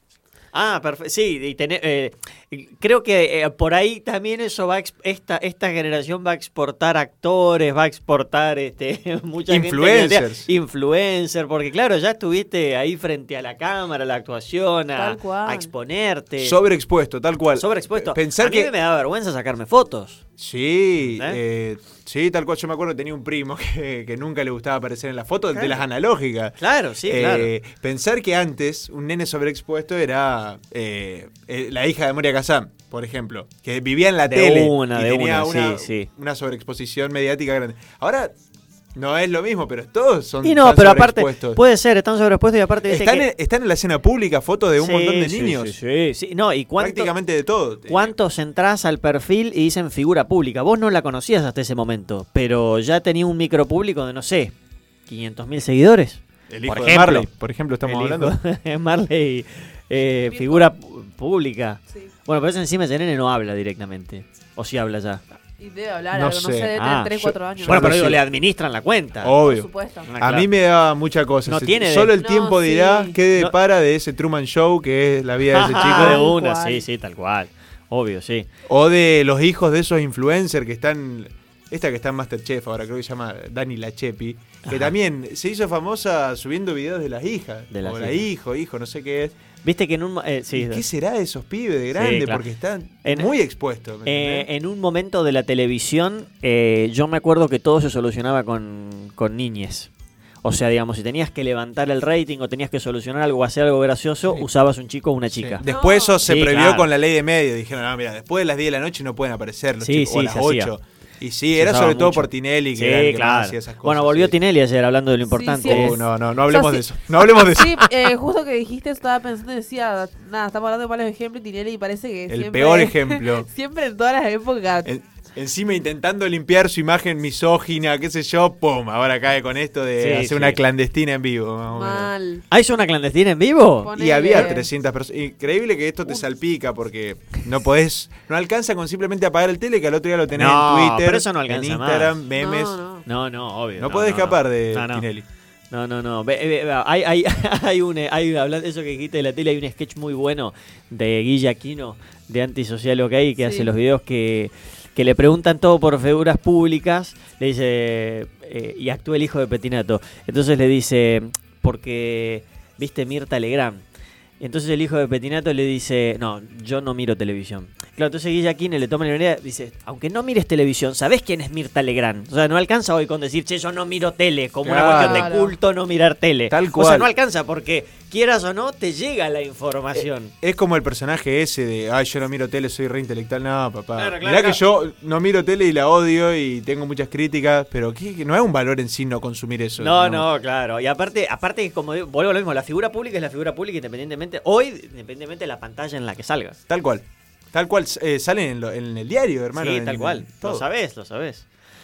Ah, perfecto. Sí, y tener, eh, creo que eh, por ahí también eso va a exp- esta esta generación va a exportar actores, va a exportar este mucha Influencers. gente, influencer, porque claro, ya estuviste ahí frente a la cámara, la actuación, a, Tal cual. a exponerte. Sobreexpuesto, tal cual. Sobreexpuesto. Pensar a mí que me da vergüenza sacarme fotos. Sí, ¿Eh? eh, sí, tal cual. Yo me acuerdo que tenía un primo que, que nunca le gustaba aparecer en las fotos Claro. de las analógicas. Claro, sí, Eh, claro. Pensar que antes un nene sobreexpuesto era eh, eh, la hija de Moria Kazan, por ejemplo, que vivía en la De tele una, y de tenía una, una, sí, sí. una sobreexposición mediática grande. Ahora no es lo mismo, pero todos son Y no, están pero aparte, sobreexpuestos. puede ser, están sobreexpuestos y aparte viste Están, que... en, están en la escena pública fotos de un Sí, montón de sí, niños. Sí, sí, sí. No, y cuánto, Prácticamente de todo. ¿cuántos entrás al perfil y dicen figura pública? Vos no la conocías hasta ese momento, pero ya tenía un micro público de, no sé, quinientos mil seguidores. El hijo por de ejemplo. Marley, por ejemplo, estamos El hablando. hijo de Marley, eh, figura pu- pública. Bueno, pero eso encima ese nene no habla directamente. O sí habla ya. Y debe hablar No algo, no sé. sé, debe Ah, tener tres, yo- cuatro años. Bueno, no pero digo, sé. le administran la cuenta. Obvio. Por supuesto. Ah, A claro. mí me da mucha cosa. No Se- tiene de- Solo el No, tiempo sí. dirá qué No. depara de ese Truman Show que es la vida de ese Ah, chico. de Tal una, cual. sí, sí, tal cual. Obvio, sí. O de los hijos de esos influencers que están. Esta que está en Masterchef ahora, creo que se llama Dani Lachepi, que Ajá. también se hizo famosa subiendo videos de las hijas. De las o la hijas. hijo, hijo, no sé qué es. Viste que en un... eh, sí, ¿Y ¿Qué será de esos pibes de grande? claro. Porque están En- muy expuestos. ¿me Eh, entendés? en un momento de la televisión, eh, yo me acuerdo que todo se solucionaba con, con niñes. O sea, digamos, si tenías que levantar el rating o tenías que solucionar algo o hacer algo gracioso, Sí. usabas un chico o una Sí. chica. Después eso se Sí, prohibió claro. con la ley de medios. Dijeron, no, mira, después de las diez de la noche no pueden aparecer los Sí, chicos. o a sí, las se hacía. ocho. Y sí, Se era usaba sobre todo mucho. por Tinelli que Sí, era el que más claro. hacía esas cosas. Bueno, volvió sí. Tinelli ayer hablando de lo importante. sí, Es- Uh, no, no, no hablemos O sea, de sí- eso. No hablemos de eso. Sí, eh, justo que dijiste, estaba pensando y decía, nada, estamos hablando de malos ejemplos y Tinelli parece que El siempre... peor ejemplo. Siempre en todas las épocas. En- encima intentando limpiar su imagen misógina, qué sé yo, pum, ahora cae con esto de Sí, hacer sí. una clandestina en vivo. más o menos. Mal. ¿Ah, hizo una clandestina en vivo? Ponele. Y había trescientas personas. Increíble que esto te salpica porque no podés, no alcanza con simplemente apagar el tele que al otro día lo tenés No, en Twitter, pero eso no alcanza en Instagram, más. memes. No, no. No, no, obvio. No podés escapar de No, no. Tinelli. No, no, no. Ve- ve- ve- Hay, hay, hay un, hay, hablando de eso que dijiste de la tele, hay un sketch muy bueno de Guille Aquino, de Antisocial OK, que Sí. hace los videos que, que le preguntan todo por figuras públicas. Le dice, eh, y actúa el hijo de Petinato. Entonces le dice, porque, viste, Mirta Legrand. Y entonces el hijo de Petinato le dice, no, yo no miro televisión. Claro, entonces Guille Aquino le toma la idea, dice, aunque no mires televisión, ¿sabés quién es Mirta Legrand? O sea, no alcanza hoy con decir, che, yo no miro tele, como una Claro. cuestión de culto no mirar tele. Tal O sea, cual. no alcanza porque, quieras o no, te llega la información. Es como el personaje ese de, ay, yo no miro tele, soy re intelectual. No, papá. Claro, claro, Mirá claro. que yo no miro tele y la odio y tengo muchas críticas, pero ¿qué? Que no es un valor en sí no consumir eso. No, no, claro. Y aparte, aparte como digo, vuelvo a lo mismo, la figura pública es la figura pública independientemente, hoy, independientemente de la pantalla en la que salga. Tal cual. Tal cual, eh, sale en, lo- en el diario, hermano. Sí, en- tal cual. en Lo todo. sabés, lo sabés.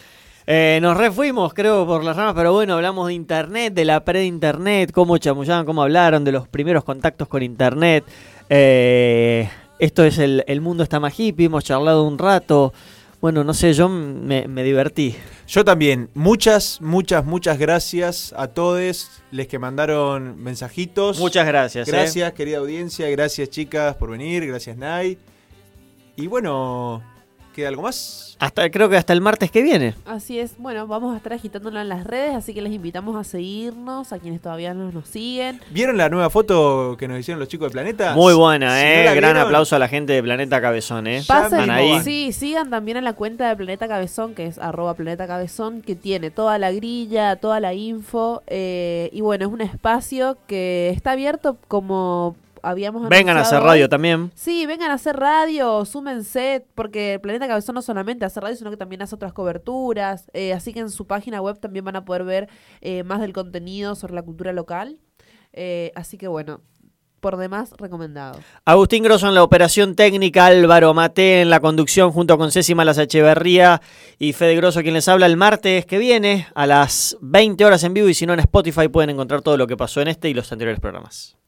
Eh, nos refuimos, creo, por las ramas, pero bueno, hablamos de internet, de la pre-internet, cómo chamullaban, cómo hablaron, de los primeros contactos con internet. Eh, esto es el, el mundo está más hippie, hemos charlado un rato. Bueno, no sé, yo me, me divertí. Yo también. Muchas, muchas, muchas gracias a todos les que mandaron mensajitos. Muchas gracias. Gracias, querida audiencia. Gracias, chicas, por venir. Gracias, Nay. Y bueno, ¿queda algo más? Hasta, creo que hasta el martes que viene. Así es, bueno, vamos a estar agitándolo en las redes, así que les invitamos a seguirnos, a quienes todavía no nos siguen. ¿Vieron la nueva foto que nos hicieron los chicos de Planeta? Muy buena, Si eh. no la Gran vieron, aplauso a la gente de Planeta Cabezón, eh. Pasen, Están ahí. sí, sigan también a la cuenta de Planeta Cabezón, que es arroba Planeta Cabezón, que tiene toda la grilla, toda la info, eh, y bueno, es un espacio que está abierto como habíamos Vengan a hacer anunciado radio hoy. también. Sí, vengan a hacer radio, súmense, porque Planeta Cabezón no solamente hace radio, sino que también hace otras coberturas, eh, así que en su página web también van a poder ver eh, más del contenido sobre la cultura local, eh, así que bueno, por demás, recomendado. Agustín Grosso en la operación técnica, Álvaro Mate en la conducción junto con Ceci Malas Echeverría y Fede Grosso quien les habla el martes que viene a las veinte horas en vivo y si no en Spotify pueden encontrar todo lo que pasó en este y los anteriores programas.